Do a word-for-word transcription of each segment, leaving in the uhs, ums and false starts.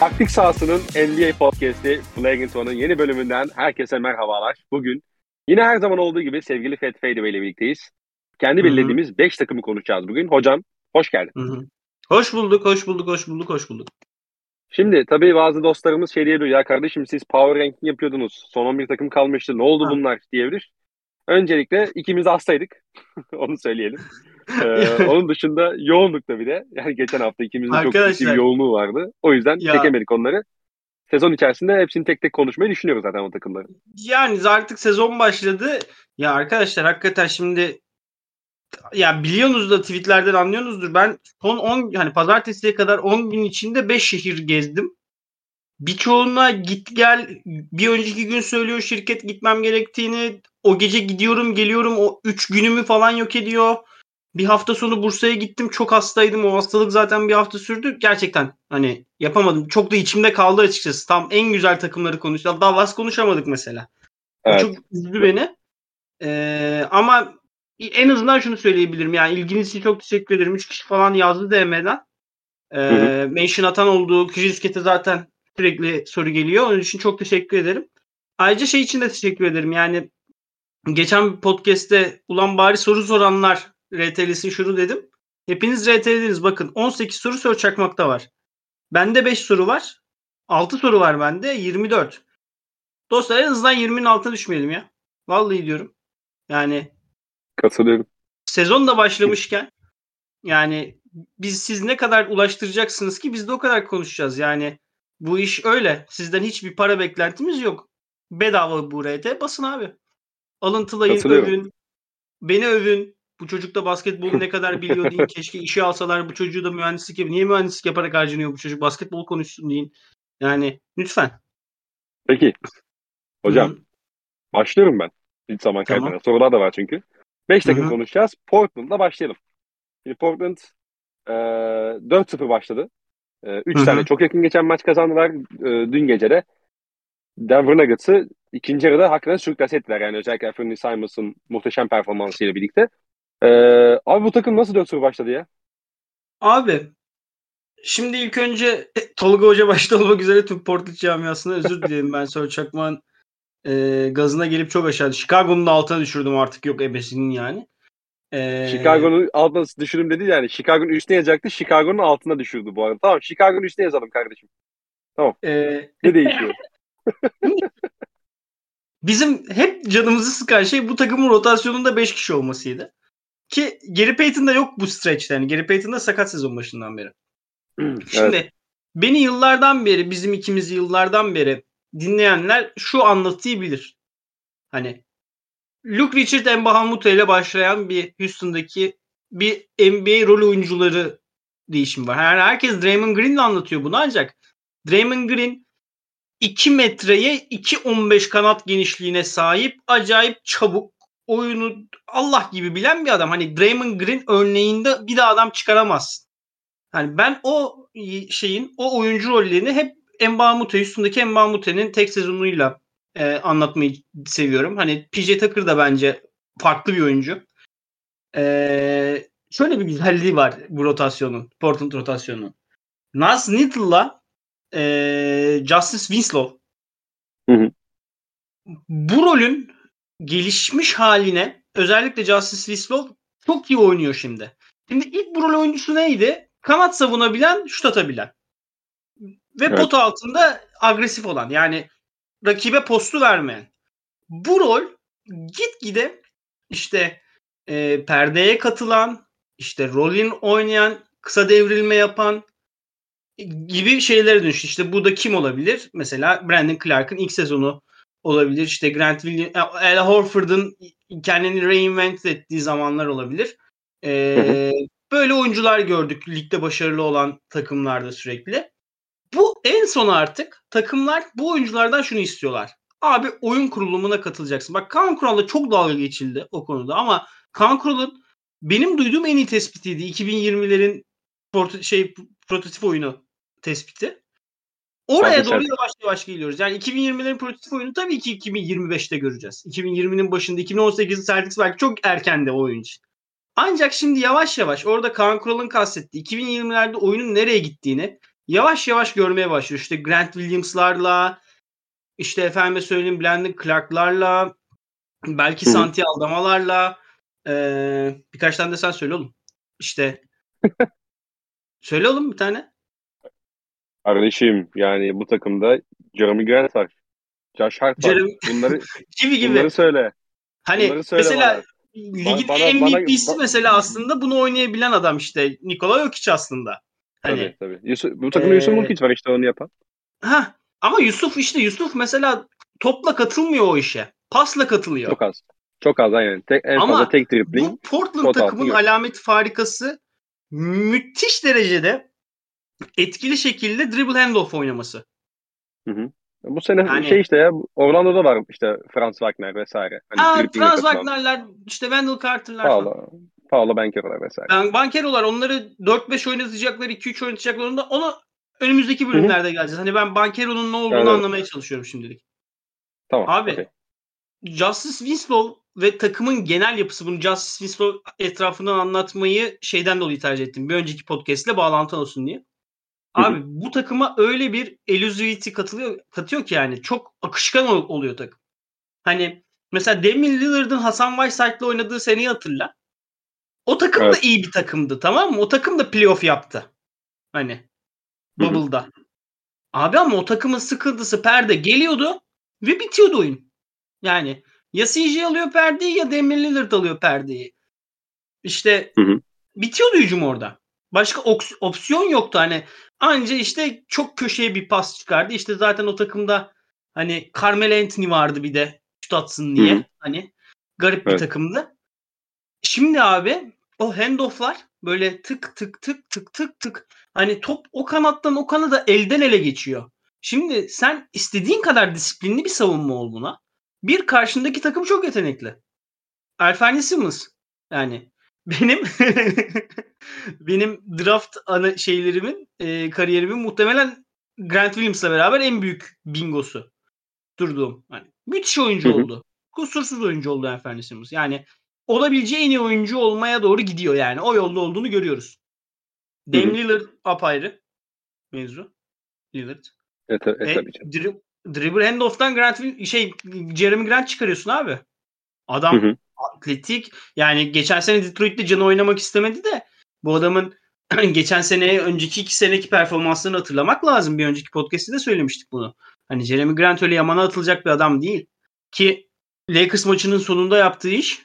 Taktik sahasının N B A Podcast'i Flagrant One'ın yeni bölümünden herkese merhabalar. Bugün yine her zaman olduğu gibi sevgili Fat Fadeaway ile birlikteyiz. Kendi Hı hı. belirlediğimiz beş takımı konuşacağız bugün. Hocam hoş geldin. Hı hı. Hoş bulduk, hoş bulduk, hoş bulduk, hoş bulduk. Şimdi tabii bazı dostlarımız şey diyebilir, ya kardeşim siz power ranking yapıyordunuz. Son on bir takım kalmıştı. Ne oldu Ha. bunlar diyebilir. Öncelikle ikimiz de hastaydık. Onu söyleyelim. Ee, onun dışında yoğunlukta bir de. Yani geçen hafta ikimizin çok ciddi bir Arkadaşlar yoğunluğu vardı. O yüzden ya çekemedik onları. Sezon içerisinde hepsini tek tek konuşmayı düşünüyoruz zaten o takımları. yani artık sezon başladı. Ya arkadaşlar hakikaten şimdi ya biliyorsunuz da tweetlerden anlıyorsunuzdur. Ben son on hani pazartesiye kadar on gün içinde beş şehir gezdim. Birçoğuna git gel bir önceki gün söylüyor şirket gitmem gerektiğini. O gece gidiyorum geliyorum o üç günümü falan yok ediyor. Bir hafta sonu Bursa'ya gittim. Çok hastaydım. O hastalık zaten bir hafta sürdü. Gerçekten hani yapamadım. Çok da içimde kaldı açıkçası. Tam en güzel takımları konuştuk. Dallas konuşamadık mesela. O Evet. çok üzdü beni. Ee, ama en azından şunu söyleyebilirim. Yani ilginiz için çok teşekkür ederim. üç kişi falan yazdı D M'den. Ee, Hı hı. mention atan olduğu Krisket'e zaten sürekli soru geliyor. Onun için çok teşekkür ederim. Ayrıca şey için de teşekkür ederim. Yani geçen bir podcast'te ulan bari soru soranlar R T L'si şunu dedim. Hepiniz R T L'diniz. Bakın on sekiz soru Sör Çakmak'ta var. Bende beş soru var. altı soru var bende. yirmi dört. Dostlar en azından yirminin altına düşmeyelim ya. Vallahi diyorum. Yani Katılıyorum. sezon da başlamışken yani biz siz ne kadar ulaştıracaksınız ki biz de o kadar konuşacağız. Yani bu iş öyle. Sizden hiçbir para beklentimiz yok. Bedava bu R T. Basın abi. Alıntılayın, Katılıyorum. övün. Beni övün. Bu çocuk da basketbolu ne kadar biliyor deyin. Keşke işe alsalar bu çocuğu da mühendislik yapıyor. Niye mühendislik yaparak harcanıyor bu çocuk? Basketbol konuşsun deyin. Yani lütfen. Peki hocam Hı-hı. başlıyorum ben. Hiç zaman Tamam. kaybetmeden. Sorular da var çünkü. beş takım Hı-hı. konuşacağız. Portland'la başlayalım. Şimdi Portland e, dört sıfır başladı. E, üç tane Hı-hı. çok yakın geçen maç kazandılar. E, dün gece de Denver Nuggets'ı ikinci yarıda hakikaten sürüklas ettiler. Yani özellikle Anthony Simons'ın muhteşem performansıyla birlikte. E, abi bu takım nasıl dört sıfır başladı ya? Abi şimdi ilk önce Tolga Hoca başta olmak üzere tüm Portland camiasına özür dilerim. Ben Sör Çakmak'ın e, gazına gelip çok aşağı. Chicago'nun da altına düşürdüm artık yok ebesinin yani. E, Chicago'nun altına düşürüm dedi yani. Chicago'nun üstüne yazacaktı. Chicago'nun altına düşürdü bu arada. Tamam, Chicago'nun üstüne yazalım kardeşim. Tamam. e, Ne değişiyor? bizim hep canımızı sıkan şey bu takımın rotasyonunda beş kişi olmasıydı. Ki Gary Payton da yok bu stretch'te. Yani Gary Payton da sakat sezon başından beri. Evet. Şimdi beni yıllardan beri, bizim ikimizi yıllardan beri dinleyenler şu anlatıyı bilir. Hani Luke Richard Mbahumuta ile başlayan bir Houston'daki bir N B A rol oyuncuları değişimi var. Yani herkes Draymond Green'le anlatıyor bunu ancak Draymond Green iki metreye iki on beş kanat genişliğine sahip, acayip çabuk, oyunu Allah gibi bilen bir adam. Hani Draymond Green örneğinde bir de adam çıkaramazsın. Hani ben o şeyin, o oyuncu rollerini hep Mbamute, üstündeki Mbamute'nin tek sezonuyla e, anlatmayı seviyorum. Hani P J Tucker da bence farklı bir oyuncu. E, şöyle bir güzelliği var bu rotasyonun, Portland rotasyonu. Naz Needle'la e, Justice Winslow Hı hı. bu rolün gelişmiş haline, özellikle Justice Winslow çok iyi oynuyor şimdi. Şimdi ilk bu rol oyuncusu neydi? Kanat savunabilen, şut atabilen. Ve pot Evet. altında agresif olan. Yani rakibe postu vermeyen. Bu rol gitgide işte e, perdeye katılan, işte rolün oynayan, kısa devrilme yapan gibi şeylere dönüştü. İşte bu da kim olabilir? Mesela Brandon Clark'ın ilk sezonu olabilir. İşte Grant Williams, Al Horford'un kendini reinvent ettiği zamanlar olabilir. Hı hı. Ee, böyle oyuncular gördük ligde başarılı olan takımlarda sürekli. Bu en son artık takımlar bu oyunculardan şunu istiyorlar. Abi oyun kurulumuna katılacaksın. Bak Kaan Kural'la çok dalga geçildi o konuda ama Kaan Kural'ın benim duyduğum en iyi tespitiydi. iki bin yirmilerin port- şey prototip oyunu tespiti. Oraya Boston doğru Celtics. yavaş yavaş geliyoruz. Yani iki bin yirmilerin prototip oyunu tabii ki iki bin yirmi beşte göreceğiz. iki bin yirminin başında iki bin on sekizde Celtics belki çok erken de o oyun için. Ancak şimdi yavaş yavaş orada Kaan Kural'ın kastettiği iki bin yirmilerde oyunun nereye gittiğini, yavaş yavaş görmeye başlıyor. İşte Grant Williams'larla, işte efendime söyleyeyim Brandon Clark'larla, belki Hı hı. Santi Aldamalarla, ee, birkaç tane de sen söyle oğlum. İşte söyle oğlum bir tane. Kardeşim yani bu takımda Jeremy Grant var. Josh Hart var. Jeremy Bunları gibi bunları gibi. söyle. Hani Bunları söyle mesela bana. Ba- ligin bana bana M V P'si ba- mesela aslında bunu oynayabilen adam işte. Nikola Jokic aslında. tabii Hani tabii. Yusuf, bu takımda Yusuf ee, Nurkic var işte onu yapan. ha ama Yusuf işte Yusuf mesela topla katılmıyor o işe. Pasla katılıyor. Çok az. Çok az aynen. Tek, en fazla Ama tek dribbling, bu Portland pot altın takımın gol. alameti farikası müthiş derecede etkili şekilde dribble handoff oynaması. Hı hı. Bu sene şey Yani işte ya Orlando'da var işte Franz Wagner vesaire. Hani ha, dribbling'e Franz katılan. Wagner'ler, işte Wendell Carter'lar falan. Paolo, Paolo Banchero'lar vesaire. Ben bankerolar onları dört beş oynatacaklar, iki üç oynatacaklar. Onu, onu önümüzdeki Hı hı. bölümlerde geleceğiz. Hani ben bankeronun ne olduğunu Evet, evet. anlamaya çalışıyorum şimdilik. Tamam. Abi Okey. Justice Winslow ve takımın genel yapısı, bunu Justice Winslow etrafından anlatmayı şeyden dolayı tercih ettim. Bir önceki podcast ile bağlantı olsun diye. Hı hı. Abi bu takıma öyle bir elusivity katılıyor, katıyor ki yani çok akışkan ol- oluyor takım. Hani mesela Damian Lillard'ın Hasan Whiteside'la oynadığı seneyi hatırla. O takım da Evet. iyi bir takımdı, tamam mı? O takım da playoff yaptı. Hani Hı hı. Bubble'da. Abi ama o takımın sıkıntısı perde geliyordu ve bitiyordu oyun. Yani ya C J alıyor perdeyi ya Damian Lillard alıyor perdeyi. İşte Hı hı. bitiyordu hücum orada. Başka oks- opsiyon yoktu hani. Anca işte çok köşeye bir pas çıkardı. İşte zaten o takımda hani Carmelo Anthony vardı bir de şut atsın Hı hı. diye. Hani garip bir Evet. takımdı. Şimdi abi o handoff'lar böyle tık tık tık tık tık tık. Hani top o kanattan o kanada elden ele geçiyor. Şimdi sen istediğin kadar disiplinli bir savunma ol buna. Bir karşındaki takım çok yetenekli. Alfani Simmons. Yani benim benim draft ana şeylerimin e, kariyerimin muhtemelen Grant Williams'la beraber en büyük bingosu durduğum. Hani müthiş oyuncu Hı hı. oldu. Kusursuz oyuncu oldu Alfani Simmons. Yani olabileceği en iyi oyuncu olmaya doğru gidiyor yani. O yolda olduğunu görüyoruz. Hı Dame hı. Lillard apayrı mevzu. Lillard. E, ta- e E, tabii canım. drib dribble handoff'tan Grant Will- şey Jeremy Grant çıkarıyorsun abi. Hı Adam hı. atletik. Yani geçen sene Detroit'te canı oynamak istemedi de bu adamın geçen seneye önceki iki seneki performanslarını hatırlamak lazım. Bir önceki podcast'te de söylemiştik bunu. Hani Jeremy Grant öyle yamana atılacak bir adam değil. Ki Lakers maçının sonunda yaptığı iş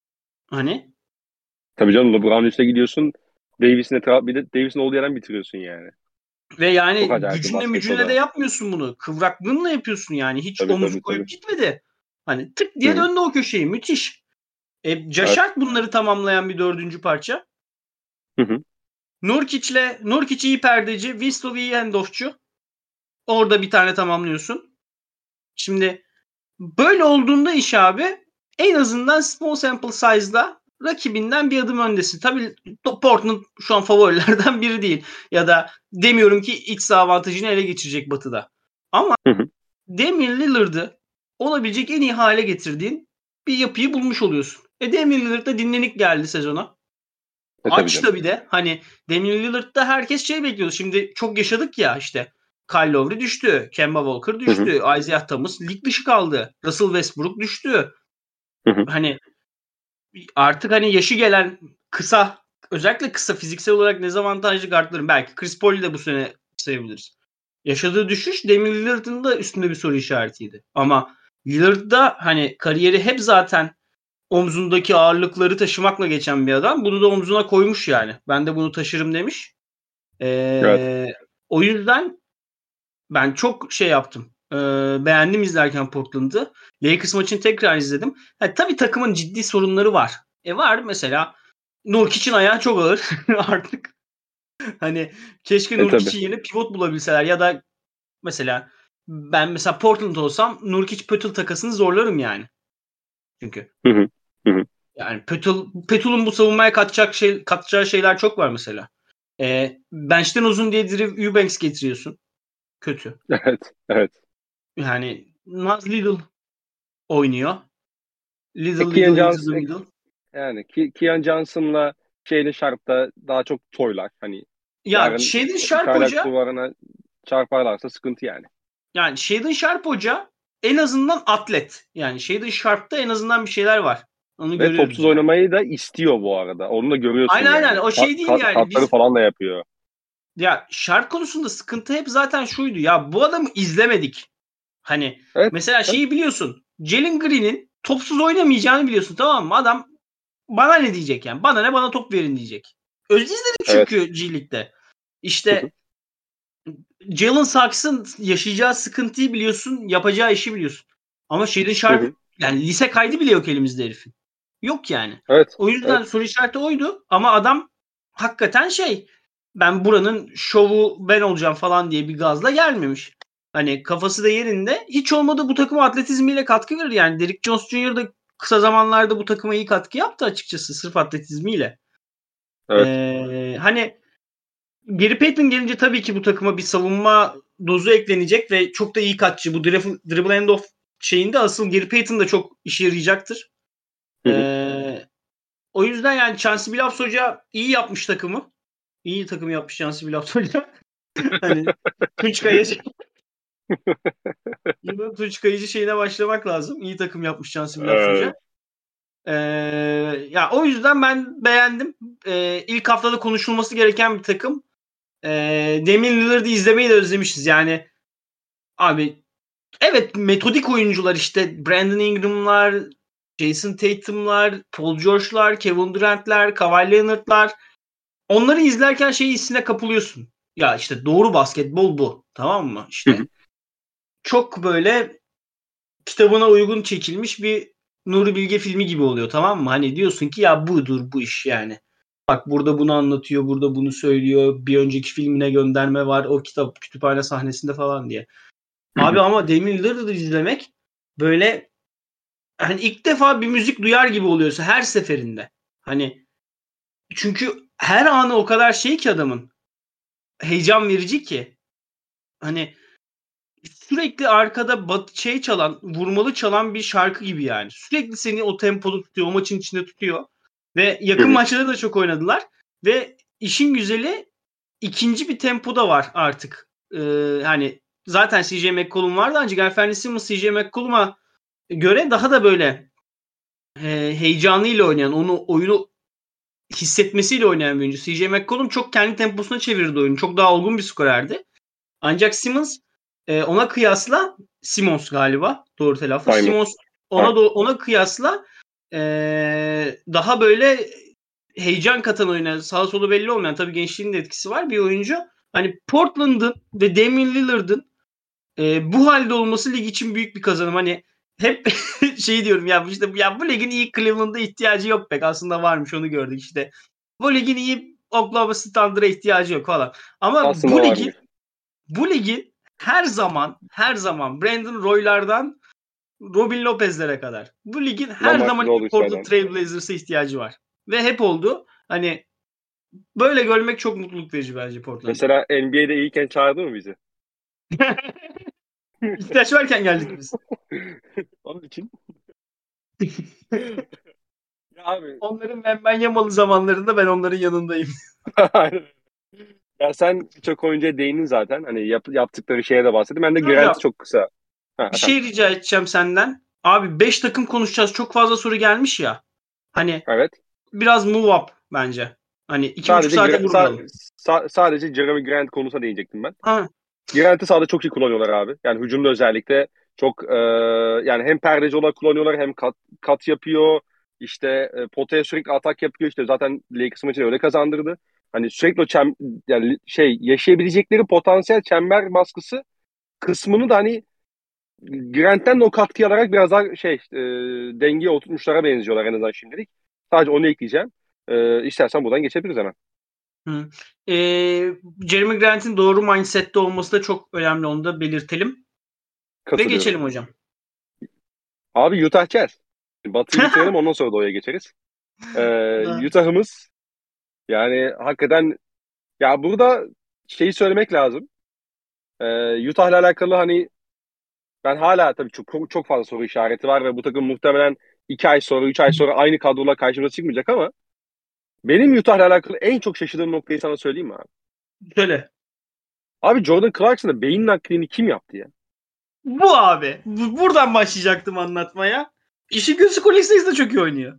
hani Tabii canım LeBron üste gidiyorsun. Davis'in etrafı bir de Davis'in olduğu yerden bitiriyorsun yani. ve Çok yani acayip bir gücünle basket o mücünle de da. yapmıyorsun bunu. Kıvraklığınla yapıyorsun yani. Hiç Tabii omuz tabii tabii. koyup gitmedi. Hani tık Hı diye hı. döndü o köşeyi. Müthiş. E, Evet. Caşart bunları tamamlayan bir dördüncü parça. Hı hı. Nurkic'le Nurkic iyi perdeci, Winslow iyi handoffçu. Orada bir tane tamamlıyorsun. Şimdi böyle olduğunda iş abi en azından small sample size'da rakibinden bir adım öndesin. Tabii Portland şu an favorilerden biri değil. Ya da demiyorum ki iç saha avantajını ele geçirecek Batı'da. Ama Hı hı. Damian Lillard'ı olabilecek en iyi hale getirdiğin bir yapıyı bulmuş oluyorsun. E Damian Lillard da dinlenik geldi sezona. E tabii Aç canım. da bir de hani Damian Lillard'da herkes şey bekliyordu. Şimdi çok yaşadık ya işte. Kyle Lowry düştü. Kemba Walker Hı hı. düştü. Isaiah Thomas lig dışı kaldı. Russell Westbrook düştü. Hı hı. Hani artık hani yaşı gelen kısa, özellikle kısa fiziksel olarak dezavantajlı guardların, belki Chris Paul'u de bu sene sayabiliriz. Yaşadığı düşüş Damian Lillard'ın da üstünde bir soru işaretiydi. Ama Lillard'da hani kariyeri hep zaten omzundaki ağırlıkları taşımakla geçen bir adam. Bunu da omzuna koymuş yani. Ben de bunu taşırım demiş. Evet. Ee, o yüzden ben çok şey yaptım. Ee, beğendim izlerken Portland'ı. Lakers maçını tekrar izledim. Ha, tabii takımın ciddi sorunları var. E var mesela Nurkic'in ayağı çok ağır artık. Hani keşke E tabii. Nurkic'in yerine pivot bulabilseler ya da mesela ben mesela Portland olsam Nurkic Pötl takasını zorlarım yani. Çünkü Hı hı. Hı hı. yani Pötl, Pötl'ün bu savunmaya katacak şey, katacağı şeyler çok var mesela. E, bench'ten uzun diye Drew Eubanks getiriyorsun. Kötü. Evet. Evet. Yani Naz Little oynuyor. E, Little Keon Little into the Johnson, e, middle. yani Ke- Keon Johnson'la şeyle Sharp'ta daha çok toylar. Hani Ya Yarın Shadon Sharp çaylak Hoca duvarına çarparlarsa sıkıntı yani. yani Shadon Sharp Hoca en azından atlet. Yani Shadon Sharp'ta en azından bir şeyler var. Onu Ve görüyoruz topsuz yani. oynamayı da istiyor bu arada. Onu da görüyorsun Aynen aynen. yani. O Ka- şey değil ka- yani. katları Biz falan da yapıyor. ya Sharp konusunda sıkıntı hep zaten şuydu. Ya bu adamı izlemedik. Hani Evet. mesela Evet. şeyi biliyorsun. Jalen Green'in topsuz oynamayacağını biliyorsun, tamam mı? Adam bana ne diyecek yani? Bana ne, bana top verin diyecek. Öz izledim Evet. çünkü G League'de. Hı hı. İşte Jalen Saks'ın yaşayacağı sıkıntıyı biliyorsun, yapacağı işi biliyorsun. Ama Shaedon Hı Sharp hı. yani lise kaydı bile yok elimizde herifin. Yok yani. Evet. O yüzden Evet. soru işareti oydu ama adam hakikaten şey, ben buranın şovu ben olacağım falan diye bir gazla gelmemiş. Hani kafası da yerinde. Hiç olmadı bu takıma atletizmiyle katkı verir. Yani Derrick Jones Junior da kısa zamanlarda bu takıma iyi katkı yaptı açıkçası sırf atletizmiyle. Evet. Ee, hani Gary Payton gelince tabii ki bu takıma bir savunma dozu eklenecek ve çok da iyi kaççı. Bu dribble, dribble end off şeyinde asıl Gary Payton da çok işe yarayacaktır. Hı hı. Ee, o yüzden yani Chauncey Billups Hoca iyi yapmış takımı. İyi takım yapmış Chauncey Billups Hoca. Hani Tunç Kayıcı yılın Tunç Kayıcı şeyine başlamak lazım. İyi takım yapmış Chauncey Billups Evet. Hoca. Ee, ya o yüzden ben beğendim. Ee, ilk haftada konuşulması gereken bir takım. Ee, Damian Lillard'ı izlemeyi de özlemişiz. Yani abi evet, metodik oyuncular işte Brandon Ingram'lar, Jason Tatum'lar, Paul George'lar, Kevin Durant'ler, Kawhi Leonard'lar. Onları izlerken şey hissine kapılıyorsun. Ya işte doğru basketbol bu. Tamam mı? Hı hı. İşte çok böyle kitabına uygun çekilmiş bir Nuri Bilge filmi gibi oluyor, tamam mı? Hani diyorsun ki ya budur bu iş yani. Bak burada bunu anlatıyor, burada bunu söylüyor. Bir önceki filmine gönderme var. O kitap kütüphane sahnesinde falan diye. Hı Abi hı. ama Damian Lillard'ı izlemek böyle hani ilk defa bir müzik duyar gibi oluyorsa her seferinde. Hani çünkü her anı o kadar şey ki adamın, heyecan verici ki. Hani sürekli arkada bat şey çalan, vurmalı çalan bir şarkı gibi yani. Sürekli seni o tempoda tutuyor, o maçın içinde tutuyor. Ve Hı yakın hı. maçlarda da çok oynadılar. Ve işin güzeli ikinci bir tempoda var artık. Ee, hani zaten C J McCollum vardı ancak Anthony Simmons C J McCollum'a göre daha da böyle e, heyecanıyla oynayan, onu oyunu hissetmesiyle oynayan bir oyuncu. C J McCollum çok kendi temposuna çevirdi oyunu. Çok daha olgun bir skorerdi. Ancak Simmons e, ona kıyasla Simmons galiba doğru telaffuz. Simons. Simmons ona Ha. do- ona kıyasla e, daha böyle heyecan katan oynayan, sağa solu belli olmayan, tabii gençliğinin de etkisi var bir oyuncu. Hani Portland'ın ve Damian Lillard'ın e, bu halde olması lig için büyük bir kazanım. Hani hep şey diyorum ya işte ya bu ligin iyi Cleveland'a ihtiyacı yok pek. Aslında varmış, onu gördük işte. Bu ligin iyi Oklahoma City Thunder'a ihtiyacı yok falan. Ama Aslında bu ligin varmış. bu ligin her zaman her zaman Brandon Roy'lardan Robin Lopez'lere kadar bu ligin her zaman Lamarcus iyi Portland Aldridge'lerden. Trail Blazers'a ihtiyacı var. Ve hep oldu. Hani böyle görmek çok mutluluk verici bence Portland'ı. Mesela N B A'de iyiyken çağırdı mı bizi? İhtiyaç varken geldik biz. Onun için. Ya abi. Onların ben ben yamalı zamanlarında ben onların yanındayım. Aynen. Ya sen birçok oyuncuya değindin zaten. Hani yap- yaptıkları şeye de bahsettim. Ben de Grant'ı Hocam çok kısa. Ha, bir efendim. şey rica edeceğim senden. Abi beş takım konuşacağız. Çok fazla soru gelmiş ya. Hani Evet. biraz move up bence. Hani iki buçuk Sadece saate Gra- sa- vurmayalım. sa- sadece Jeremy Grant konusuna değinecektim ben. Ha, Grant'ı sahada çok iyi kullanıyorlar abi. Yani hücumda özellikle çok e, yani hem perdeci olarak kullanıyorlar hem kat, kat yapıyor. İşte e, potaya sürekli atak yapıyor. İşte zaten Lakers maçını öyle kazandırdı. Hani sürekli o çem, yani şey yaşayabilecekleri potansiyel çember baskısı kısmını da hani Grant'ten de o katkıyı alarak biraz daha şey e, dengeye oturtmuşlara benziyorlar en azından şimdilik. Sadece onu ekleyeceğim. E, istersen buradan geçebiliriz hemen. hı. Ee, Jeremy Grant'in doğru mindsette olması da çok önemli. Onu da belirtelim. Ve Katılıyorum. geçelim hocam. Abi Utah Jazz. Batı'yı bitirelim ondan sonra Doğu'ya geçeriz. Ee, Utah'ımız yani hakikaten ya burada şeyi söylemek lazım. Ee, Utah'la alakalı hani ben hala tabii çok çok fazla soru işareti var ve bu takım muhtemelen iki ay sonra, üç ay sonra aynı kadrola karşımıza çıkmayacak ama benim Utah'la alakalı en çok şaşırdığım noktayı sana söyleyeyim mi abi? Söyle. Abi Jordan Clarkson'a beyin naklini kim yaptı ya? Bu abi. Bu- Buradan başlayacaktım anlatmaya. İşi gözü Colex'te de çok iyi oynuyor.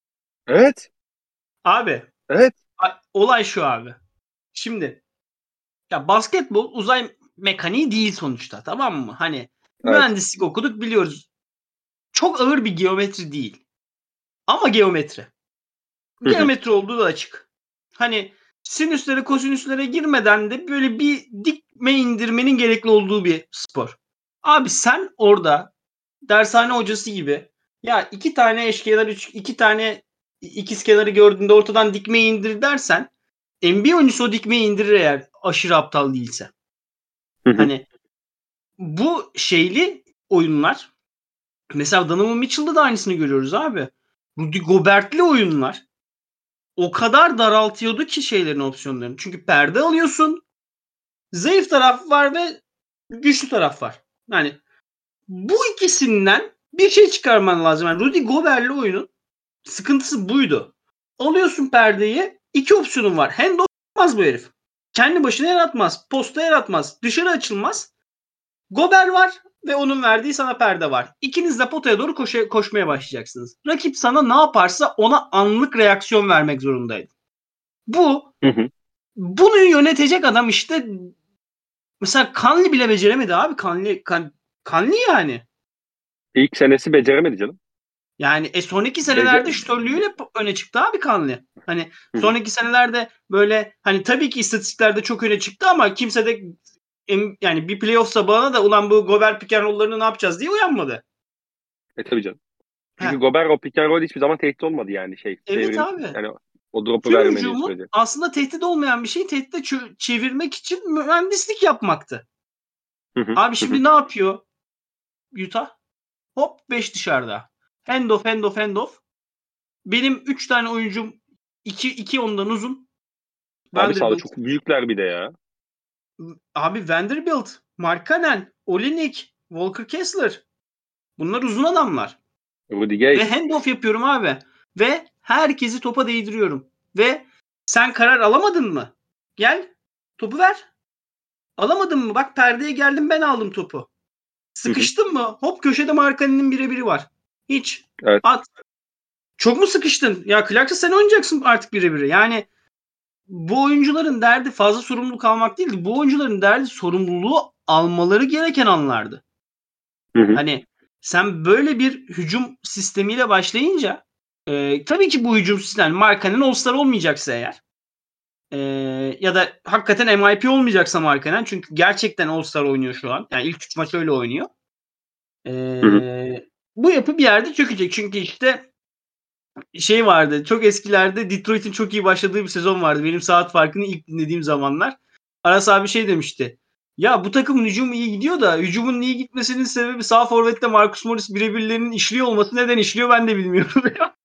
Evet. Abi. Evet. a- Olay şu abi. Şimdi ya basketbol uzay mekaniği değil sonuçta, tamam mı? Hani Evet. mühendislik okuduk, biliyoruz. Çok ağır bir geometri değil. Ama geometri. Hı hı. Geometri olduğu da açık. Hani sinüslere kosinüslere girmeden de böyle bir dikme indirmenin gerekli olduğu bir spor. Abi sen orada dershane hocası gibi ya iki tane eşkenar, üç, iki tane ikizkenarı gördüğünde ortadan dikmeyi indir dersen, N B A oyuncusu o dikmeyi indirir eğer aşırı aptal değilse. Hı hı. Hani bu şeyli oyunlar, mesela Donovan Mitchell'da da aynısını görüyoruz abi. Rudy Gobert'li oyunlar o kadar daraltıyordu ki şeylerin opsiyonlarını. Çünkü perde alıyorsun. Zayıf taraf var ve güçlü taraf var. Yani bu ikisinden bir şey çıkarman lazım. Yani Rudy Gobert'li oyunun sıkıntısı buydu. Alıyorsun perdeyi, iki opsiyonun var. Handoff yapmaz bu herif. Kendi başına yaratmaz. Posta yaratmaz. Dışarı açılmaz. Gober var ve onun verdiği sana perde var. İkiniz de potaya doğru koş- koşmaya başlayacaksınız. Rakip sana ne yaparsa ona anlık reaksiyon vermek zorundaydı. Bu Hı hı. bunu yönetecek adam işte mesela Conley bile beceremedi abi. Conley, kan, Conley yani. İlk senesi beceremedi canım. Yani e, sonraki Bece senelerde şütörlüğüyle öne çıktı abi Conley. Hani Hı hı. sonraki senelerde böyle hani tabii ki istatistiklerde çok öne çıktı ama kimse de em, yani bir playoff sabahına da ulan bu Gobert pick and roll'larını ne yapacağız diye uyanmadı. E tabii canım. Çünkü Heh. Gobert o pick and roll hiçbir zaman tehdit olmadı yani şey. Evet Devrim abi. yani o drop'u Tüm vermediği hücumun sürece. aslında tehdit olmayan bir şeyi tehditle çö- çevirmek için mühendislik yapmaktı. Hı hı. Abi Hı hı. şimdi ne yapıyor Utah? Hop beş dışarıda. Handoff, handoff, handoff. Benim üç tane oyuncum iki iki ondan uzun. Abi sahada Vanderbilt. çok büyükler bir de ya. Abi Vanderbilt, Markkanen, Olynyk, Walker Kessler. Bunlar uzun adamlar. Rudy Ve Gay. handoff yapıyorum abi. Ve herkesi topa değdiriyorum. Ve sen karar alamadın mı? Gel topu ver. Alamadın mı? Bak perdeye geldim, ben aldım topu. Hı hı. Sıkıştın mı? Hop köşede Markkanen'in birebiri var. Hiç. Evet. At. Çok mu sıkıştın? Ya Clarkson sen oynayacaksın artık birebiri. Yani bu oyuncuların derdi fazla sorumluluk almak değildi. Bu oyuncuların derdi sorumluluğu almaları gereken anlardı. Hı hı. Hani sen böyle bir hücum sistemiyle başlayınca e, tabii ki bu hücum sistemi Markkanen All-Star olmayacaksa eğer e, ya da hakikaten M I P olmayacaksa Markkanen, çünkü gerçekten All-Star oynuyor şu an. Yani ilk üç maç öyle oynuyor. E, Hı hı. bu yapı bir yerde çökecek. Çünkü işte şey vardı. Çok eskilerde Detroit'in çok iyi başladığı bir sezon vardı. Benim saat farkını ilk dinlediğim zamanlar. Aras abi şey demişti. Ya bu takımın hücumu iyi gidiyor da hücumun iyi gitmesinin sebebi sağ forvette Marcus Morris birebirlerinin işliyor olması. Neden işliyor ben de bilmiyorum.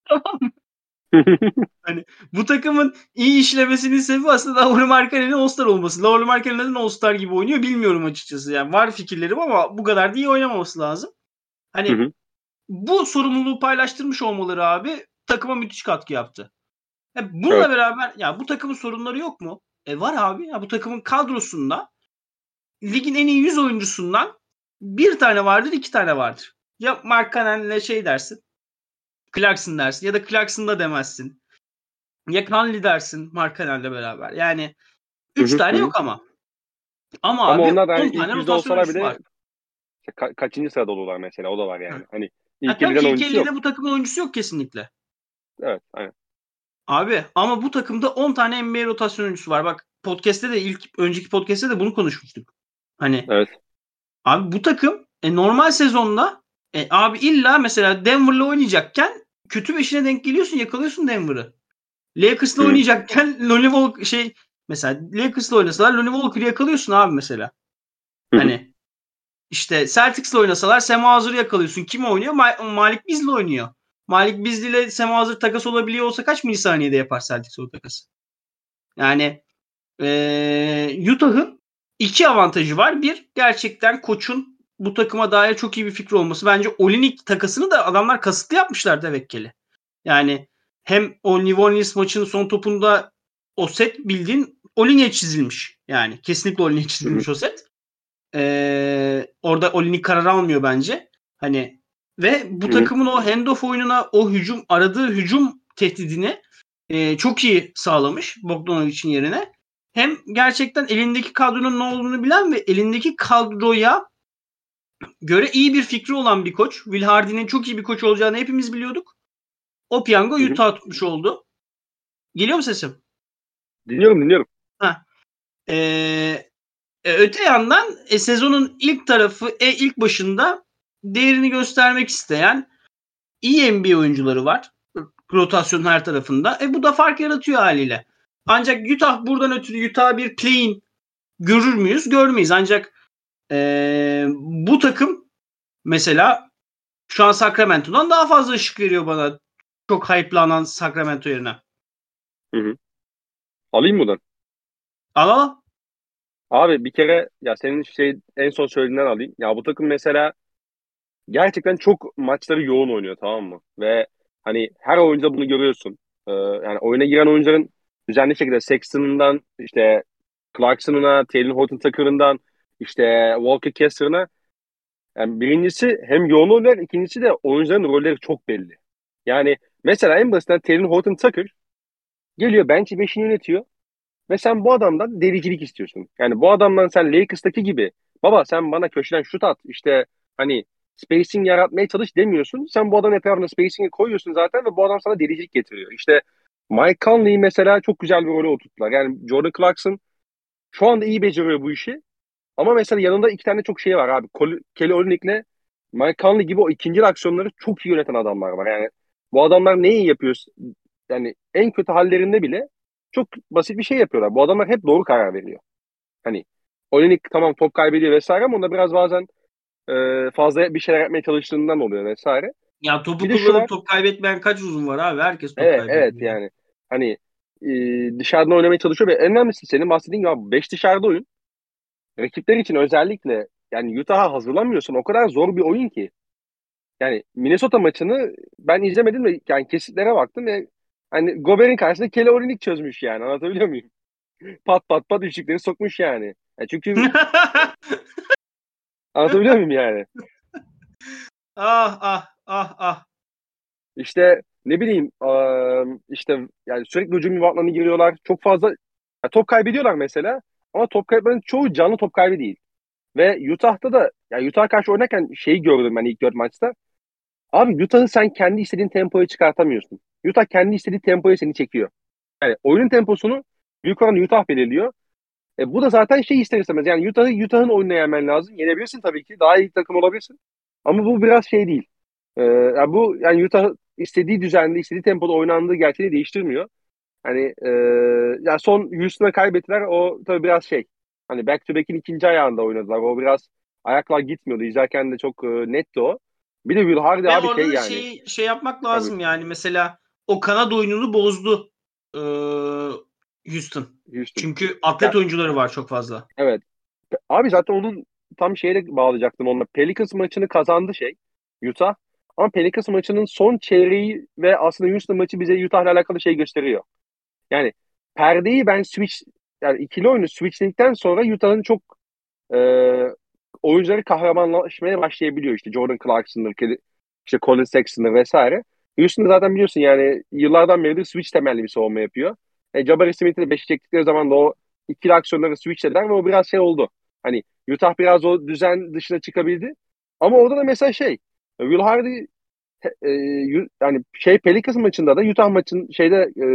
Hani bu takımın iyi işlemesinin sebebi aslında Lauri Markkanen'in All-Star olması. Lauri Markkanen neden All-Star gibi oynuyor bilmiyorum açıkçası. Yani var fikirlerim ama bu kadar da iyi oynamaması lazım. Hı Hani hı. bu sorumluluğu paylaştırmış olmaları abi takıma müthiş katkı yaptı. E bununla Evet. beraber ya bu takımın sorunları yok mu? E var abi. Ya bu takımın kadrosunda ligin en iyi yüz oyuncusundan bir tane vardır, iki tane vardır. Ya Markkanen'le şey dersin, Clarkson dersin ya da Clarkson da demezsin. Ya Conley dersin Markkanen'le beraber. Yani Hı üç hı. Hı tane hı. yok ama. Ama Ama abi onlar da hani on ilk tane yüzde rotasyon olsalar oyuncusu bile var. işte ka- kaçıncı sırada olurlar mesela o da var Hı. yani. Hani Ha, ilk tabii elliden ilk oyuncusu ellide yok. bu takımın oyuncusu yok kesinlikle. Evet. Aynen. Abi ama bu takımda on tane N B A rotasyon oyuncusu var. Bak podcast'te de ilk önceki podcast'te de bunu konuşmuştuk. Hani Evet. abi bu takım e, normal sezonda e, abi illa mesela Denver'la oynayacakken kötü beşine denk geliyorsun, yakalıyorsun Denver'ı. Lakers'la Hı hı. oynayacakken Lonnie Walker şey mesela Lakers'la oynasalar Lonnie Walker'ı yakalıyorsun abi mesela. Hı hı. Hani işte Celtics'la oynasalar Sam Hauser'ı yakalıyorsun. Kim oynuyor? Ma- Malik Beasley oynuyor. Malik Beasley ile Sam Hauser takas olabiliyor olsa kaç milisaniyede yapar Celtics o takası? Yani Ee, Utah'ın iki avantajı var. Bir, gerçekten koçun bu takıma dair çok iyi bir fikri olması. Bence Olynyk takasını da adamlar kasıtlı yapmışlar tevekkeli. Yani hem o New Orleans maçının son topunda o set bildiğin Olyny'e çizilmiş. Yani kesinlikle Olyny'e çizilmiş o set. Ee, orada Olyny karar almıyor bence. Hani ve bu Hı-hı. takımın o handoff oyununa, o hücum aradığı hücum tehdidini e, çok iyi sağlamış Bogdanovic'in yerine. Hem gerçekten elindeki kadronun ne olduğunu bilen ve elindeki kadroya göre iyi bir fikri olan bir koç. Will Hardy'nin çok iyi bir koç olacağını hepimiz biliyorduk. O piyango Utah tutmuş oldu. Geliyor mu sesim? Dinliyorum dinliyorum. Heh. Ee, e, öte yandan e, sezonun ilk tarafı, e, ilk başında değerini göstermek isteyen iyi N B A oyuncuları var. Rotasyonun her tarafında. E bu da fark yaratıyor haliyle. Ancak Utah buradan ötürü Utah bir play-in görür müyüz? Görmeyiz. Ancak e, bu takım mesela şu an Sacramento'dan daha fazla ışık veriyor bana. Çok hype'lanan Sacramento yerine. Hı hı. Alayım buradan. Al al. Abi bir kere ya senin şey en son söylediğinden alayım. Ya bu takım mesela gerçekten çok maçları yoğun oynuyor, tamam mı? Ve hani her oyuncuda bunu görüyorsun. Ee, yani oyuna giren oyuncuların düzenli şekilde Sexton'dan işte Clarkson'una, Taylor Horton Tucker'ından işte Walker Kessler'ına, yani birincisi hem yoğun oynuyor, ikincisi de oyuncuların rolleri çok belli. Yani mesela en basitinden Taylor Horton Tucker geliyor bench'i beşini yönetiyor. Ve sen bu adamdan delicilik istiyorsun. Yani bu adamdan sen Lakers'taki gibi baba sen bana köşeden şut at işte hani spacing yaratmaya çalış demiyorsun. Sen bu adamın etrafına spacing'i koyuyorsun zaten ve bu adam sana delicilik getiriyor. İşte Mike Conley'i mesela çok güzel bir role oturttular. Yani Jordan Clarkson şu anda iyi beceriyor bu işi. Ama mesela yanında iki tane çok şey var abi. Col- Kelly Olynyk'le Mike Conley gibi o ikinci aksiyonları çok iyi yöneten adamlar var. Yani bu adamlar neyi yapıyor? Yani en kötü hallerinde bile çok basit bir şey yapıyorlar. Bu adamlar hep doğru karar veriyor. Hani Olynyk tamam top kaybediyor vesaire ama onda biraz bazen e, fazla bir şeyler yapmaya çalıştığından oluyor vesaire. Ya Bir topu de şu kullanıp var. top kaybetmeyen kaç uzun var abi? Herkes top Evet evet kaybediyor. yani hani e, dışarıdan oynamaya çalışıyor ve en önemlisi senin bahsettiğin gibi beş dışarıda oyun. Rakipler için özellikle yani Utah'a hazırlanmıyorsun. O kadar zor bir oyun ki. Yani Minnesota maçını ben izlemedim de yani kesitlere baktım ve hani Gobert'in karşısında Kelly Olynyk çözmüş yani, anlatabiliyor muyum? Pat pat pat üçlükleri sokmuş yani. Ya çünkü anlatabiliyor muyum yani? Ah ah ah ah. İşte ne bileyim eee, işte yani sürekli hücum yuvarlarına giriyorlar. Çok fazla ya top kaybediyorlar mesela ama top kaybının çoğu canlı top kaybı değil. Ve Utah'ta da yani Utah karşı oynarken şeyi gördüm ben ilk dört maçta. Abi Utah'ı sen kendi istediğin tempoya çıkartamıyorsun. Utah kendi istediği tempoya seni çekiyor. Yani oyunun temposunu büyük oranda Utah belirliyor. E, bu da zaten şey ister istemez. Yani Utah'ı Utah'ın oyununa yenmen lazım. Yenebilirsin tabii ki. Daha iyi takım olabilirsin. Ama bu biraz şey değil. E, yani bu yani Utah istediği düzende, istediği tempoda oynandığı gerçeği değiştirmiyor. Hani e, ya son Houston'a kaybettiler. O tabii biraz şey. Hani back to back'in ikinci ayağında oynadılar. O biraz ayaklar gitmiyordu. İzlerken de çok e, netti o. Bir de Will Hardy Ve abi orada şey da yani. şey şey yapmak Tabii lazım yani. Mesela o kanat oyununu bozdu ee, Houston. Houston. Çünkü Ya atlet oyuncuları var çok fazla. evet. Abi zaten onun tam şeyle bağlayacaktım onunla. Pelicans maçını kazandı şey Utah. Ama Pelicans maçının son çeyreği ve aslında Houston maçı bize Utah'la alakalı şey gösteriyor. Yani perdeyi ben switch yani ikili oyunu switchledikten sonra Utah'ın çok e, oyuncuları kahramanlaşmaya başlayabiliyor. İşte Jordan Clarkson'dır, Kelly- işte Colin Sexton'dır vesaire. Houston'da zaten biliyorsun yani yıllardan beridir switch temelli bir savunma yapıyor. E, Jabari Smith'i de beşi çektikleri zaman da o ikili aksiyonları switchlediler ve o biraz şey oldu. Hani Utah biraz o düzen dışına çıkabildi. Ama orada da mesela şey Will Hardy e, yu- yani şey Pelicans maçında da Utah maçın şeyde e,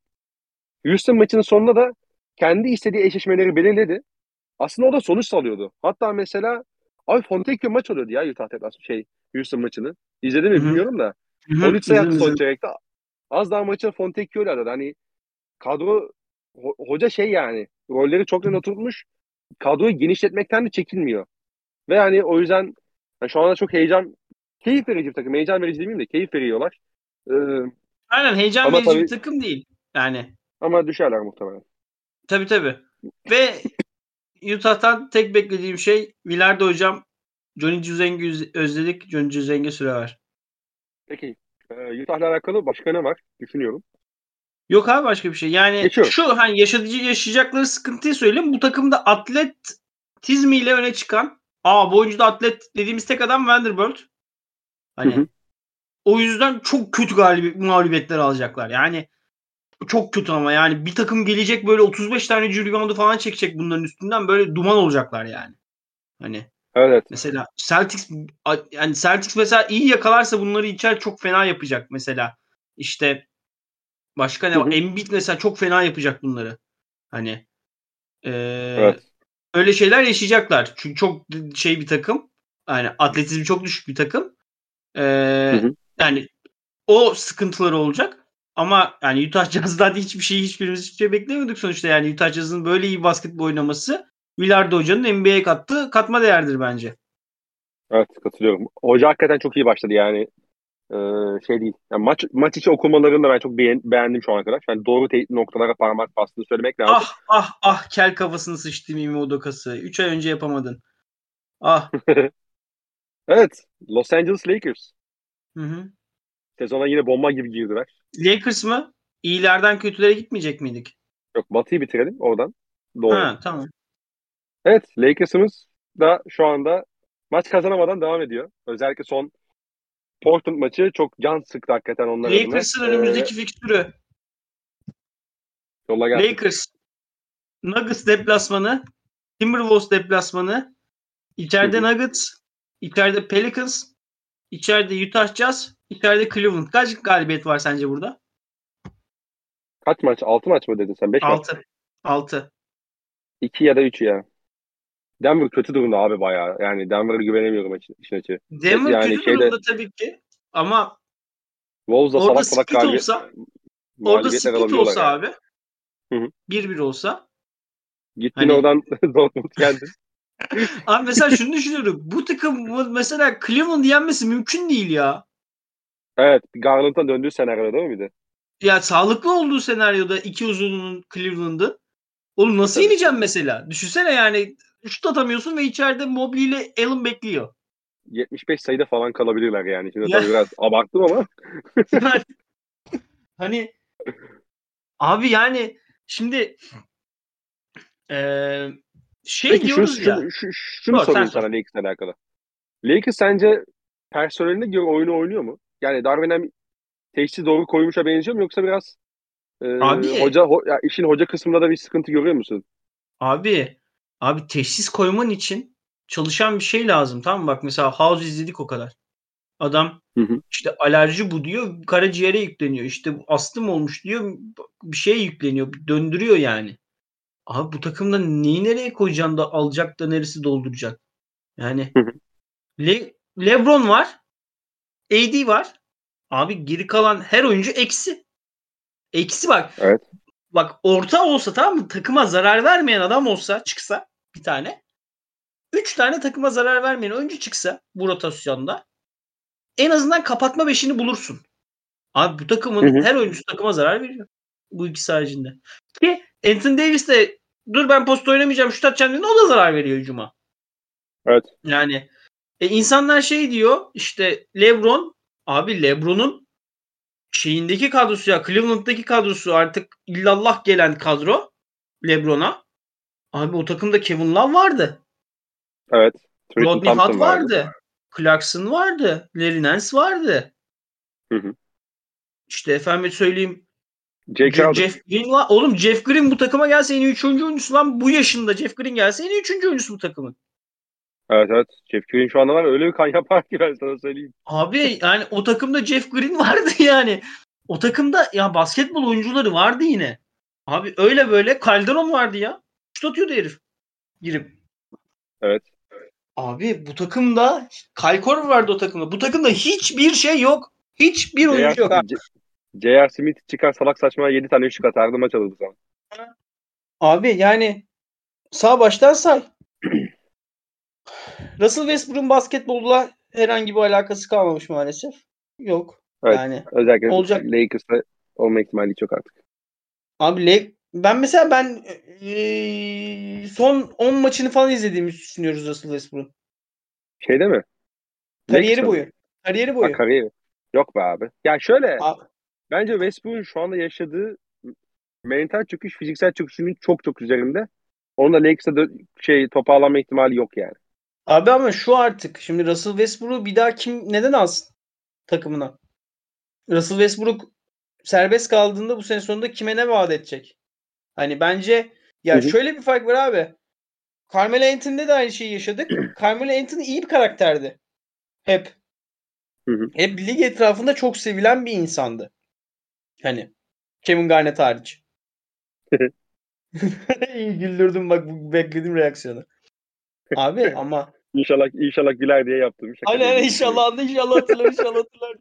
Houston maçının sonunda da kendi istediği eşleşmeleri belirledi. Aslında o da sonuç sağlıyordu. Hatta mesela abi Fontecchio maç oluyordu ya Utah Teklas şey Houston maçını. İzledin Hı mi hı. bilmiyorum da. Hı hı. on üç sayı İzledim attı son izledim. çeyrekte. Az daha maçı Fontecchio ile aradı. Hani kadro ho- hoca şey yani rolleri çok net oturtmuş. Kadroyu genişletmekten de çekinmiyor. Ve hani o yüzden yani şu anda çok heyecan keyif verici bir takım. Heyecan verici demeyeyim de keyif veriyorlar. Ee, Aynen, heyecan ama verici bir tabii takım değil. Yani ama düşerler muhtemelen. tabii tabii. Ve Utah'tan tek beklediğim şey Villardo hocam, Johnny Juzeng'i üz- özledik. Johnny Juzeng'e süre ver. Peki. Ee, Utah'la alakalı başka ne var? Düşünüyorum. Yok abi başka bir şey. Yani Geçiyorum. şu hani yaşadıcı yaşayacakları sıkıntıyı söyleyeyim. Bu takımda atletizmiyle öne çıkan, aa bu oyuncuda atlet dediğimiz tek adam Vanderbilt. Hı Hani hı. o yüzden çok kötü galibi, mağlubiyetler alacaklar. Yani çok kötü ama yani bir takım gelecek böyle otuz beş tane reboundu falan çekecek bunların üstünden, böyle duman olacaklar yani. Hani Evet. mesela Celtics, yani Celtics mesela iyi yakalarsa bunları içer çok fena yapacak mesela. İşte başka ne Hı var? hı. Embiid mesela çok fena yapacak bunları. Hani ee, Evet. öyle şeyler yaşayacaklar. Çünkü çok şey bir takım. Yani atletizmi çok düşük bir takım. Hı Ee, hı. yani o sıkıntıları olacak. Ama yani Utah Jazz'dan hiçbir şey hiçbirimiz hiçbir şey beklemiyorduk sonuçta. Yani Utah Jazz'ın böyle iyi basketbol oynaması Villardo Hoca'nın N B A'ye kattığı katma değerdir bence. Evet, katılıyorum. Hoca hakikaten çok iyi başladı yani. Ee, şey değil. Yani maç maç içi okumalarını da ben çok beğen, beğendim şu ana kadar. Yani doğru te- noktalara parmak bastığını söylemek lazım. Ah ah ah kel kafasını sıçtım Imi Udoka'sı. üç ay önce yapamadın. Ah. Evet. Los Angeles Lakers. Hı hı. Sezona yine bomba gibi girdiler. Lakers mı? İyilerden kötülere gitmeyecek miydik? Yok, Batı'yı bitirelim oradan. Doğuya. Ha tamam. Evet. Lakers'ımız da şu anda maç kazanamadan devam ediyor. Özellikle son Portland maçı çok can sıktı hakikaten onlar adına. Lakers'ın Ee, önümüzdeki fikstürü. yolla gelsin. Lakers, Nuggets deplasmanı, Timberwolves deplasmanı, Hı içeride hı. Nuggets, içeride Pelicans, içeride Utah Jazz, içeride Cleveland. Kaç galibiyet var sence burada? Kaç maç? Altı maç mı dedin sen? Beş maç. altı. altı. İki ya da üç ya. Denver kötü durumda abi bayağı. Yani Denver'a güvenemiyorum işin, işin açığı. E, Denver Yani kötü şeyde durumda tabii ki. Ama Wolves'da orada salak salak split galibiyet, olsa, orada mağlubiyetler split alabiliyorlar olsa yani. abi, Hı hı. bir bir olsa Gittin hani oradan Dortmund geldin. abi mesela şunu düşünüyorum. Bu takım mesela Cleveland yenmesi mümkün değil ya. Evet. Garland'a döndüğü senaryoda değil mi bir de? Ya sağlıklı olduğu senaryoda iki uzunun Cleveland'ın. Oğlum E nasıl tabii. yeneceğim mesela? Düşünsene yani şut atamıyorsun ve içeride Mobley ile Allen bekliyor. yetmiş beş sayıda falan kalabilirler yani. Şimdi Ya tabii biraz abarttım ama. yani hani abi yani şimdi eee, şey Peki şunu, diyoruz ya. şunu, şu- şunu Sor sen sorayım sor. sana Lakers'la alakalı. Lakers sence personeline göre oyunu oynuyor mu? Yani Darvin Ham teşhisi doğru koymuşa benziyor mu, yoksa biraz e, Abi hoca ho- ya işin hoca kısmında da bir sıkıntı görüyor musun? abi abi teşhis koyman için çalışan bir şey lazım, tamam mı? Bak mesela House izledik o kadar. Adam Hı hı. işte alerji bu diyor, karaciğere yükleniyor. İşte bu astım olmuş diyor, bir şey yükleniyor, döndürüyor yani. Abi bu takımda neyi nereye koyacaksın da alacak da neresi dolduracak? Yani Hı hı. Le- LeBron var, A D var. Abi geri kalan her oyuncu eksi. Eksi bak. Evet. Bak orta olsa, tamam mı? Takıma zarar vermeyen adam olsa, çıksa bir tane. Üç tane takıma zarar vermeyen oyuncu çıksa bu rotasyonda en azından kapatma beşini bulursun. Abi bu Hı takımın hı. her oyuncusu takıma zarar veriyor. Bu ikisi haricinde. Ki Anthony Davis de dur ben post oynamayacağım şut atacağım dediğinde o da zarar veriyor hücuma. Evet. Yani e, insanlar şey diyor işte LeBron, abi LeBron'un şeyindeki kadrosu ya Cleveland'daki kadrosu artık illallah gelen kadro LeBron'a. Abi o takımda Kevin Love vardı. Evet. Tristan Rodney Hood Thompson vardı. vardı. Clarkson vardı. Larry Nance vardı. Hı hı. İşte efendim söyleyeyim Jay Je- Crowder. Jeff Green var. Oğlum Jeff Green bu takıma gelse en iyi üçüncü oyuncusu lan. Bu yaşında Jeff Green gelse en iyi üçüncü oyuncusu bu takımın. Evet, evet. Jeff Green şu anda var. Öyle bir kan yapar ki ben sana söyleyeyim. Abi yani o takımda Jeff Green vardı yani. O takımda ya basketbol oyuncuları vardı yine. Abi öyle böyle Calderon vardı ya. Şut atıyordu herif girip. Evet. Abi bu takımda Kyle Korver vardı o takımda. Bu takımda hiçbir şey yok. Hiçbir J R. oyuncu yok. J- J.R. Smith çıkar salak saçma yedi tane üçlük atardı, maç alırdı sana. Abi yani sağ baştan say. Russell Westbrook'un basketbolla herhangi bir alakası kalmamış maalesef. Yok. Evet. Yani Özellikle olacak. Lakers'ta olma ihtimali çok artık. Abi Le- ben mesela ben eee, son on maçını falan izlediğimi düşünüyoruz Russell Westbrook'un. Şeyde mi? Kariyeri Lakers'ta mı? boyu. Kariyeri Ha, boyu. kariyeri. Yok be abi. Ya şöyle. Abi, Bence Westbrook'un şu anda yaşadığı mental çöküş fiziksel çöküşünün çok çok üzerinde. Onun da Lakers'a dö- şey toparlanma ihtimali yok yani. Abi ama şu artık şimdi Russell Westbrook'u bir daha kim neden alsın takımına? Russell Westbrook serbest kaldığında bu sene sonunda kime ne vaat edecek? Hani bence Hı ya hı. şöyle bir fark var abi. Carmelo Anthony'de de aynı şeyi yaşadık. Carmelo Anthony iyi bir karakterdi. Hep. Hı hı. Hep lig etrafında çok sevilen bir insandı. Hani Kevin Garnett hariç. İyi güldürdüm bak bu beklediğim reaksiyonu. Abi ama İnşallah inşallah güler diye yaptım. Şaka hani diye hani diye düşünüyorum. inşallah inşallah hatırlar inşallah hatırlar.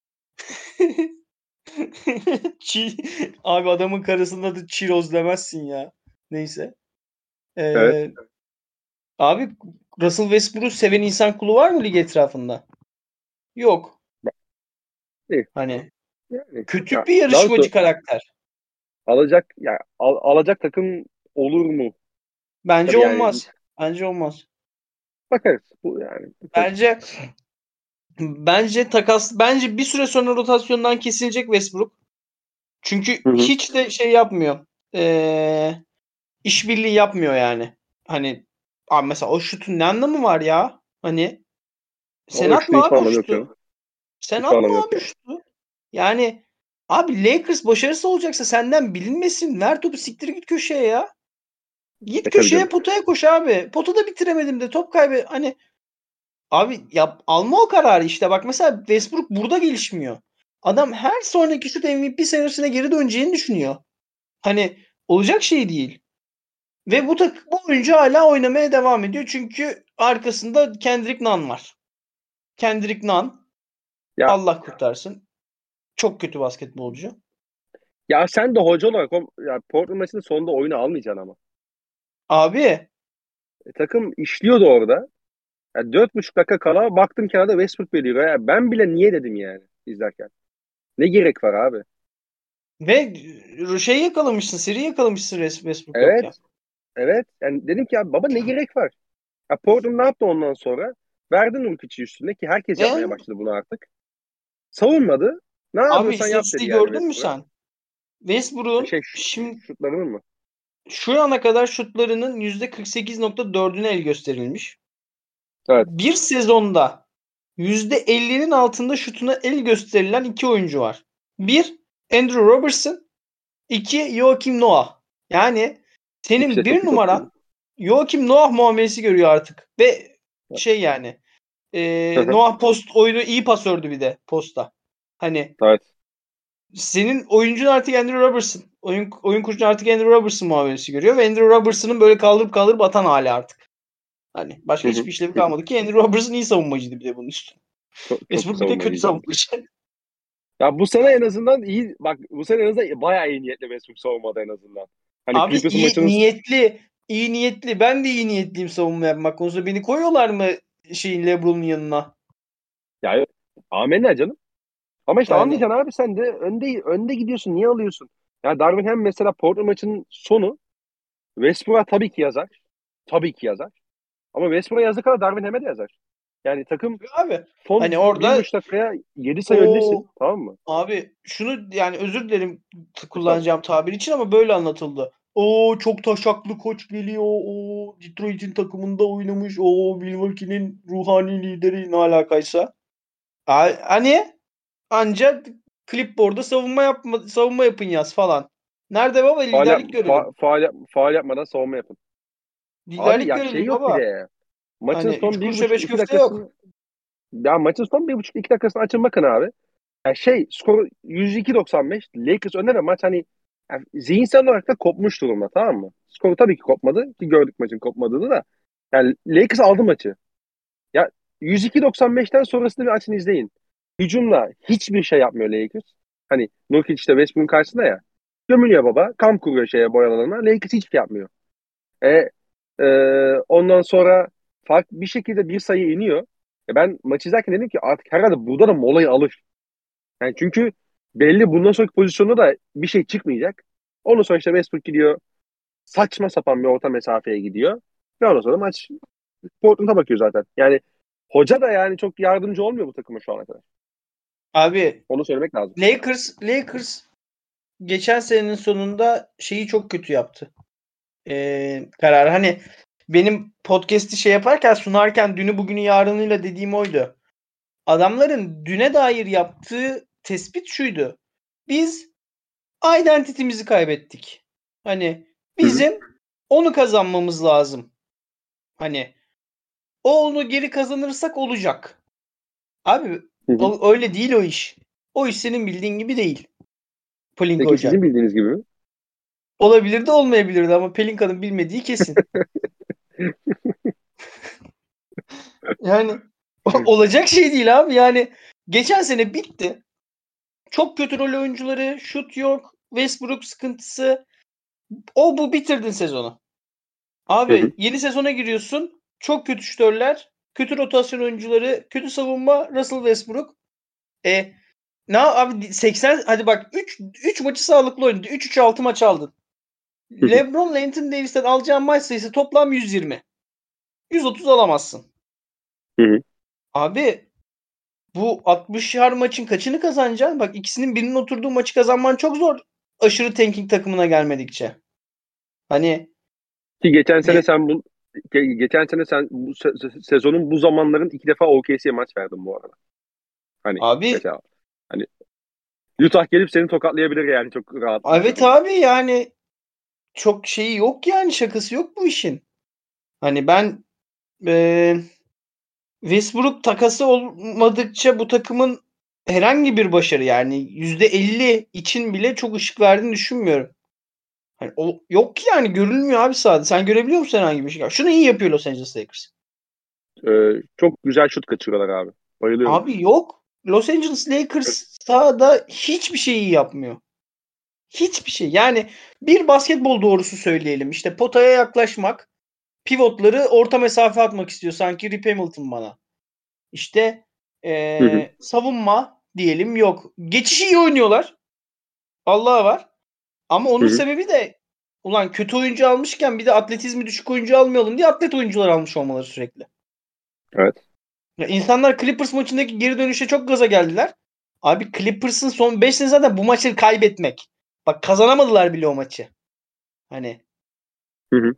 Çi abi adamın karısında da Çiroz demezsin ya. Neyse. Evet. Ee, abi Russell Westbrook'u seven insan kulu var mı lig etrafında? Yok. İyi. Hani Yani kötü ya, bir daha yarışmacı doğrusu karakter. alacak ya al- alacak takım olur mu? Bence Tabii yani olmaz. Bence olmaz. bakarız. Bu yani bakarız. Bence bence takas bence bir süre sonra rotasyondan kesilecek Westbrook. Çünkü Hı hı. hiç de şey yapmıyor. Ee, işbirliği yapmıyor yani. Hani abi mesela o şutun ne anlamı var ya? Hani sen O işte atma hiçbir abi o anlamı yok şutu. canım. Sen Hiçbir atma anlamı yok abi o yani. şutu. Yani abi Lakers başarısı olacaksa senden bilinmesin. Ver topu siktir git köşeye ya. Git E tabii köşeye canım. potaya koş abi. Potada bitiremedim de top kaybı. Hani abi yap, alma o kararı işte. Bak mesela Westbrook burada gelişmiyor. Adam her sonraki şut M V P senesine geri döneceğini düşünüyor. Hani olacak şey değil. Ve bu tak bu oyuncu hala oynamaya devam ediyor. Çünkü arkasında Kendrick Nunn var. Kendrick Nunn Ya Allah kurtarsın. Çok kötü basketbolcu. ya sen de hoca olarak o, ya Portland maçının sonunda oyunu almayacaksın ama. Abi E, takım işliyordu orada. Ya dört buçuk dakika kala baktım kenarda Westbrook veriyor. Ya ben bile niye dedim yani izlerken. Ne gerek var abi? ve şey yakalamışsın, seri yakalamışsın Westbrook yokken. Evet. Evet. Yani dedim ki ya baba ne gerek var? Ya Portland ne yaptı ondan sonra? Verdi Nurkic'i üstüne ki herkes yapmaya E başladı bunu artık. Savunmadı. Ne abi yapıyorsan yap dedi istatistiği yani gördün mü Westbrook'a. sen? E, Westbrook'un Şey ş- şimdi şutlarının mı? şu ana kadar şutlarının yüzde kırk sekiz nokta dördüne el gösterilmiş. Evet. Bir sezonda yüzde ellinin altında şutuna el gösterilen iki oyuncu var. Bir Andrew Robertson, iki Joakim Noah. Yani İkisi senin de çok bir iyi topçuydu. numaran Joakim Noah muamelesi görüyor artık. Ve şey yani Hı e, hı. Noah post oyunu iyi pasördü bir de posta. Hani Evet. senin oyuncun artık Andrew Robertson. Oyun, oyun kurucun artık Andrew Robertson muamelesi görüyor. Ve Andrew Robertson'ın böyle kaldırıp kaldırıp atan hali artık. Hani başka Hı hı. hiçbir işlevi Hı hı. kalmadı ki Andrew Robertson iyi savunmacıydı bir de bunun üstüne. Çok, çok Westbrook bir de kötü savunmacıydı abi. savunmacı. Ya bu sene en azından iyi bak bu sene en azından bayağı iyi niyetle Westbrook savunmada en azından. Hani Abi Clippers'ın iyi maçının niyetli. İyi niyetli. Ben de iyi niyetliyim savunma yapmak konusunda. Beni koyuyorlar mı şeyin LeBron'un yanına? ya amenna canım. Ama işte Yani anlayacaksın abi sen de önde önde gidiyorsun. Niye alıyorsun? Ya Darvin hem mesela Portland maçının sonu Westbrook'a tabii ki yazar. Tabii ki yazar. Ama Westbrook'a yazdığı kadar Darvin Ham'e de yazar. Yani takım abi son hani bir orada buçuk dakikaya yedi sayı o öndesin. Tamam mı? abi şunu yani özür dilerim Estağfurullah. kullanacağım tabir için ama böyle anlatıldı. O çok taşaklı koç geliyor. O Detroit'in takımında oynamış. O Milwaukee'nin ruhani lideri ne alakaysa. Ha- Hani ancak clipboard'da savunma yapma savunma yapın yaz falan. Nerede baba Faal, yap, liderlik fa, görelim. faal, yap, faal yapmadan savunma yapın. Abi Liderlik ya şey görelim yok bir baba. de. Maçın Hani üç son bir kuruşa buçuk beş iki köfte yok. dakikasını ya maçın son bir buçuk iki dakikasını açın bakın abi. Ya şey skoru yüz iki doksan beş Lakers önde ve maç hani yani zihinsel olarak da kopmuş durumda tamam mı? Skoru tabii ki kopmadı ki gördük maçın kopmadığını da. Yani Lakers aldı maçı. Ya yüz iki doksan beşten sonrasını bir açın izleyin. Hücumla hiçbir şey yapmıyor Lakers. Hani Nurkic işte Westbrook'un karşısında ya. Gömülüyor baba. Kamp kuruyor şeye boyalarına. Lakers hiçbir şey yapmıyor. E, e, ondan sonra fark bir şekilde bir sayı iniyor. E ben maç izlerken dedim ki artık herhalde burada da molayı alır. Yani çünkü belli bundan sonraki pozisyonda da bir şey çıkmayacak. Ondan sonra işte Westbrook gidiyor. Saçma sapan bir orta mesafeye gidiyor. Ve ondan sonra maç Portland'a bakıyor zaten. Yani hoca da yani çok yardımcı olmuyor bu takıma şu ana kadar. Abi Onu söylemek lazım. Lakers Lakers geçen senenin sonunda şeyi çok kötü yaptı. Ee, karar. Hani benim podcast'i şey yaparken sunarken dünü bugünü yarınıyla dediğim oydu. Adamların düne dair yaptığı tespit şuydu. Biz identity'mizi kaybettik. Hani bizim onu kazanmamız lazım. Hani o onu geri kazanırsak olacak. Abi o, öyle değil o iş. O iş senin bildiğin gibi değil. Pelinka Peki Hoca. sizin bildiğiniz gibi mi? Olabilir de olmayabilirdi ama Pelinka'nın bilmediği kesin. Yani olacak şey değil abi. Yani geçen sene bitti. Çok kötü rol oyuncuları, şut yok, Westbrook sıkıntısı. O bu bitirdin sezonu. Hı hı. Abi yeni sezona giriyorsun. Çok kötü şütörler, kötü rotasyon oyuncuları, kötü savunma, Russell Westbrook. E ne abi seksen hadi bak üç üç maçı sağlıklı oynadı. üç üç altı maç aldın. Hı hı. LeBron Anthony Davis'ten alacağın maç sayısı toplam yüz yirmi. yüz otuz alamazsın. Hı hı. Abi bu altmışar maçın kaçını kazanacaksın? Bak ikisinin birinin oturduğu maçı kazanman çok zor. Aşırı tanking takımına gelmedikçe. Hani Ki geçen sene ve sen bu ge- geçen sene sen bu se- se- sezonun bu zamanların iki defa O K C'ye maç verdin bu arada. Hani abi mesela hani Utah gelip seni tokatlayabilir yani çok rahat bir evet şekilde. abi yani çok şeyi yok yani şakası yok bu işin. Hani ben e, Westbrook takası olmadıkça bu takımın herhangi bir başarı yani yüzde elli için bile çok ışık verdiğini düşünmüyorum. Hani o yok ki yani görülmüyor abi sahada. Sen görebiliyor musun herhangi bir şey? Şunu iyi yapıyor Los Angeles Lakers. Ee, çok güzel şut kaçırıyorlar abi. Bayılıyorum. Abi yok. Los Angeles Lakers sahada hiçbir şey iyi yapmıyor. Hiçbir şey. Yani bir basketbol doğrusu söyleyelim. İşte potaya yaklaşmak, pivotları orta mesafe atmak istiyor sanki Rip Hamilton bana. İşte Hı hı. ee, savunma diyelim yok. Geçişi iyi oynuyorlar. Allah'a var. Ama Hı onun hı. sebebi de ulan kötü oyuncu almışken bir de atletizmi düşük oyuncu almayalım diye atlet oyuncular almış olmaları sürekli. Evet. Ya insanlar Clippers maçındaki geri dönüşe çok gaza geldiler. Abi Clippers'ın son beş sene zaten bu maçı kaybetmek. Bak kazanamadılar bile o maçı. Hani Hı hı.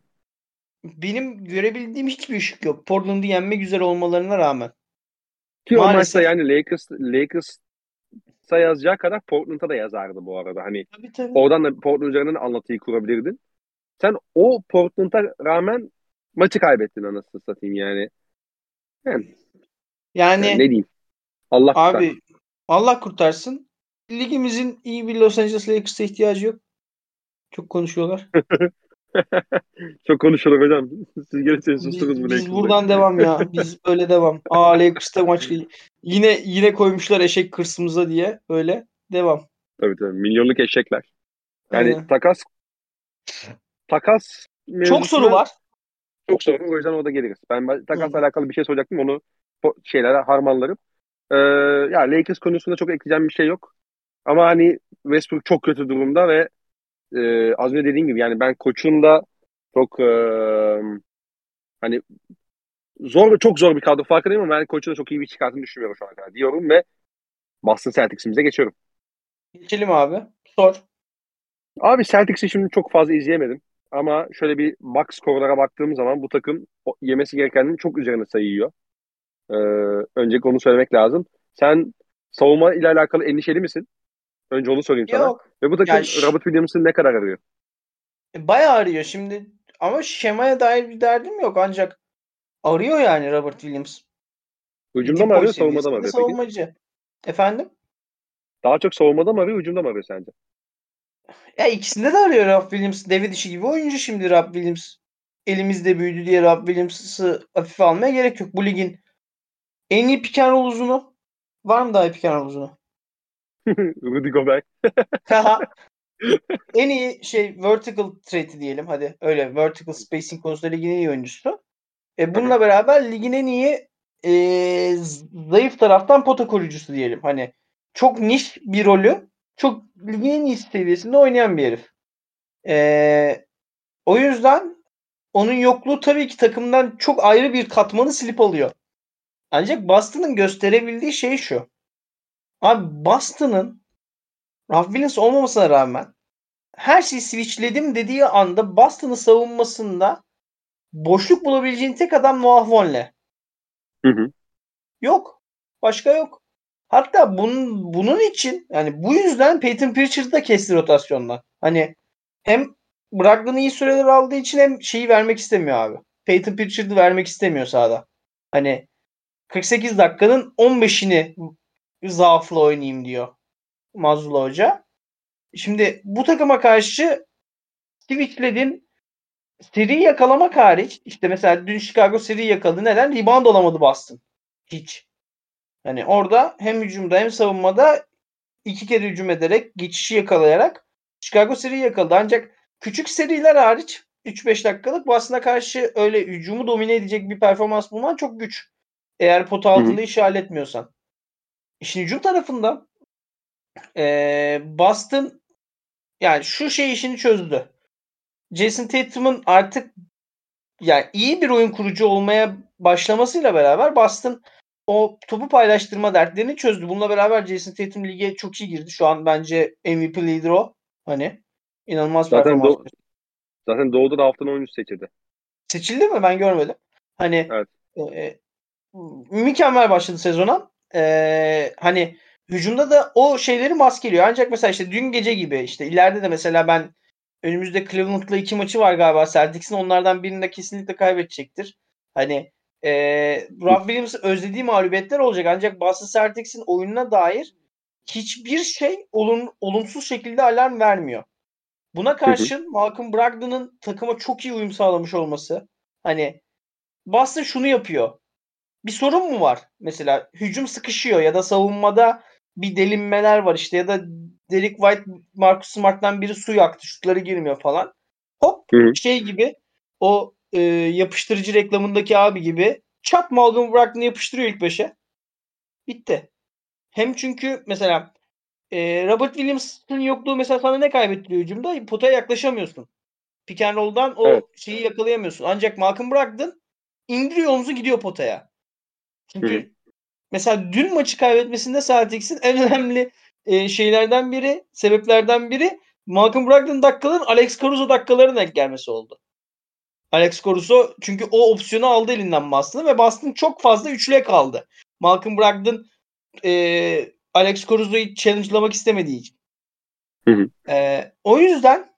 benim görebildiğim hiçbir ışık yok. Portland'ı yenme güzel olmalarına rağmen. Ki o maçta Maalesef. yani Lakers Lakers'a yazacağı kadar Portland'a da yazardı bu arada. Hani Tabii tabii. oradan da Portland üzerinden anlatıyı kurabilirdin. Sen o Portland'a rağmen maçı kaybettin anasını satayım yani. Yani, yani ne Yani diyeyim? Allah abi kurtarsın. Allah kurtarsın. Ligimizin iyi bir Los Angeles Lakers'a ihtiyacı yok. Çok konuşuyorlar. Çok konuşulur hocam. Siz gelirseniz sustunuz Biz, bu biz Lakers'ı. buradan devam ya. Biz böyle devam. Aa Lakers'ta maç yine yine koymuşlar eşek kırsımıza diye. Böyle devam. Tabii tabii. Milyonluk eşekler. Yani Aynen. takas takas Çok soru mevzusuna var. çok sorun. O yüzden o da geliriz. Ben ben Hı takasla hı. alakalı bir şey soracaktım. Onu po- şeylere harmanlarım. Ee, ya Lakers konusunda çok ekleyeceğim bir şey yok. Ama hani Westbrook çok kötü durumda ve e, az önce dediğim gibi yani ben koçun da çok e, hani zor çok zor bir kadro farkındayım ama ben koçun da çok iyi bir çıkartını düşünmüyorum şu ana kadar diyorum ve Boston Celtics'imize geçiyorum. Geçelim abi. Sor. Abi Celtics'i şimdi çok fazla izleyemedim. Ama şöyle bir box score'lara baktığım zaman bu takım o- yemesi gerekenin çok üzerine sayıyor. Ee, öncelikle onu söylemek lazım. Sen savunma ile alakalı endişeli misin? Önce onu sorayım sana. Yok. Ve bu Ya takım ş- Robert Williams'ın ne kadar arıyor? bayağı arıyor şimdi. Ama şemaya dair bir derdim yok. Ancak arıyor yani Robert Williams. Hücumda mı Depoy arıyor, savunmada mı seviyesinde arıyor peki? savunmacı. Efendim? Daha çok savunmada mı arıyor, hücumda mı arıyor sence? Ya ikisinde de arıyor Rob Williams. Devre dışı gibi oyuncu şimdi Rob Williams. Elimizde büyüdü diye Rob Williams'ı hafife almaya gerek yok. Bu ligin en iyi pick and roll uzunu. Var mı daha iyi pick and roll uzunu? Rudy Gobert. Haha. En iyi şey vertical threat'i diyelim. Hadi öyle vertical spacing konusunda ligin en iyi oyuncusu. E Aha. bununla beraber ligin en iyi e, zayıf taraftan pota koruyucusu diyelim. Hani çok niş bir rolü çok ligin en iyi seviyesinde oynayan bir herif. E, o yüzden onun yokluğu tabii ki takımdan çok ayrı bir katmanı silip alıyor. Ancak Boston'ın gösterebildiği şey şu. Abi Boston'ın Ralph Williams olmamasına rağmen her şeyi switchledim dediği anda Boston'ın savunmasında boşluk bulabileceğin tek adam Noah Vonleh. Hı hı. Yok. Başka yok. Hatta bunun, bunun için yani bu yüzden Peyton Pritchard'ı da kesti rotasyondan. Hani hem Brogdon'u iyi süreler aldığı için hem şeyi vermek istemiyor abi. Peyton Pritchard'ı vermek istemiyor sahada. Hani kırk sekiz dakikanın on beşini zaafla oynayayım diyor Mazzulla Hoca. Şimdi bu takıma karşı switchledin, seri yakalamak hariç, işte mesela dün Chicago seri yakaladı. Neden? Rebound alamadı Boston. Hiç. Hani orada hem hücumda hem savunmada iki kere hücum ederek, geçişi yakalayarak Chicago seri yakaladı. Ancak küçük seriler hariç üç beş dakikalık Boston'a karşı öyle hücumu domine edecek bir performans bulman çok güç. Eğer pot Hı hı. altında iş halletmiyorsan. İşin hücum tarafında ee, Boston yani şu şey işini çözdü. Jason Tatum'un artık yani iyi bir oyun kurucu olmaya başlamasıyla beraber Boston o topu paylaştırma dertlerini çözdü. Bununla beraber Jason Tatum lige çok iyi girdi. Şu an bence M V P lideri o. Hani inanılmaz Zaten performans. Do zaten Doğu'da da haftanın oyuncusu seçildi. Seçildi mi? Ben görmedim. Hani Evet. e, mükemmel başladı sezona. E, hani hücumda da o şeyleri maskeliyor. Ancak mesela işte dün gece gibi işte ileride de mesela ben önümüzde Cleveland'la iki maçı var galiba Celtics'in. Onlardan birini de kesinlikle kaybedecektir. Hani e, Rob Williams'ın özlediği mağlubiyetler olacak. Ancak Boston Celtics'in oyununa dair hiçbir şey olum, olumsuz şekilde alarm vermiyor. Buna Hı hı. karşın Malcolm Brogdon'ın takıma çok iyi uyum sağlamış olması. Hani Boston şunu yapıyor. Bir sorun mu var? Mesela hücum sıkışıyor ya da savunmada bir delinmeler var işte ya da Derek White, Marcus Smart'tan biri su yaktı. Şutları girmiyor falan. Hop Hı hı. şey gibi o e, yapıştırıcı reklamındaki abi gibi çat Malcolm Brogdon'u yapıştırıyor ilk beşe. Bitti. Hem çünkü mesela e, Robert Williams'ın yokluğu mesela sana ne kaybettiriyor hücumda? Potaya yaklaşamıyorsun. Pick and roll'dan Evet. o şeyi yakalayamıyorsun. Ancak Malcolm Brogdon indiriyor omuzu gidiyor potaya. Hı hı. Çünkü mesela dün maçı kaybetmesinde Celtics'in en önemli e, şeylerden biri, sebeplerden biri Malcolm Brogdon dakikaların Alex Caruso dakikalarına denk gelmesi oldu. Alex Caruso çünkü o opsiyonu aldı elinden Boston'ı ve Boston çok fazla üçlüye kaldı. Malcolm Brogdon e, Alex Caruso'yu challenge'lamak istemediği için. Hı hı. E, o yüzden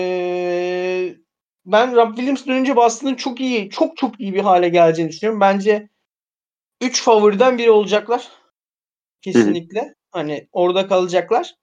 e, ben Rob Williams dönünce Boston'ın çok iyi, çok çok iyi bir hale geleceğini düşünüyorum. Bence üç favoriden biri olacaklar. Hı hı. Kesinlikle. Hani orada kalacaklar.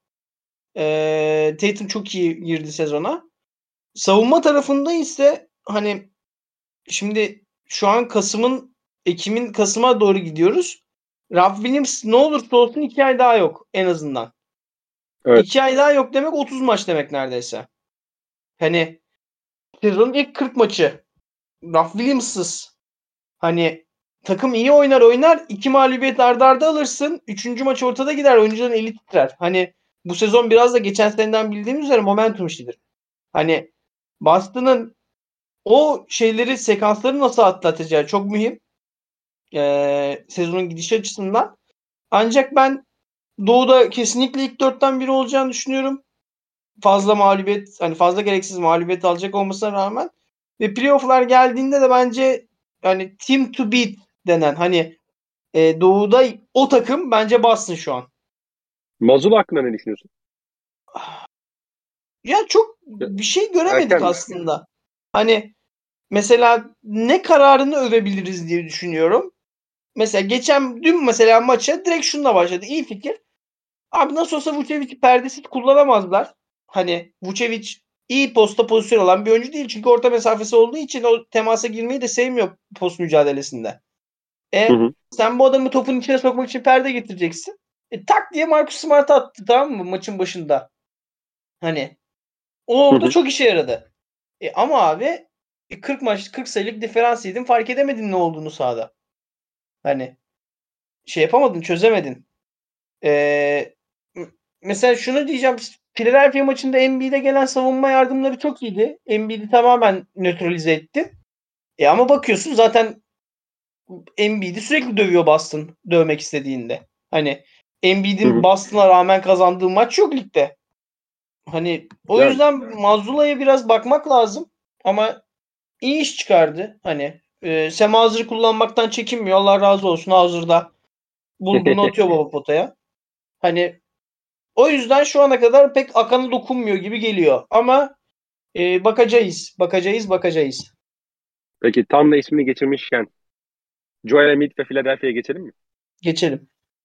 Ee, Tatum çok iyi girdi sezona. Savunma tarafında ise hani şimdi şu an Kasım'ın Ekim'in Kasım'a doğru gidiyoruz. Rob Williams ne olursa olsun iki ay daha yok en azından. Evet. iki ay daha yok demek otuz maç demek neredeyse. Hani sezonun ilk kırk maçı Rob Williams'sız hani takım iyi oynar oynar iki mağlubiyet arda arda alırsın. Üçüncü maç ortada gider. Oyuncuların eli titrer. Hani bu sezon biraz da geçen seneden bildiğimiz üzere momentum işidir. Hani Boston'ın o şeyleri sekansları nasıl atlatacağı çok mühim. Ee, sezonun gidişi açısından. Ancak ben Doğu'da kesinlikle ilk dörtten biri olacağını düşünüyorum. Fazla mağlubiyet hani fazla gereksiz mağlubiyet alacak olmasına rağmen. Ve playoff'lar geldiğinde de bence hani team to beat denen hani e, Doğu'da o takım bence Boston şu an. Mazul hakkında ne düşünüyorsun? Ya çok Ya, bir şey göremedik erken mi? aslında. Hani mesela ne kararını övebiliriz diye düşünüyorum. Mesela geçen dün mesela maça direkt şununla başladı. İyi fikir. Abi nasıl olsa Vucevic'i perdesiz kullanamazlar. Hani Vucevic iyi posta pozisyon alan bir oyuncu değil. Çünkü orta mesafesi olduğu için o temasa girmeyi de sevmiyor post mücadelesinde. Hı E hı. sen bu adamı topun içine sokmak için perde getireceksin. E tak diye Marcus Smart attı tamam mı maçın başında. Hani o Hı orada hı. çok işe yaradı. E ama abi e, kırk maç kırk sayılık diferans yedin fark edemedin ne olduğunu sahada. Hani şey yapamadın çözemedin. E, mesela şunu diyeceğim. Philadelphia maçında Embiid'e gelen savunma yardımları çok iyiydi. Embiid'i tamamen nötralize etti. E ama bakıyorsun zaten Embiid'i sürekli dövüyor Boston dövmek istediğinde. Hani Embiid'in Boston'a rağmen kazandığı maç yok ligde. Hani o Yani, yüzden Mazzulla'ya biraz bakmak lazım. Ama iyi iş çıkardı. Hani e, Sam Hauser'ı kullanmaktan çekinmiyor. Allah razı olsun. Hauser'da bulduğunu atıyor baba potaya. Hani o yüzden şu ana kadar pek akana dokunmuyor gibi geliyor. Ama e, bakacağız. Bakacağız. Bakacağız. peki tam da ismini geçirmişken Joel Embiid ve Philadelphia'ya geçelim mi? Geçelim.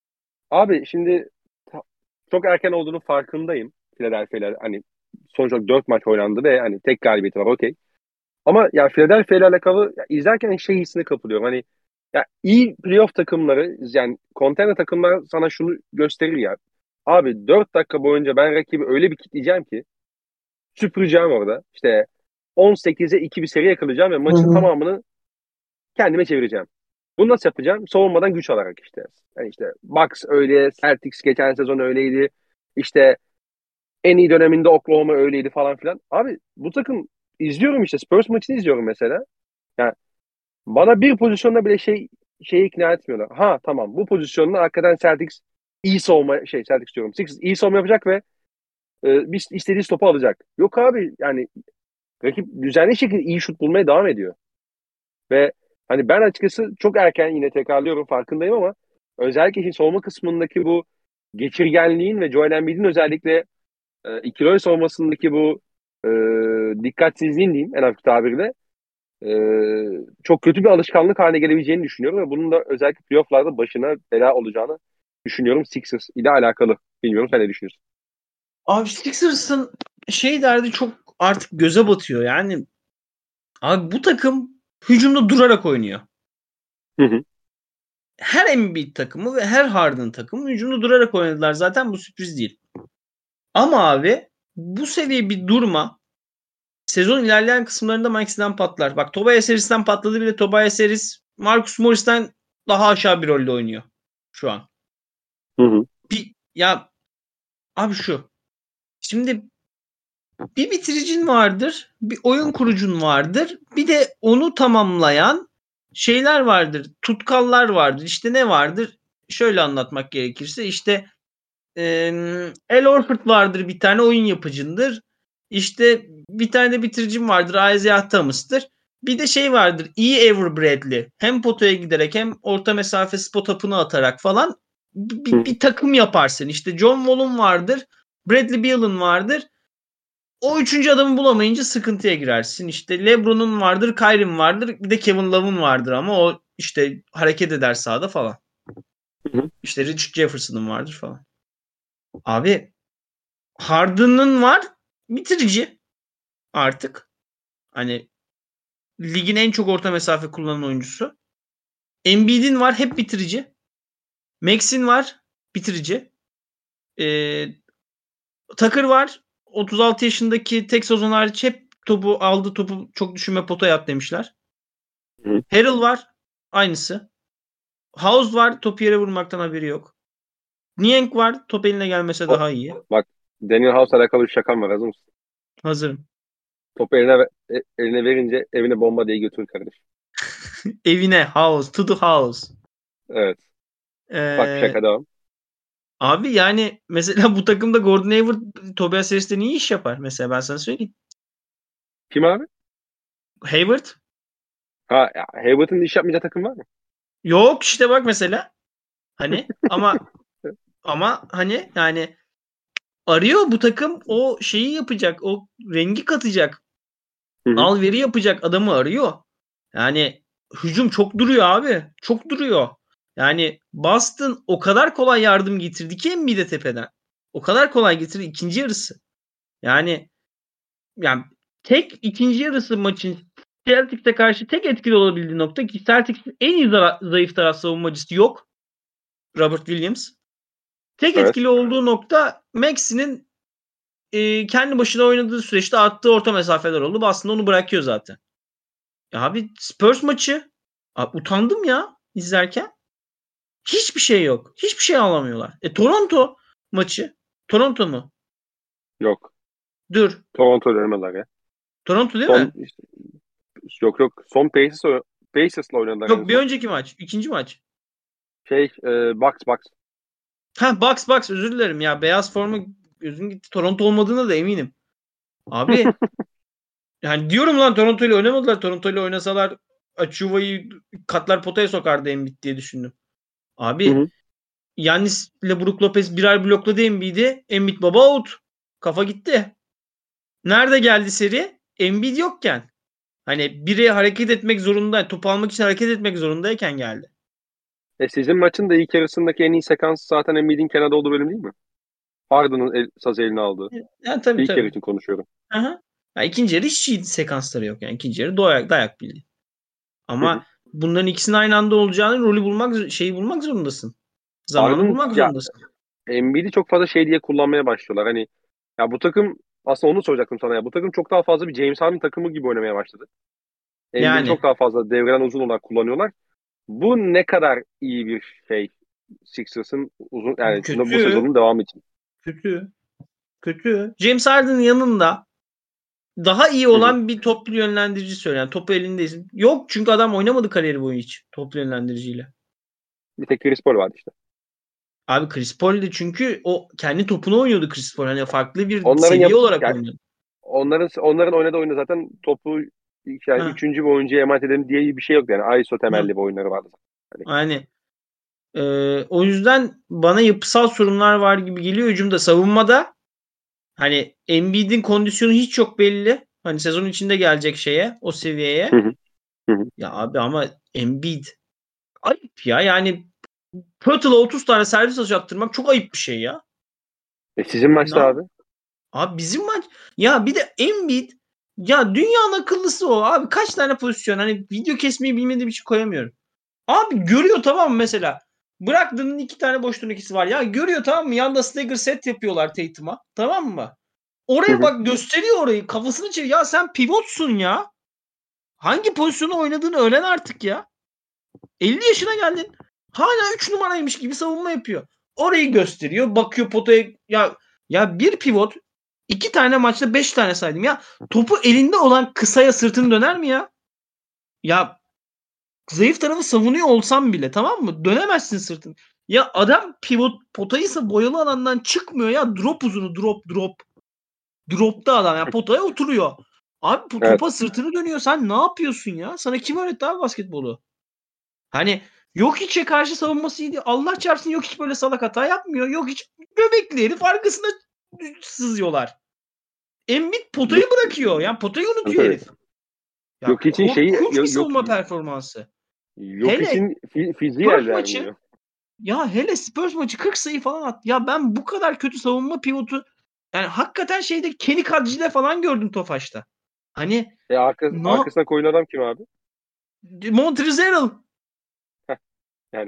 Abi şimdi ta- çok erken olduğunu farkındayım. Philadelphia'yla hani sonuç olarak dört maç oynandı ve hani tek galibiyeti var, okey. Ama ya Philadelphia ile alakalı ya izlerken şey hissine kapılıyorum. Hani ya iyi playoff takımları, yani kontender takımlar sana şunu gösterir ya. Abi dört dakika boyunca ben rakibi öyle bir kitleyeceğim ki süpüreceğim orada. İşte on sekize iki bir seri yakalayacağım ve Hı maçın hı. tamamını kendime çevireceğim. Bunu nasıl yapacağım? Savunmadan güç alarak işte. Yani işte Bucks öyle, Celtics geçen sezon öyleydi. İşte en iyi döneminde Oklahoma öyleydi falan filan. Abi bu takım izliyorum, işte Spurs maçını izliyorum mesela. Yani bana bir pozisyonda bile şey şeyi ikna etmiyorlar. Ha tamam, bu pozisyonda hakikaten Celtics iyi savunma, şey Celtics diyorum, Sixers iyi savunma yapacak ve e, biz istediği topu alacak. Yok abi, yani rakip düzenli şekilde iyi şut bulmaya devam ediyor. Ve hani ben açıkçası çok erken, yine tekrarlıyorum farkındayım ama özellikle şimdi savunma kısmındaki bu geçirgenliğin ve Joel Embiid'in özellikle e, ikili oyun savunmasındaki bu e, dikkatsizliğin diyeyim en hafif tabirle e, çok kötü bir alışkanlık haline gelebileceğini düşünüyorum ve bunun da özellikle playoff'larda başına bela olacağını düşünüyorum Sixers ile alakalı. Bilmiyorum, sen ne düşünüyorsun? Abi Sixers'ın şey derdi çok artık göze batıyor. Yani abi bu takım hücumda durarak oynuyor. Hı hı. Her Embiid takımı ve her Harden takımı hücumda durarak oynadılar. Zaten bu sürpriz değil. Ama abi bu seviye bir durma sezon ilerleyen kısımlarında Maxey'den patlar. Bak Tobias Harris'ten patladı bile. Tobias Harris Marcus Morris'ten daha aşağı bir rolde oynuyor şu an. Hı hı. Bir, ya abi şu. Şimdi bir bitiricin vardır. Bir oyun kurucun vardır. Bir de onu tamamlayan şeyler vardır. Tutkallar vardır. İşte ne vardır? Şöyle anlatmak gerekirse işte Al Horford vardır, bir tane oyun yapıcındır. İşte bir tane de bitiricim vardır, Isaiah Thomas'tır. Bir de şey vardır, iyi Avery Bradley. Hem potaya giderek hem orta mesafe spot up'ını atarak falan bir, Hı bir, bir takım yaparsın. İşte John Wall'un vardır, Bradley Beal'ın vardır. O üçüncü adamı bulamayınca sıkıntıya girersin. İşte LeBron'un vardır, Kyrie'nin vardır, bir de Kevin Love'ın vardır ama o işte hareket eder sahada falan. hı. İşte Richard Jefferson'ın vardır falan. Abi Harden'ın var bitirici artık. Hani ligin en çok orta mesafe kullanan oyuncusu. Embiid'in var hep bitirici. Max'in var bitirici. Ee, Tucker var. otuz altı yaşındaki tek sezon hariç hep topu aldı, topu çok düşünme potaya at demişler. Hı hı. Harrell var. Aynısı. House var. Topu yere vurmaktan haberi yok. Niang var. Top eline gelmese O, daha iyi. bak, Daniel House'la alakalı bir şakam var, hazır mısın? Hazırım. Topu eline, ve- e- eline verince evine bomba diye götürür kardeş. Evine. House. To the house. Evet. Bak, bir Ee, şaka devam. Abi yani mesela bu takımda Gordon Hayward Tobias Harris'ten iyi iş yapar. Mesela ben sana söyleyeyim. Kim abi? Hayward Ha ya, Hayward'ın iş yapmayacağı takım var mı? yok işte bak mesela. Hani ama ama hani yani arıyor bu takım o şeyi yapacak. O rengi katacak. Hı hı. Al veri yapacak adamı arıyor. Yani hücum çok duruyor abi. Çok duruyor. Yani Boston o kadar kolay yardım getirdi ki Embiid'e tepeden. O kadar kolay getirdi ikinci yarısı. Yani yani tek ikinci yarısı maçın Celtics'e karşı tek etkili olabildiği nokta ki Celtics'in en iyi zara- zayıf taraf savunmacısı yok. Robert Williams. Tek Evet. etkili olduğu nokta Maxey'nin e, kendi başına oynadığı süreçte attığı orta mesafeler oldu. Aslında onu bırakıyor zaten. Ya abi Spurs maçı abi, utandım ya izlerken. Hiçbir şey yok. Hiçbir şey alamıyorlar. E Toronto maçı. Toronto mu? Yok. Dur. Toronto dönmeler ya. Toronto değil Son mi? işte, yok yok. Son Pacers, oy- Pacers'la oynadılar en Yok bir son. önceki maç. İkinci maç. Şey, e, Bucks Bucks. Ha Bucks Bucks özür dilerim ya. Beyaz forma gözüm gitti. Toronto olmadığına da eminim. Abi yani diyorum lan Toronto ile oynamadılar. Toronto ile oynasalar Achuva'yı katlar potaya sokardı Embiid diye düşündüm. Abi Hı hı. Giannis ile Brook Lopez birer blokladı Embiid'i. Embiid baba out. Kafa gitti. Nerede geldi seri? Embiid yokken. Hani biri hareket etmek zorunda, topu almak için hareket etmek zorundayken geldi. E sizin maçın da ilk yarısındaki en iyi sekans zaten Embiid'in kenarda olduğu bölüm değil mi? Harden'ın el, sazı eline aldığı. Yani tabii İlk yarı tabii. için konuşuyorum. Aha. Yani ikinci yarı hiç iyi sekansları yok. Yani ikinci yarı dayak, dayak bildi. Hı hı. Ama bunların ikisinin aynı anda olacağını rolü bulmak, şeyi bulmak zorundasın. Zamanı Harden bulmak ya zorundasın. Embiid'i çok fazla şey diye kullanmaya başlıyorlar. Hani ya bu takım aslında onu soracaktım sana ya. Bu takım çok daha fazla bir James Harden takımı gibi oynamaya başladı. Embiid'i Yani çok daha fazla devreden uzun olarak kullanıyorlar. Bu ne kadar iyi bir şey Sixers'ın uzun yani bu kötü. sezonun devamı için. Kötü. Kötü. James Harden'ın yanında daha iyi Hı hı. olan bir toplu yönlendirici söyle. Yani topu elindeyiz. Yok çünkü adam oynamadı kariyeri boyu hiç toplu yönlendiriciyle. Bir tek Chris Paul vardı işte. Abi Chris Paul de çünkü o kendi topunu oynuyordu Chris Paul. Hani farklı bir Onların yap seviye olarak yani oynuyordu. onların onların oynadığı oyunda zaten topu yani Ha, üçüncü bir oyuncuya emanet edelim diye bir şey yok yani. I S O ha. temelli bir oyunları vardı. Hani. Yani e, o yüzden bana yapısal sorunlar var gibi geliyor hücumda. Savunmada hani Embiid'in kondisyonu hiç çok belli. Hani sezon içinde gelecek şeye, o seviyeye. Hı hı. Hı hı. Ya abi ama Embiid ayıp ya. Yani Pötül'e otuz tane servis atış attırmak çok ayıp bir şey ya. E sizin Ne maçta yap- abi. Abi bizim maç ya bir de Embiid ya dünyanın akıllısı o abi. Kaç tane pozisyon hani video kesmeyi bilmediğim için koyamıyorum. Abi görüyor tamam mı mesela? Brogdon'un iki tane boş turnikesi var. Ya görüyor tamam mı? Yanda stagger set yapıyorlar Tatum'a. Tamam mı? Hı Oraya hı. bak gösteriyor orayı. Kafasını çeviriyor. Ya sen pivotsun ya. Hangi pozisyonu oynadığını öğren artık ya. elli yaşına geldin. Hala üç numaraymış gibi savunma yapıyor. Orayı gösteriyor. Bakıyor potaya. Ya ya bir pivot iki tane maçta beş tane saydım ya. Topu elinde olan kısaya sırtını döner mi ya? Ya zayıf tarafı savunuyor olsam bile tamam mı? Dönemezsin sırtını. Ya adam pivot potayıysa boyalı alandan çıkmıyor ya. Drop uzunu drop drop. Dropta adam ya potaya oturuyor. Abi bu Evet. topa sırtını dönüyor. Sen ne yapıyorsun ya? Sana kim öğretti abi basketbolu? Hani yok içe karşı savunması iyiydi. Allah çarpsın yok hiç böyle salak hata yapmıyor. Yok hiç göbekli herif arkasına sızıyorlar. Embiid potayı Yok bırakıyor. Yani potayı tabii, unutuyor tabii. herif. Ya Yok için şeyi korkunç bir yok yok, savunma performansı. yok Hele için fi, fiziği Spurs el maçı vermiyor. ya hele Spurs maçı kırk sayı falan attı. Ya ben bu kadar kötü savunma pivotu yani hakikaten şeyde Kenny Kadji'de falan gördüm Tofaş'ta. Hani E arka, no arkasına koyulan adam kim abi? Montrezl Heh, yani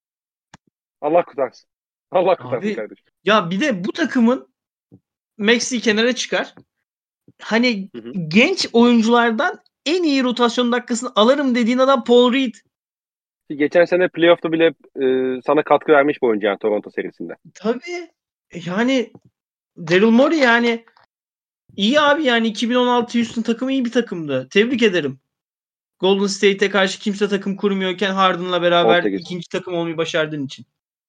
Allah kurtarsın. Allah kurtarsın abi kardeşim. ya bir de bu takımın Maxi kenara çıkar. Hani Hı hı. genç oyunculardan en iyi rotasyon dakikasını alırım dediğin adam Paul Reed. Ki geçen sene playoff'ta bile e, sana katkı vermiş bir oyuncu yani Toronto serisinde. Tabii. Yani Daryl Morey yani iyi abi yani iki bin on altı Houston takımı iyi bir takımdı. Tebrik ederim. Golden State'e karşı kimse takım kurmuyorken Harden'la beraber on sekiz. ikinci takım olmayı başardığın için.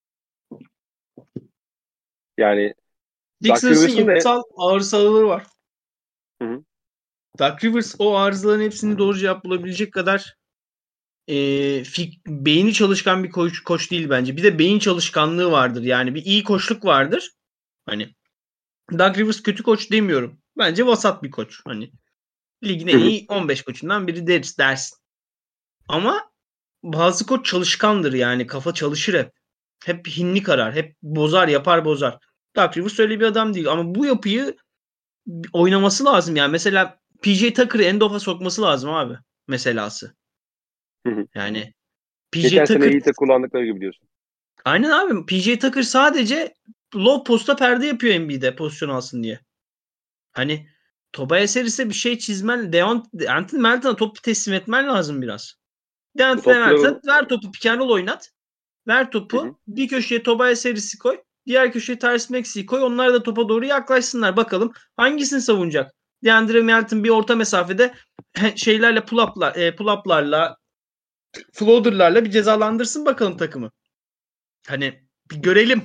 Yani Doug Sixers'ın Rivers'ın da yapısal arızaları var. hı hı. Doug Rivers o arızaların hepsini doğru cevap bulabilecek kadar e, fik, beyni çalışkan bir koç, koç değil bence. Bir de beyin çalışkanlığı vardır. Yani bir iyi koçluk vardır. Hani Doug Rivers kötü koç demiyorum. Bence vasat bir koç. Hani ligin Hı en hı. iyi on beş koçundan biri deriz dersin. Ama bazı koç çalışkandır yani. Kafa çalışır hep. Hep hinlik arar. Hep bozar yapar bozar. Doug Rivers öyle bir adam değil. Ama bu yapıyı oynaması lazım yani. Mesela P J Tucker'ı end off'a sokması lazım abi. Meselası. Hı hı. Yani P J Geçen sene Tucker iyi de kullandıkları gibi diyorsun. aynen abi. P J Tucker sadece low posta perde yapıyor N B A'de pozisyon alsın diye. Hani Tobias Harris'e bir şey çizmen, Deon, Anthony Melton'a topu teslim etmen lazım biraz. Bu Deontay topçuların Melton'a ver topu pick and roll oynat. Ver hı hı. topu. Bir köşeye Tobias Harris'i koy. Diğer köşeye Tyrese Maxey'i koy. Onlar da topa doğru yaklaşsınlar. Bakalım hangisini savunacak? DeAndre Melton bir orta mesafede şeylerle pull-up'lar, e, pull-up'larla floater'larla bir cezalandırsın bakalım takımı. Hani bir görelim.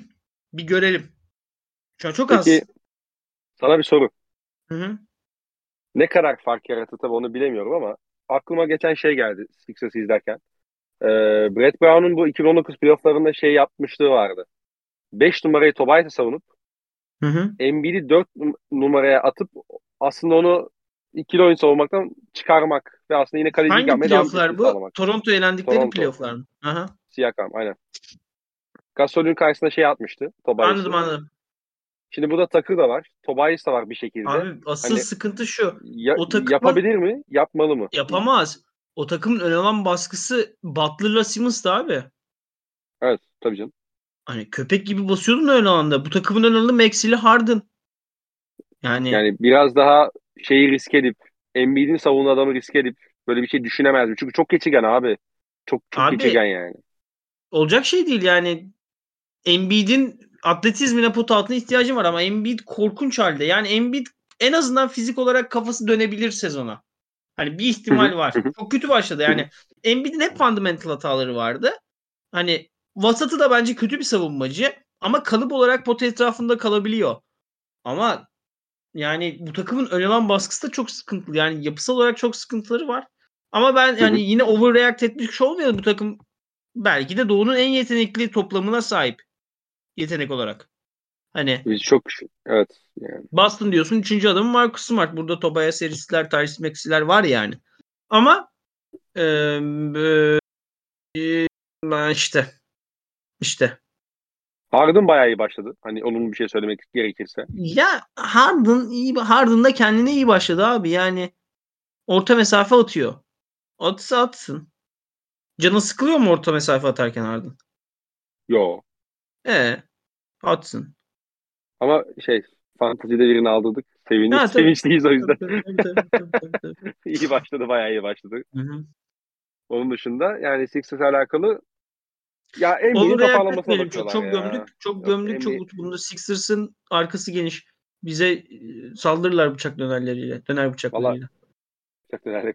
Bir görelim. Şu an çok Peki az. sana bir soru. Hı hı. Ne kadar fark yarattı tabii onu bilemiyorum ama aklıma geçen şey geldi Sixers'ı izlerken. Ee, Brett Brown'un bu iki bin on dokuz playofflarında şey yapmışlığı vardı. beş numarayı Tobias'a savunup Hı hı. Embiid'i dört numaraya atıp aslında onu ikili oyun savunmaktan çıkarmak ve aslında yine kalecilik Hangi yapmaya devam playofflar etmesini bu? sağlamak. Toronto elendikleri Toronto. playofflar mı? Aha. Siakam aynen. Gasol'ün karşısında şey atmıştı Anladım Tobias'ı. anladım. Şimdi burada Takır da var. Tobias da var bir şekilde. Abi asıl Hani sıkıntı şu. ya- O takımın yapabilir mi? Yapmalı mı? Diyeyim. yapamaz. O takımın önemli olan baskısı Butler'la Simmons'tı abi. Evet tabii canım. Hani köpek gibi basıyordun öyle anda. Bu takımın önemli Maxey'li Harden. Yani Yani biraz daha şeyi risk edip Embiid'in savunma adamı risk edip böyle bir şey düşünemez mi? Çünkü çok geçirgen abi. Çok çok geçirgen abi yani. olacak şey değil yani. Embiid'in atletizmine pot altına ihtiyacı var ama Embiid korkunç halde. Yani Embiid en azından fizik olarak kafası dönebilir sezona. Hani bir Hı hı, ihtimal var. hı hı, Çok kötü başladı. hı hı, Yani Embiid'in hep fundamental hataları vardı. Hani vasatı da bence kötü bir savunmacı ama kalıp olarak pot etrafında kalabiliyor. Ama yani bu takımın ön alan baskısı da çok sıkıntılı. Yani yapısal olarak çok sıkıntıları var. Ama ben hı hı. yani yine overreact etmiş olmayalım, bu takım belki de Doğu'nun en yetenekli toplamına sahip yetenek olarak. Hani Biz çok evet yani. Boston diyorsun, üçüncü adamı Marcus Smart. Burada Tobias Harris'ler, Tyrese Maxey'ler var yani. Ama e, e, ben işte işte Harden bayağı iyi başladı. Hani olumlu bir şey söylemek gerekirse. ya Harden iyi, Harden da kendine iyi başladı abi. Yani orta mesafe atıyor. Atsa atsın. Canı sıkılıyor mu orta mesafe atarken Harden? Yo. E atsın. Ama şey fantezide birini aldırdık. Sevin Ha tabii. sevinçliyiz o yüzden. Tabii tabii tabii tabii tabii tabii. tabii. İyi başladı. Bayağı iyi başladı. Hı hı. Onun dışında yani Sixers alakalı ya Embiid'in Overreact toparlanmasına etmeyelim çok. bakıyorlar Çok ya. gömdük. Çok Yok gömdük. Embiid Çok bunda Sixers'ın arkası geniş. Bize e, saldırırlar bıçak dönerleriyle. Döner valla bıçaklarıyla. çok neler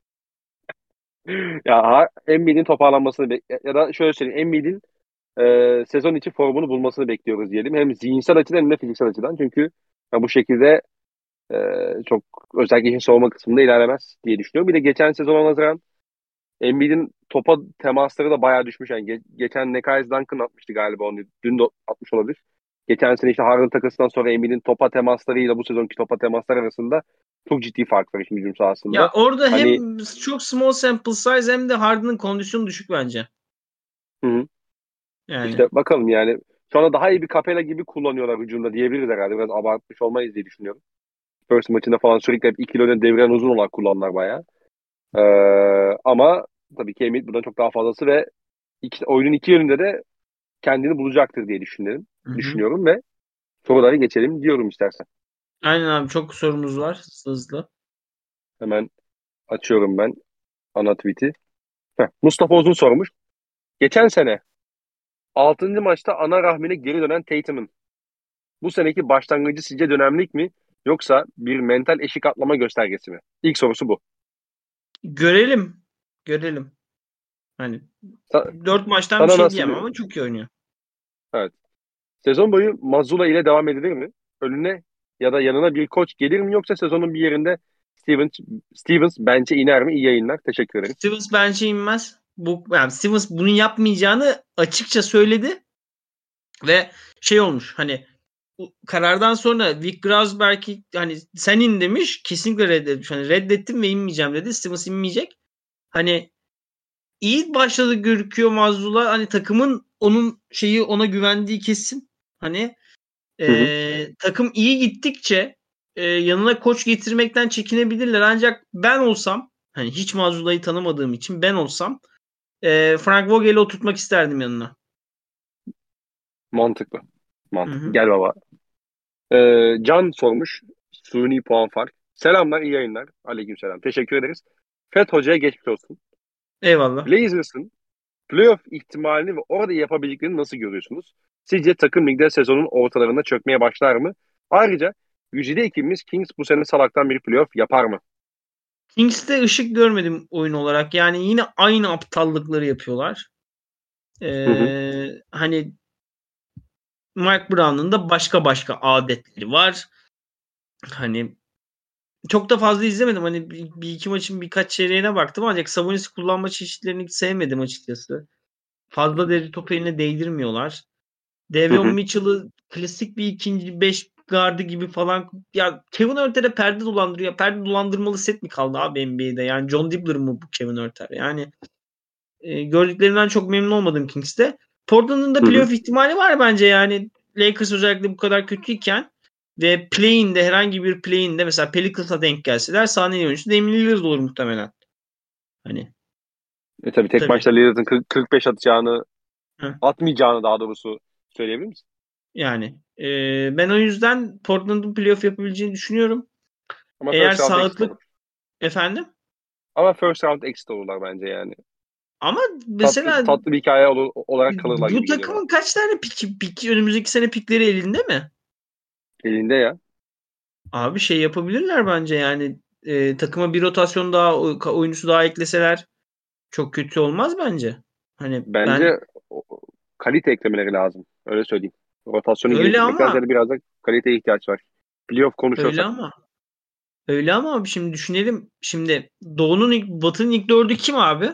ya ha- Embiid'in toparlanmasını bek- ya da şöyle söyleyeyim Embiid'in e, sezon içi formunu bulmasını bekliyoruz diyelim. Hem zihinsel açıdan hem de fiziksel açıdan. Çünkü ya bu şekilde e, çok özellikle işin savunma kısmında ilerlemez diye düşünüyorum. Bir de geçen sezona nazaran Embiid'in topa temasları da bayağı düşmüş. Yani ge- geçen Nekias Duncan atmıştı galiba onu. Dün de atmış olabilir. Geçen sene işte Harden takasından sonra Embiid'in topa temaslarıyla bu sezonki topa temaslar arasında çok ciddi fark var işin hücum Ya sahasında. orada Hani hem çok small sample size hem de Harden'ın kondisyonu düşük bence. hı hı. Yani işte bakalım yani şu anda daha iyi bir Capela gibi kullanıyorlar hücumda diyebiliriz herhalde. Biraz abartmış olmayız diye düşünüyorum. First maçında falan sürekli hep ikili öne deviren uzun olarak kullanırlar bayağı. Ee, ama tabii ki Embiid buradan çok daha fazlası ve iki, oyunun iki yönünde de kendini bulacaktır diye düşünüyorum. hı hı. Düşünüyorum ve sorulara geçelim diyorum istersen. Aynen abi, çok sorumuz var. Hızlı hızlı. Hemen açıyorum ben ana tweet'i. Heh, Mustafa Uzun sormuş. Geçen sene altıncı maçta ana rahmine geri dönen Tatum'un bu seneki başlangıcı sizce dönemlik mi yoksa bir mental eşik atlama göstergesi mi? İlk sorusu bu. Görelim. Görelim. Hani Sa- dört maçtan bir sana şey nasıl diyemem bir... ama çok iyi oynuyor. Evet. Sezon boyu Mazzulla ile devam edilir mi? Önüne ya da yanına bir koç gelir mi yoksa sezonun bir yerinde Stevens, Stevens bence iner mi? İyi yayınlar. Teşekkür ederim. Stevens bence inmez. Bu, yani Stevens bunu yapmayacağını açıkça söyledi ve şey olmuş, hani bu karardan sonra Vic Grasberg'i hani sen in demiş, kesinlikle reddetmiş. Hani reddettim ve inmeyeceğim dedi. Stevens inmeyecek. Hani iyi başladı gözüküyor Mazzulla. Hani takımın onun şeyi ona güvendiği kesin. Hani Hı hı. e, takım iyi gittikçe e, yanına koç getirmekten çekinebilirler. Ancak ben olsam, hani hiç Mazzulla'yı tanımadığım için, ben olsam e, Frank Vogel'i oturtmak isterdim yanına. Mantıklı. Hı Mantıklı. hı. Gel baba. Ee, Can sormuş. Suni puan fark. Selamlar, iyi yayınlar. Aleykümselam. Teşekkür ederiz. Feth Hoca'ya geçmiş olsun. Eyvallah. Blazers'ın playoff ihtimalini ve orada yapabildiklerini nasıl görüyorsunuz? Sizce takım ligde sezonun ortalarında çökmeye başlar mı? Ayrıca güzide ekibimiz Kings bu sene salaktan bir playoff yapar mı? Kings'te ışık görmedim oyun olarak. Yani yine aynı aptallıkları yapıyorlar. Hı hı. Ee, hani Mike Brown'un da başka başka adetleri var. Hani çok da fazla izlemedim. Hani bir, bir iki maçın birkaç çeyreğine baktım ancak Sabonis'i kullanma çeşitlerini hiç sevmedim açıkçası. Fazla deri topu eline değdirmiyorlar. Davion Mitchell'ı klasik bir ikinci beş gardı gibi falan. Ya Kevin Huerter'e perde dolandırıyor. Perde dolandırmalı set mi kaldı abi N B A'de? Yani John Dibbler mı bu Kevin Huerter? Yani e, gördüklerimden çok memnun olmadım Kings'te. Portland'ın da playoff ihtimali var bence yani. Lakers özellikle bu kadar kötüyken ve play-in'de herhangi bir play-in'de mesela Pelicans'a denk gelseler sahnenin oyuncusu Damian Lillard olur muhtemelen. Hani. E tabii tek Tabii. maçta Lillard'ın kırk, kırk beş atacağını Hı. atmayacağını daha doğrusu söyleyebilir misin? Yani e, ben o yüzden Portland'ın playoff yapabileceğini düşünüyorum. Ama Eğer first round exit sağlıklı olur. efendim Ama first round exit olurlar bence yani. ama mesela Tatlı, tatlı bir hikaye ol- olarak kalırlar bu gibi geliyor bana. takımın kaç tane pik, pik önümüzdeki sene pikleri elinde mi? Elinde ya. Abi şey yapabilirler bence yani e, takıma bir rotasyon daha o- oyuncusu daha ekleseler çok kötü olmaz bence. Hani ben Bence o- kalite eklemeleri lazım. Öyle söyleyeyim. Rotasyonu öyle geliştirmekten ama ziyade biraz da kaliteye ihtiyaç var. Playoff öyle konuşuyorsak. ama öyle ama abi şimdi düşünelim. Şimdi Doğu'nun ilk, Batı'nın ilk dördü kim abi?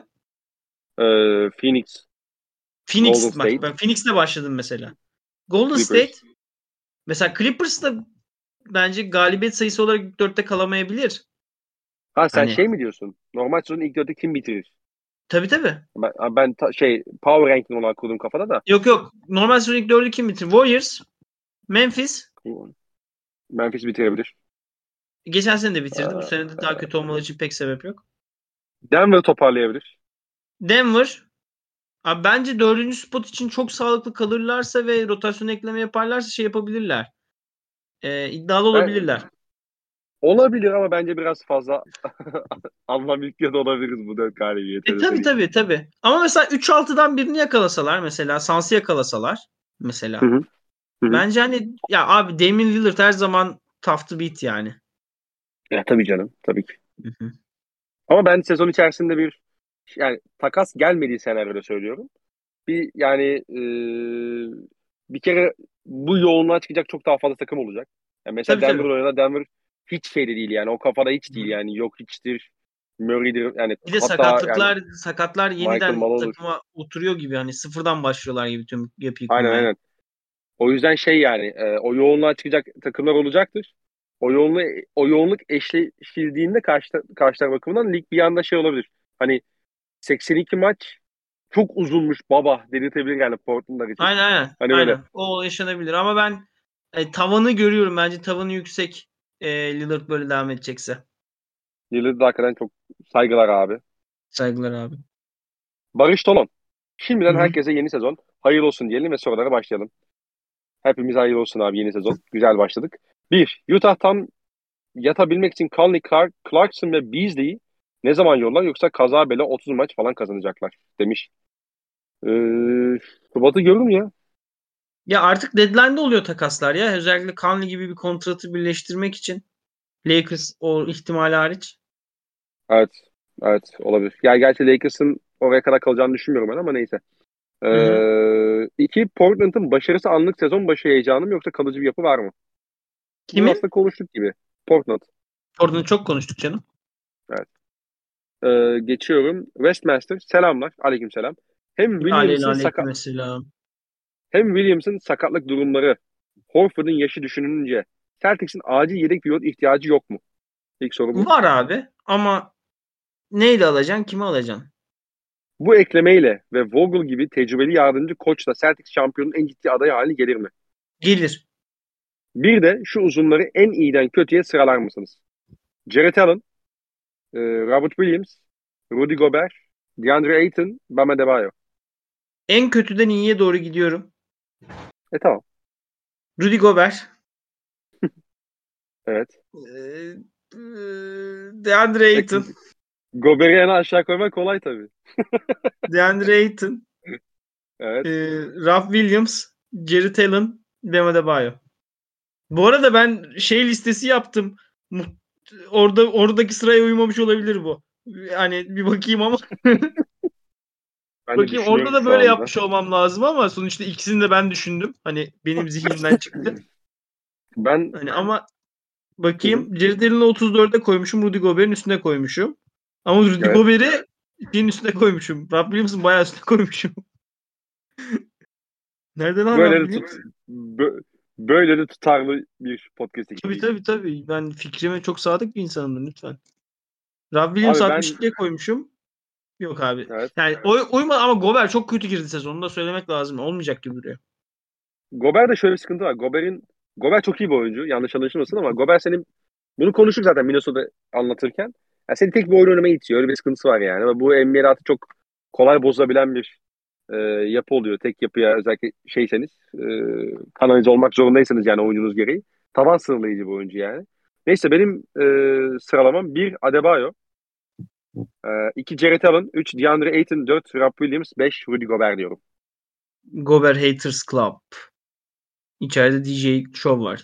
Ee, Phoenix, Golden Phoenix bak State, ben Phoenix'le başladım mesela. Golden State Clippers. mesela Clippers da bence galibiyet sayısı olarak ilk dörtte kalamayabilir. Ha sen Hani şey mi diyorsun? Normal sezonun ilk dörtte kim bitirir? tabii tabii. Ben, ben ta- şey power ranking olarak kurdum kafada da. Yok yok. Normal sezon ilk dördü kim bitirir? Warriors, Memphis. Memphis bitirebilir. Geçen sene de bitirdi. Bu sene de Ee, daha kötü olmaları için pek sebep yok. Denver toparlayabilir. Denver. Abi bence dördüncü spot için çok sağlıklı kalırlarsa ve rotasyon ekleme yaparlarsa şey yapabilirler. Ee, iddialı Ben, olabilirler. olabilir ama bence biraz fazla anlam yüklüyor da olabiliriz bu dört galibiyete E de tabii söyleyeyim. tabii tabii. Ama mesela üç altıdan birini yakalasalar mesela Suns'ı yakalasalar Hı mesela. hı, hı hı. Bence hani ya abi Damian Lillard her zaman tough to beat yani. Ya tabii canım. Tabii ki. Hı hı. Ama ben sezon içerisinde bir yani takas gelmediği senaryoda söylüyorum. Bir yani e, bir kere bu yoğunluğa çıkacak çok daha fazla takım olacak. Yani mesela Tabii tabii. Denver'ın oynadığı Denver hiç şeyde değil yani o kafada hiç değil Hı. yani yok hiçtir. Murray'dir yani Bir de hatta yani sakatlıklar sakatlar Michael yeniden Malone'dur. takıma oturuyor gibi hani sıfırdan başlıyorlar gibi tüm yapıyı Aynen kurmaya. aynen. O yüzden şey yani e, o yoğunluğa çıkacak takımlar olacaktır. O yoğunluğu o yoğunluk eşleşildiğinde karşı karşılar bakımından lig bir anda şey olabilir. Hani seksen iki maç çok uzunmuş baba dedirtebilir yani Portland'lar için. Aynen aynen. Hani böyle Aynen. O yaşanabilir ama ben e, tavanı görüyorum. Bence tavanı yüksek e, Lillard böyle devam edecekse. Lillard'a hakikaten çok saygılar abi. Saygılar abi. Barış Tolon. Hı Şimdiden hı. herkese yeni sezon hayırlı olsun diyelim ve sorulara başlayalım. Hepimiz hayırlı olsun abi yeni sezon. Güzel başladık. Bir, Utah'tan yatabilmek için Conley, Clark, Clarkson ve Beasley'i ne zaman yollar yoksa kaza bela otuz maç falan kazanacaklar demiş. Ee, Şubat'ı görür mü ya? Ya artık deadline'da oluyor takaslar ya. Özellikle Conley gibi bir kontratı birleştirmek için. Lakers o ihtimali hariç. Evet. Evet olabilir. Ya gerçi Lakers'ın oraya kadar kalacağını düşünmüyorum ben ama neyse. Hı hı. Ee, iki, Portland'ın başarısı anlık sezon başı heyecanı mı yoksa kalıcı bir yapı var mı? Bunu Kimin? aslında konuştuk gibi. Portland. Oradan çok konuştuk canım. Evet. Ee, geçiyorum. Westmaster. Selamlar. Aleykümselam. Hem Williams'ın sakat Aleykümselam. hem Williams'ın sakatlık durumları, Horford'un yaşı düşününce Celtics'in acil yedek pivot ihtiyacı yok mu? İlk soru bu. Var abi ama neyle alacaksın? Kimi alacaksın? Bu eklemeyle ve Vogel gibi tecrübeli yardımcı koçla Celtics şampiyonun en ciddi adayı haline gelir mi? Gelir. Bir de şu uzunları en iyiden kötüye sıralar mısınız? Jarrett Allen, e, Robert Williams, Rudy Gobert, DeAndre Ayton, Bam Adebayo. En kötüden iyiye doğru gidiyorum. E tamam. Rudy Gobert. Evet. Ee, e, DeAndre E, Ayton. Gobert'i en aşağı koymak kolay tabii. DeAndre Ayton. Evet. E, Ralph Williams. Jarrett Allen. Bam Adebayo. Bu arada ben şey listesi yaptım. Mu- Orada oradaki sıraya uymamış olabilir bu. Yani bir bakayım ama. Ben de Bakayım orada düşünüyorum da şu böyle anda. yapmış olmam lazım ama sonuçta ikisini de ben düşündüm. Hani benim zihnimden çıktı. Ben Hani ama Hı hı. bakayım Jared Allen'ı otuz dörde koymuşum. Rudy Gobert'in üstüne koymuşum. Ama Rudy Evet. Gobert'i şeyin üstüne koymuşum. Rob Williams'ın bayağı üstüne koymuşum. Nerede lan Rob Böyle de Williams? tut bö- böyle de tutarlı bir podcast Tabii ekibiyiz. tabii tabii. Ben fikrime çok sadık bir insanımdır lütfen. Rob Williams Abi altmış ben ikiye koymuşum. Yok abi. evet. Yani oy, uyma ama Gobert çok kötü girdi sezonunda söylemek lazım. Olmayacak gibi duruyor. Gobert'de şöyle bir sıkıntı var. Gobert'in Gobert çok iyi bir oyuncu. Yanlış anlaşılmasın ama Gobert senin bunu konuştuk zaten Minnesota anlatırken. Yani seni tek bir oyun oynamaya itiyor. Öyle bir sıkıntısı var yani. Ve bu N B A'de artık çok kolay bozulabilen bir e, yapı oluyor. Tek yapıya özellikle şeyseniz e, kanalize olmak zorundaysanız yani oyuncunuz gereği. Tavan sınırlayıcı bir oyuncu yani. Neyse benim e, sıralamam bir Adebayo, e, iki Jarrett Allen, üç DeAndre Ayton, dört Rob Williams, beş Rudy Gobert diyorum. Gobert Haters Club. İçeride D J Show var.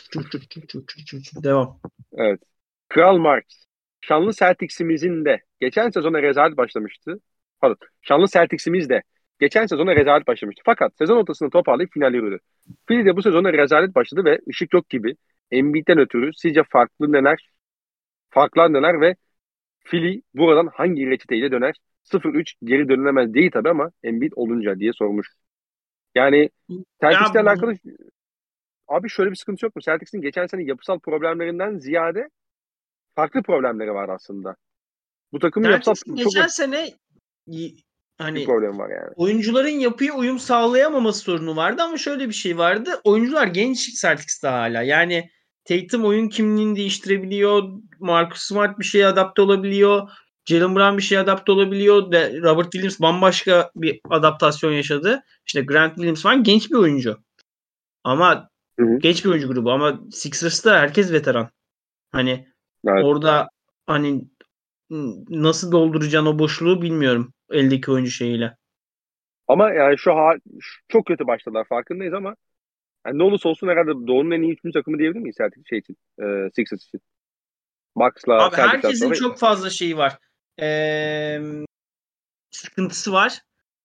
Devam. Evet. Kral Mark. Şanlı Celtics'imizin de geçen sezona rezalet başlamıştı. Pardon. Şanlı Celtics'imiz de geçen sezona rezalet başlamıştı. Fakat sezon ortasında toparlayıp finale yürüdü. Philly de bu sezona rezalet başladı ve ışık yok gibi. Embiid'den ötürü sizce farklı neler, farklar neler ve Philly buradan hangi reçeteyle döner? sıfır üç geri dönülemez değil tabii ama Embiid olunca diye sormuş. Yani Celtics'le Ya alakalı abi şöyle bir sıkıntı yok mu? Celtics'in geçen sene yapısal problemlerinden ziyade farklı problemleri var aslında. Bu takımın yapısal Celtics'in çok geçen net sene y- bir hani problem var yani. oyuncuların yapıya uyum sağlayamaması sorunu vardı ama şöyle bir şey vardı. Oyuncular genç Celtics'te hala. Yani Tatum oyun kimliğini değiştirebiliyor. Marcus Smart bir şeye adapte olabiliyor. Jaylen Brown bir şeye adapte olabiliyor. De Robert Williams bambaşka bir adaptasyon yaşadı. İşte Grant Williams var. Genç bir oyuncu. Ama Hı hı. genç bir oyuncu grubu. Ama Sixers'ta herkes veteran. Hani Evet. orada hani nasıl dolduracaksın o boşluğu bilmiyorum. Eldeki oyuncu şeyiyle. Ama yani şu hal şu- çok kötü başladılar farkındayız ama yani ne olursa olsun herhalde Doğu'nun en iyi üçüncü takımı diyebilir miyiz Celtics şey için? E, Sixers için. Bucks'la Abi Celtics'ten herkesin sonra çok fazla şeyi var. Ee, sıkıntısı var.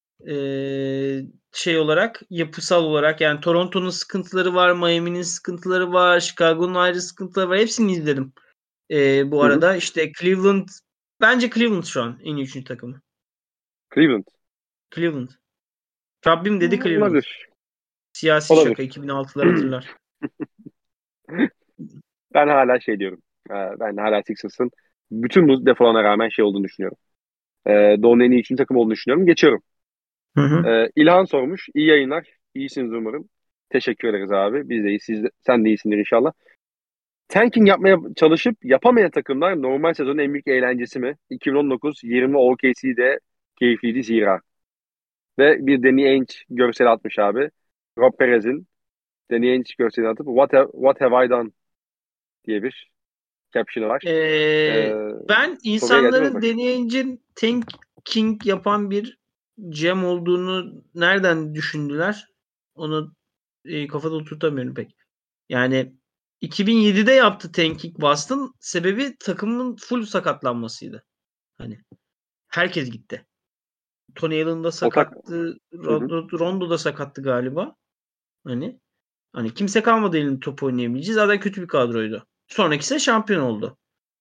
Ee, şey olarak, yapısal olarak yani Toronto'nun sıkıntıları var, Miami'nin sıkıntıları var, Chicago'nun ayrı sıkıntıları var. Hepsini izledim. Ee, bu hı hı. arada işte Cleveland bence Cleveland şu an en iyi üçüncü takımı. Cleveland. Cleveland. Rabbim dedi Cleveland. Olabilir. Siyasi şaka Olabilir. iki bin altılar hatırlar. Ben hala şey diyorum. E, ben hala Sixers'ın bütün bu defolarına rağmen şey olduğunu düşünüyorum. E, Doğu'nun en iyi üçüncü takım olduğunu düşünüyorum. Geçiyorum. Hı hı. E, İlhan sormuş. İyi yayınlar. İyisiniz umarım. Teşekkür ederiz abi. Biz de iyiyiz. Siz de, sen de iyisindir inşallah. Tanking yapmaya çalışıp yapamayan takımlar normal sezonun en büyük eğlencesi mi? iki bin on dokuz yirmi O K C'de keyifliydi zira. Ve bir Danny Ainge görseli atmış abi. Rob Perez'in Danny Ainge görseli atıp What have, what have I done diye bir caption'ı var. Ee, Ee, ben soruya geldim mi insanların bak. deneyince tanking yapan bir Cem olduğunu nereden düşündüler? Onu e, kafada oturtamıyorum pek. Yani iki bin yedide yaptı tanking Boston. Sebebi takımın full sakatlanmasıydı. Hani herkes gitti. Tony Allen da O tak sakattı. hı hı. Rondo, Rondo da sakattı galiba. Hani hani kimse kalmadı elinde top oynayabileceği. Zaten kötü bir kadroydu. Sonraki sene şampiyon oldu.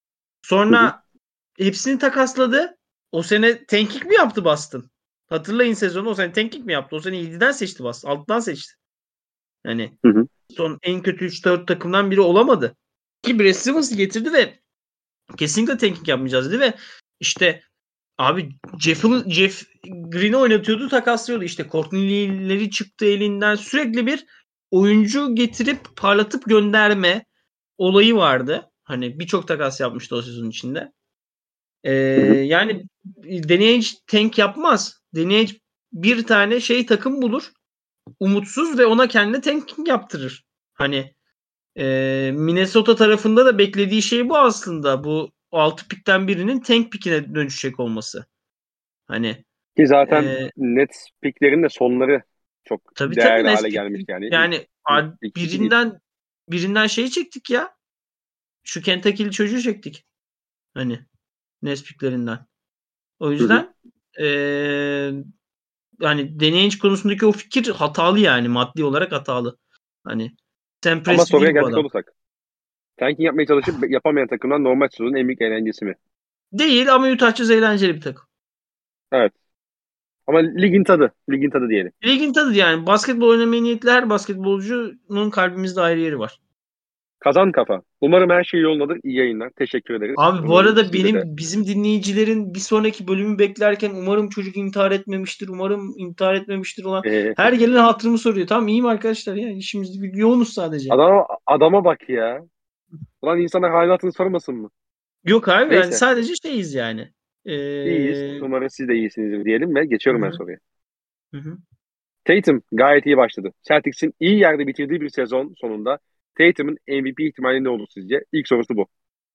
Hı hı. Sonra hepsini takasladı. O sene tanking mi yaptı Boston? Hatırlayın sezonu. O sene tanking mi yaptı? O sene yediden seçti Boston. altıdan seçti. Yani Hı hı. son en kötü üç dört takımdan biri olamadı. Ki Brad Stevens'ı getirdi ve kesinlikle tanking yapmayacağız dedi ve işte abi Jeff, Jeff Green'i oynatıyordu, takaslıyordu. İşte Courtney'leri çıktı elinden. Sürekli bir oyuncu getirip parlatıp gönderme olayı vardı. Hani birçok takas yapmıştı o sezon içinde. Ee, Hı hı. yani deneyici tank yapmaz. Deneyici bir tane şey takım bulur. Umutsuz ve ona kendi tanking yaptırır. Hani e, Minnesota tarafında da beklediği şey bu aslında. Bu altı pikten birinin tank pikine dönüşecek olması. Hani Ki zaten e, net picklerin de sonları çok tabii tabii değerli hale Nespik gelmişti yani. İlk, yani ilk, ilk iki değil. birinden birinden şeyi çektik ya. Şu Kentucky'li çocuğu çektik. Hani Nespiklerinden. O Hı hı. yüzden eee hani deneyici konusundaki o fikir hatalı yani. Maddi olarak hatalı. Hani Sam Ama Presti soruya değil bu gelecek adam. olursak. Tanking yapmaya çalışıp yapamayan takımdan normal sezonun en büyük eğlencesi mi? Değil ama Utah Jazz eğlenceli bir takım. Evet. Ama ligin tadı. Ligin tadı diyelim. Ligin tadı yani. Basketbol oynamaya niyetli her basketbolcunun kalbimizde ayrı yeri var. Kazan kafa. Umarım her şey yolundadır. İyi yayınlar. Teşekkür ederiz. Abi bu Umarım arada size benim de. bizim dinleyicilerin bir sonraki bölümü beklerken umarım çocuk intihar etmemiştir. Umarım intihar etmemiştir olan. Ee, Her gelen hatırımı soruyor. Tamam iyiyim arkadaşlar ya. İşimiz yoğunuz sadece. adama, adama bak ya. Ulan insanlar hayatını sormasın mı? Yok abi yani Neyse. sadece şeyiz yani. İyiyiz. Ee... Umarım siz de iyisinizdir diyelim ve geçiyorum ben Hı-hı. soruya. Hı-hı. Tatum gayet iyi başladı. Celtics'in iyi yerde bitirdiği bir sezon sonunda Tatum'un M V P ihtimali ne olur sizce? İlk sorusu bu.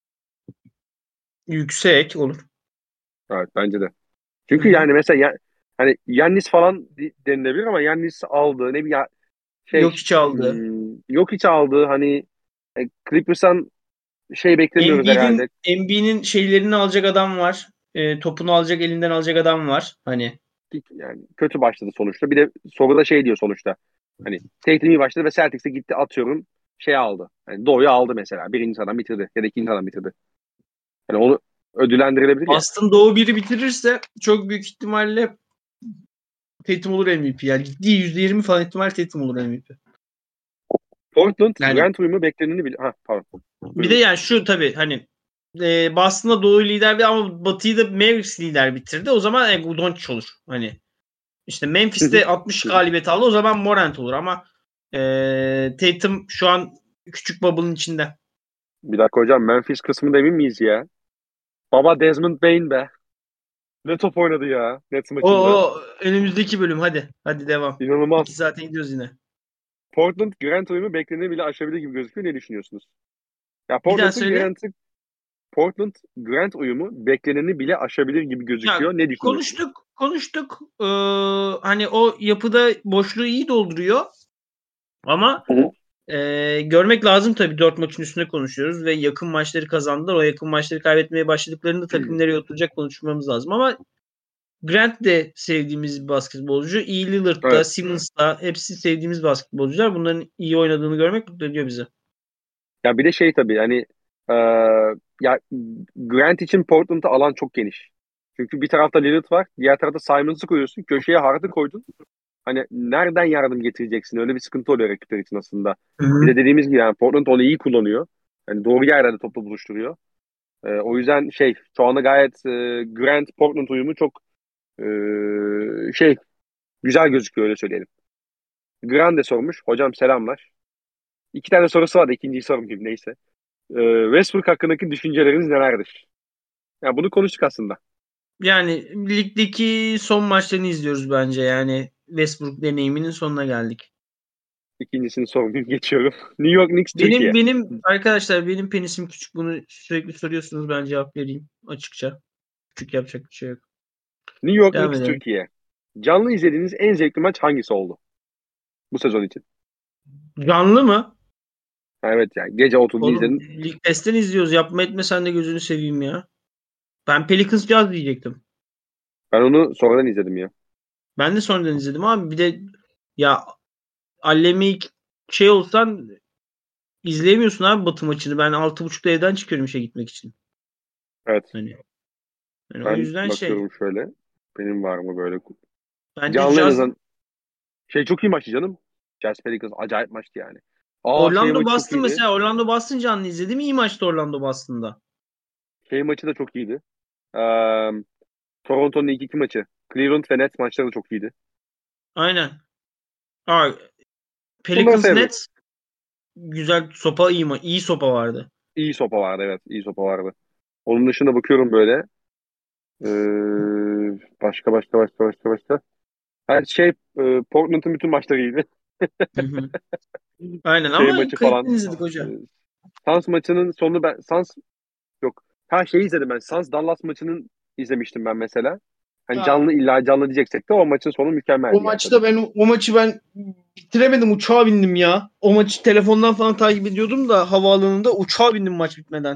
Yüksek olur. Evet bence de. Çünkü Hı-hı. yani mesela ya, hani Yannis falan denilebilir ama Yannis aldı. Ne bir ya, şey Yok hiç aldı. hmm, yok hiç aldı. Hani e, Clippers'tan şey beklemiyoruz Embiid'in herhalde. Embiid'in şeylerini alacak adam var. E, topunu alacak elinden alacak adam var. Hani Yani kötü başladı sonuçta. Bir de soruda şey diyor sonuçta. Hani Tatum iyi başladı ve Celtics'e gitti atıyorum şey aldı. Yani Doğu'yu aldı mesela. Birinci sıradan bitirdi ya da ikinci sıradan bitirdi. Hani onu ödüllendirilebilir ya. Boston Doğu biri bitirirse çok büyük ihtimalle Tatum olur M V P. Yani ciddi yüzde yirmi falan ihtimal Tatum olur M V P. Portland Yani Grant uyumu bekleneni bile... Ha pardon. bir de Buyurun. yani şu tabii hani e, Boston'da Doğu lider bir ama Batı'yı da Mavericks lider bitirdi. O zaman e, Doncic olur. Hani işte Memphis'te altmış galibiyet aldı. O zaman Morant olur ama e, Tatum şu an küçük bubble'ın içinde. Bir dakika hocam Memphis kısmında emin miyiz ya? Baba Desmond Bane be. Ne top oynadı ya Nets O, maçında. o önümüzdeki bölüm hadi. Hadi devam. İki İnanılmaz. saate gidiyoruz yine. Portland Grant uyumu bekleneni bile aşabilir gibi gözüküyor. Ne düşünüyorsunuz? Ya Bir daha Portland'ın söyle. Grant'ı Portland Grant uyumu bekleneni bile aşabilir gibi Ya gözüküyor. Ne düşünüyorsunuz? konuştuk konuştuk. Ee, hani o yapıda boşluğu iyi dolduruyor. Ama Hı hı. e, görmek lazım tabii dört maçın üstünde konuşuyoruz ve yakın maçları kazandılar. O yakın maçları kaybetmeye başladıklarında takım nereye oturacak konuşmamız lazım. Ama Grant de sevdiğimiz bir basketbolcu. E. Lillard da, Evet. Simmons da hepsi sevdiğimiz basketbolcular. Bunların iyi oynadığını görmek mutlu ediyor bizi. Ya bir de şey tabii hani e, ya Grant için Portland'da alan çok geniş. Çünkü bir tarafta Lillard var, diğer tarafta Simons'ı koyuyorsun, köşeye Harden koydun. Hani nereden yardım getireceksin? Öyle bir sıkıntı oluyor rakipler için aslında. Hı Bir hı. de dediğimiz gibi yani Portland onu iyi kullanıyor. Yani doğru yerlerde topla buluşturuyor. E, o yüzden şey şu anda gayet e, Grant Portland uyumu çok e, şey güzel gözüküyor öyle söyleyelim. Grant de sormuş. Hocam selamlar. İki tane sorusu vardı. İkinciyi sormayayım neyse. E, Westbrook hakkındaki düşünceleriniz nelerdir? Ya bunu konuştuk aslında. Yani ligdeki son maçlarını izliyoruz bence. Yani Westbrook deneyiminin sonuna geldik. İkincisini sormayayım geçiyorum. New York Knicks Benim Türkiye. benim arkadaşlar benim penisim küçük. Bunu sürekli soruyorsunuz. Ben cevap vereyim açıkça. Küçük yapacak bir şey yok. New York Devam Knicks edelim. Türkiye. Canlı izlediğiniz en zevkli maç hangisi oldu? Bu sezon için. Canlı mı? Ha, evet yani gece oturdu Oğlum izledin. Lig Test'ten izliyoruz. Yapma etme sen de gözünü seveyim ya. Ben Pelicans Jazz diyecektim. Ben onu sonradan izledim ya. Ben de sonradan izledim abi. Bir de ya Allemi şey olsan izleyemiyorsun abi Batı maçını. Ben altı buçukta evden çıkıyorum işe gitmek için. Evet. Hani, hani o Ben yüzden şey bakıyorum şöyle. Benim var mı böyle? bence Canlı en Jazz azından şey çok iyi maçtı canım. Jazz Pelicans acayip maçtı yani. Aa şey Orlando maçı çok Boston iyiydi. mesela Orlando Boston canlı izledim. İyi maçtı Orlando Boston'da. Şey maçı da çok iyiydi. Ee, Toronto'nun ilk iki maçı. Cleveland ve Nets maçları da çok iyiydi. Aynen. Aa, Bunları Pelicans sayabilirim. Nets güzel sopa iyi ma iyi sopa vardı. İyi sopa vardı evet. İyi sopa vardı. Onun dışında bakıyorum böyle. Ee, başka başka başka başka başka. Her şey e, Portland'ın bütün maçları iyiydi. Hı hı. Aynen Şey ama maçı kayıttan falan. izledik E, hoca. Suns maçının sonu ben Suns yok. Ha şeyi izledim ben. Suns Dallas maçının izlemiştim ben mesela. Hani Ya, canlı illa canlı diyeceksek de o maçın sonu o mükemmeldi yani tabii. maçta ben o maçı ben bitiremedim, uçağa bindim ya. O maçı telefondan falan takip ediyordum da havaalanında uçağa bindim maç bitmeden.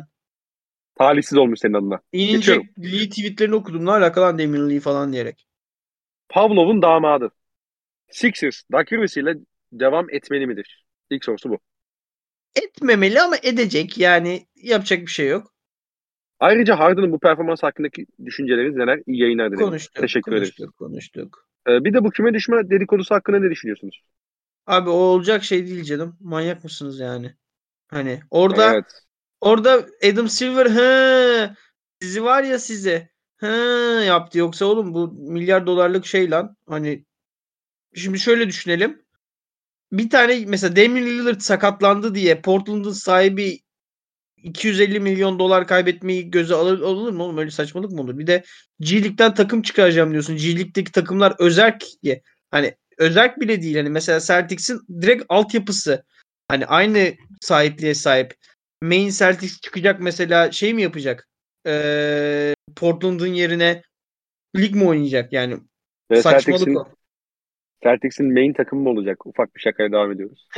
Talihsiz olmuş senin adına. İnince Geçiyorum. Lee tweetlerini okudum. Ne alaka lan Damian Lee falan diyerek. Pavlov'un damadı. Sixers Doug Rivers ile devam etmeli midir? İlk sorusu bu. Etmemeli ama edecek. Yani yapacak bir şey yok. Ayrıca Harden'ın bu performans hakkındaki düşünceleriniz neler? İyi yayınlar dilerim. Konuştuk, Teşekkür ederiz. konuştuk, konuştuk. Ee, bir de bu küme düşme dedikodusu hakkında ne düşünüyorsunuz? Abi o olacak şey değil canım. Manyak mısınız yani? Hani orada Evet. orada Adam Silver hı sizi var ya size hı yaptı. Yoksa oğlum bu milyar dolarlık şey lan. Hani şimdi şöyle düşünelim. Bir tane mesela Damian Lillard sakatlandı diye Portland'ın sahibi iki yüz elli milyon dolar kaybetmeyi göze alır, alır mı oğlum? Öyle saçmalık mı olur? Bir de G League'den takım çıkaracağım diyorsun. G League'deki takımlar özerk ki. Hani özerk bile değil. Hani mesela Celtics'in direkt altyapısı. Hani aynı sahipliğe sahip. Main Celtics çıkacak mesela şey mi yapacak? Ee, Portland'ın yerine lig mi oynayacak? Yani Ve saçmalık Celtics'in o. Celtics'in main takımı mı olacak? Ufak bir şakaya devam ediyoruz.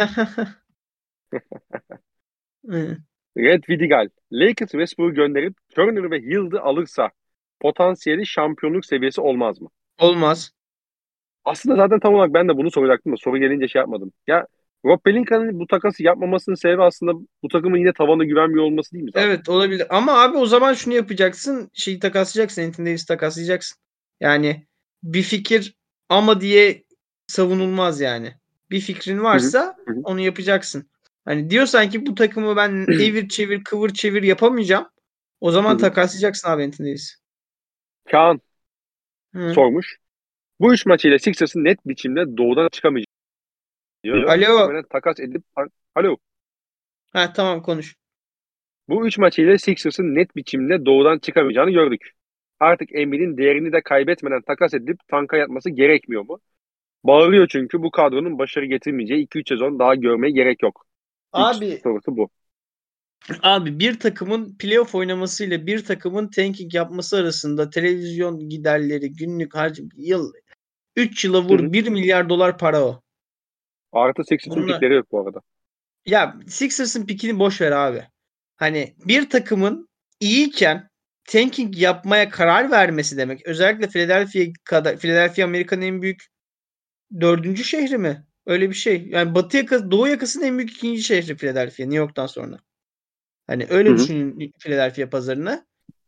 Red Vidigal. Lakers Westbrook'u gönderip Turner ve Hield'ı alırsa potansiyeli şampiyonluk seviyesi olmaz mı? Olmaz. Aslında zaten tam olarak ben de bunu soracaktım da soru gelince şey yapmadım. Ya Rob Pelinka'nın bu takası yapmamasının sebebi aslında bu takımın yine tavanına güvenmiyor olması değil mi zaten? Evet olabilir. Ama abi o zaman şunu yapacaksın. Şeyi takaslayacaksın. Anthony Davis'i takaslayacaksın. Yani bir fikir ama diye savunulmaz yani. Bir fikrin Hı hı, varsa hı hı. onu yapacaksın. Hani diyorsan ki bu takımı ben evir çevir kıvır çevir yapamayacağım. O Hı zaman hı. takaslayacaksın abi Anthony Davis'i. Kaan Hı. sormuş. Bu üç maçıyla Sixers'ın net biçimde doğudan çıkamayacağını diyor. Alo. Hemen takas edip alo. Ha tamam konuş. Bu üç maçıyla Sixers'ın net biçimde doğudan çıkamayacağını gördük. Artık Embiid'in değerini de kaybetmeden takas edip tanka yatması gerekmiyor mu? Bağırıyor çünkü bu kadronun başarı getirmeyeceği iki üç sezon daha görmeye gerek yok. İlk Abi sorusu bu. Abi bir takımın playoff oynamasıyla bir takımın tanking yapması arasında televizyon giderleri günlük harcım yıl üç yıla Hı vur hı. bir milyar dolar para o. Artı Sixers'ın Bunlar pikleri yok bu arada. ya Sixers'ın pikini boş ver abi. Hani bir takımın iyiyken tanking yapmaya karar vermesi demek. Özellikle Philadelphia kadar Philadelphia Amerika'nın en büyük dördüncü şehri mi? Öyle bir şey. Yani Batı yakası, Doğu yakasının en büyük ikinci şehri Philadelphia, New York'tan sonra. Hani Hı öyle hı. düşünün Philadelphia pazarını.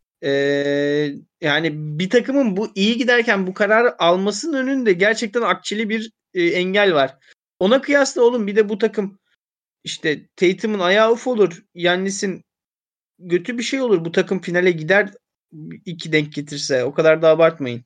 Ee, yani bir takımın bu iyi giderken bu kararı almasının önünde gerçekten akçeli bir e, engel var. Ona kıyasla oğlum bir de bu takım işte Tatum'un ayağı uf olur. Yannis'in götü bir şey olur. Bu takım finale gider iki denk getirse. O kadar da abartmayın.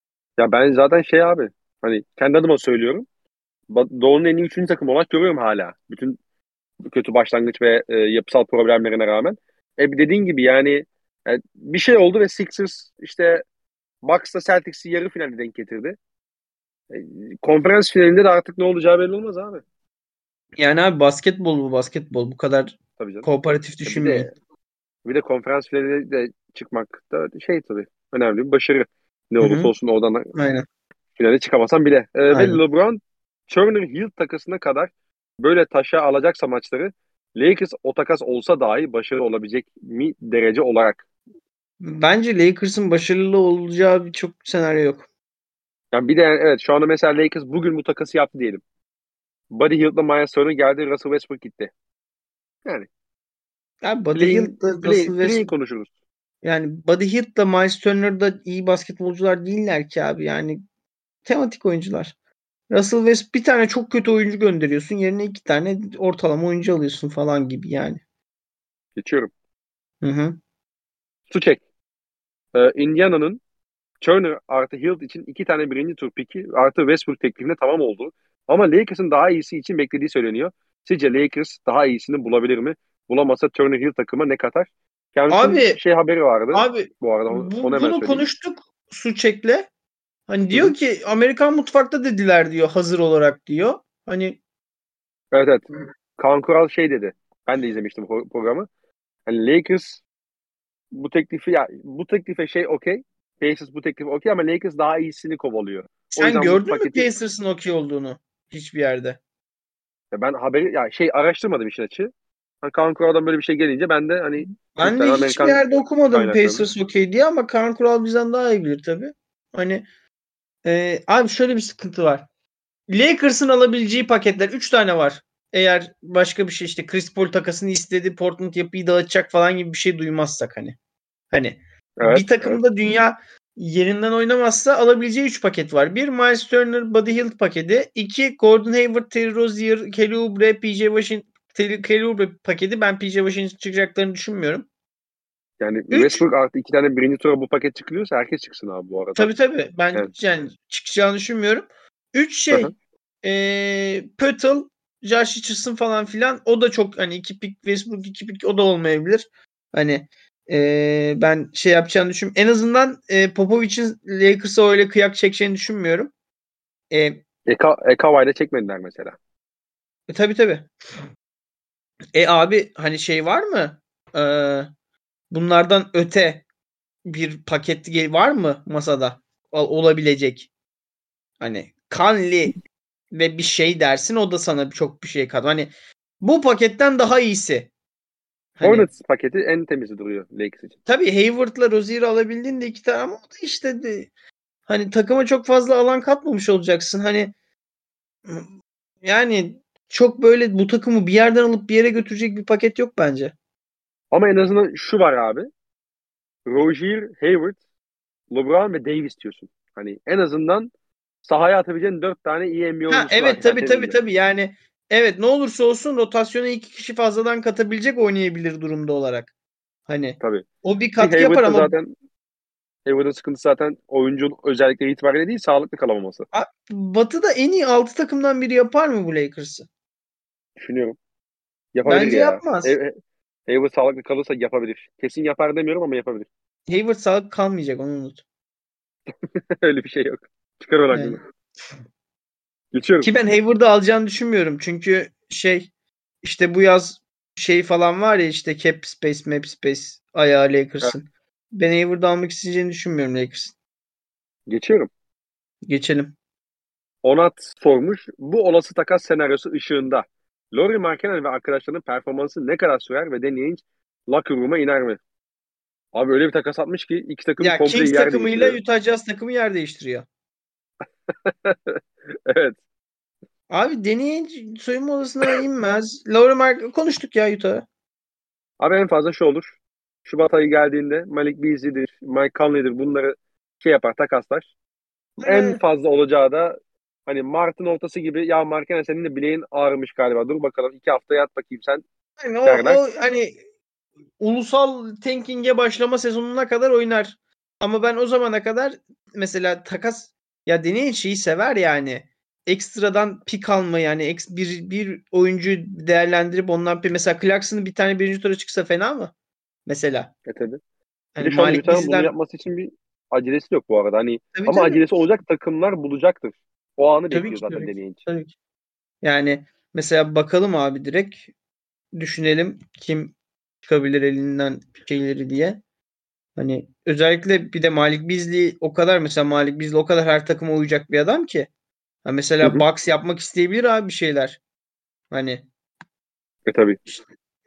Ya ben zaten şey abi hani kendi adıma söylüyorum. Ba- Doğu'nun en iyi üçüncü takım olarak görüyorum hala. Bütün kötü başlangıç ve e, yapısal problemlerine rağmen. E dediğin gibi yani e, bir şey oldu ve Sixers işte Bucks'la Celtics'i yarı finalde denk getirdi. E, konferans finalinde de artık ne olacağı belli olmaz abi. Yani abi basketbol bu basketbol. Bu kadar Tabii canım. kooperatif E, bir düşünmeyin. de bir de konferans finaline de çıkmak da şey tabii önemli bir başarı. Ne Hı olursa hı. olsun oradan Aynen. finale çıkamasan bile. E, ve Aynen. LeBron Turner Hill takasına kadar böyle taşa alacaksa maçları Lakers o takas olsa dahi başarılı olabilecek mi derece olarak? Bence Lakers'ın başarılı olacağı birçok senaryo yok. Yani bir de yani evet şu anda mesela Lakers bugün bu takası yaptı diyelim. Buddy Hield'la Miles Turner geldi, Russell Westbrook gitti. Yani Abi Buddy play'in Hield'la play, Russell play'in Westbrook konuşuruz. yani Buddy Hield'la Miles Turner da iyi basketbolcular değiller ki abi. Yani tematik oyuncular. Russell West bir tane çok kötü oyuncu gönderiyorsun. Yerine iki tane ortalama oyuncu alıyorsun falan gibi yani. Geçiyorum. Hı hı. Su çek. Ee, Indiana'nın Turner artı Hield için iki tane birinci tur piki artı Westbrook teklifine tamam oldu. Ama Lakers'ın daha iyisi için beklediği söyleniyor. Sizce Lakers daha iyisini bulabilir mi? Bulamazsa Turner Hill takıma ne katar? Cavs'in Abi şey haberi vardı. abi Bu arada onu, onu bu, hemen bunu söyleyeyim. konuştuk Suçek'le. Hani Hı diyor hı. ki Amerikan mutfakta dediler diyor hazır olarak diyor. Hani Evet evet. Kaan Kural şey dedi. Ben de izlemiştim pro- programı. Hani Lakers bu teklifi ya bu teklife şey okey. Pacers bu teklifi okey ama Lakers daha iyisini kovalıyor. O sen yüzden bu gördün mü paketi Pacers'ın okey olduğunu hiçbir yerde? ya ben haberi ya şey araştırmadım işin açığı. Hani Kaan Kural'dan böyle bir şey gelince ben de hani Ben de muhtemelen hiçbir Amerikan yerde okumadım kaynaklarını. Pacers okey diye ama Kaan Kural bizden daha iyi bilir tabii. Hani Ee, abi şöyle bir sıkıntı var. Lakers'ın alabileceği paketler üç tane var. Eğer başka bir şey işte Chris Paul takasını istedi, Portland yapıyı dağıtacak falan gibi bir şey duymazsak hani. Hani Evet, bir takımda evet. dünya yerinden oynamazsa alabileceği üç paket var. Bir Miles Turner, Buddy Hield paketi. İki Gordon Hayward, Terry Rozier, Kelly Oubre, P J Washington Kelly Oubre paketi. Ben P J Washington çıkacaklarını düşünmüyorum. Yani Üç, Westbrook artı iki tane birinci tura bu paket çıkılıyorsa herkes çıksın abi bu arada. tabii tabii ben Yani. yani çıkacağını düşünmüyorum. Üç Hı hı. şey ee, Pöttl, Josh Richardson falan filan. O da çok hani iki pik Westbrook iki pik o da olmayabilir. Hani ee, ben şey yapacağını düşünmüyorum. En azından ee, Popovic'in Lakers'a öyle kıyak çekeceğini düşünmüyorum. E, Eka, Ekava'yla çekmediler mesela. e, tabii tabii. E abi hani şey var mı? Ee, bunlardan öte bir paket ge- var mı masada? Ol- olabilecek. Hani Conley ve bir şey dersin o da sana çok bir şey katar. Hani bu paketten daha iyisi. Hani Hornets paketi en temizi duruyor Lakers için. tabii Hayward'la Rozier'i alabildiğinde iki tane ama o da işte de, hani takıma çok fazla alan katmamış olacaksın. Hani yani çok böyle bu takımı bir yerden alıp bir yere götürecek bir paket yok bence. Ama en azından şu var abi. Rozier, Hayward, LeBron ve Davis diyorsun. Hani en azından sahaya atabileceğin dört tane iyi N B A Ha oyuncusu var evet yani tabii tabii elinde. tabii yani evet ne olursa olsun rotasyona iki kişi fazladan katabilecek oynayabilir durumda olarak. Hani Tabii. o bir Ki katkı yapar Hayward da ama zaten Hayward'ın sıkıntısı zaten oyuncu özellikleri itibariyle değil, sağlıklı kalamaması. A- Batı'da en iyi altı takımdan biri yapar mı bu Lakers'ı? Düşünüyorum. Yapabilir Bence ya. yapmaz. Hay- Hayward sağlıklı kalırsa yapabilir. Kesin yapar demiyorum ama yapabilir. Hayward sağlık kalmayacak onu unut. Öyle bir şey yok. Çıkar onu Yani. aklını. Geçiyorum. Ki ben Hayward'ı alacağını düşünmüyorum. Çünkü şey işte bu yaz şey falan var ya işte cap space, map space ayağı Ha, Lakers'ın. Ben Hayward'ı almak isteyeceğini düşünmüyorum Lakers'ın. geçiyorum. Geçelim. Onat sormuş. Bu olası takas senaryosu ışığında Lauri Markkanen ve arkadaşlarının performansı ne kadar sürer ve Danny Ainge locker room'a iner mi? Abi öyle bir takas atmış ki iki takım Ya komple Kings yer takımıyla değiştiriyor. Utah Jazz takımı yer değiştiriyor. Evet. Abi deneyin soyunma odasına inmez. Lauri Mark konuştuk ya Utah'a. Abi en fazla şu olur. Şubat ayı geldiğinde Malik Beasley'dir, Mike Conley'dir bunları şey yapar, takaslar. En Hani, fazla olacağı da hani Mart'ın ortası gibi ya Markkanen senin de bileğin ağrımış galiba. Dur bakalım iki hafta yat bakayım sen hani o, derler. o hani ulusal tanking'e başlama sezonuna kadar oynar. Ama ben o zamana kadar mesela takas ya deneyin şeyi sever yani. Ekstradan pik alma yani eks, bir, bir oyuncu değerlendirip ondan bir mesela Clarkson'ın bir tane birinci tura çıksa fena mı? Mesela. E tabii. Bir Hani de şu an Malik Utah'ın bunu Beasley'den yapması için bir acelesi yok bu arada. Hani tabii ama tabii. acelesi olacak takımlar bulacaktır. O anı Tabii bekliyor ki zaten tabii ki. deneyince. Tabii ki. Yani mesela bakalım abi direkt düşünelim kim çıkabilir elinden şeyleri diye. Hani özellikle bir de Malik Beasley o kadar mesela Malik Beasley o kadar her takıma uyacak bir adam ki. Ha Hı mesela hı. Bucks yapmak isteyebilir abi bir şeyler. Hani E tabii. işte,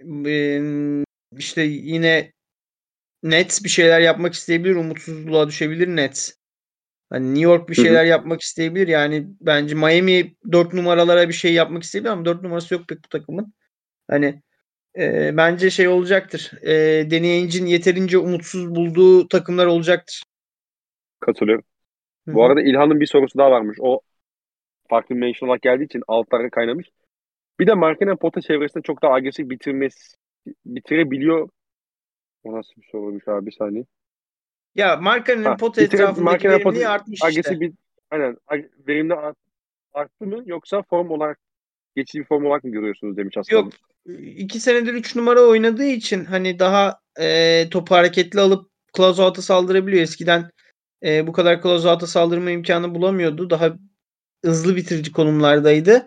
em, işte yine Nets bir şeyler yapmak isteyebilir. Umutsuzluğa düşebilir Nets. Hani New York bir Hı hı. şeyler yapmak isteyebilir. Yani bence Miami dört numaralara bir şey yapmak isteyebilir ama dört numarası yok pek bu takımın. Hani e, bence şey olacaktır. E, Danny Ainge'in yeterince umutsuz bulduğu takımlar olacaktır. Katılıyorum. Hı Bu hı. arada İlhan'ın bir sorusu daha varmış. O farklı bir mention olarak geldiği için altlara kaynamış. Bir de Markkanen pota çevresinde çok daha agresif bitirmesi bitirebiliyor. O nasıl bir soruymuş abi bir saniye. Ya Markan'ın Ha, pot bitire etrafındaki Markkanen pota verimliliği artmış agresif işte. bir aynen ag- verimli art- arttı mı yoksa form olarak geçici bir form olarak mı görüyorsunuz demiş aslında. Yok iki senedir üç numara oynadığı için hani daha e, topu hareketli alıp closeout'a saldırabiliyor. Eskiden e, bu kadar closeout'a saldırma imkanı bulamıyordu. Daha hızlı bitirici konumlardaydı.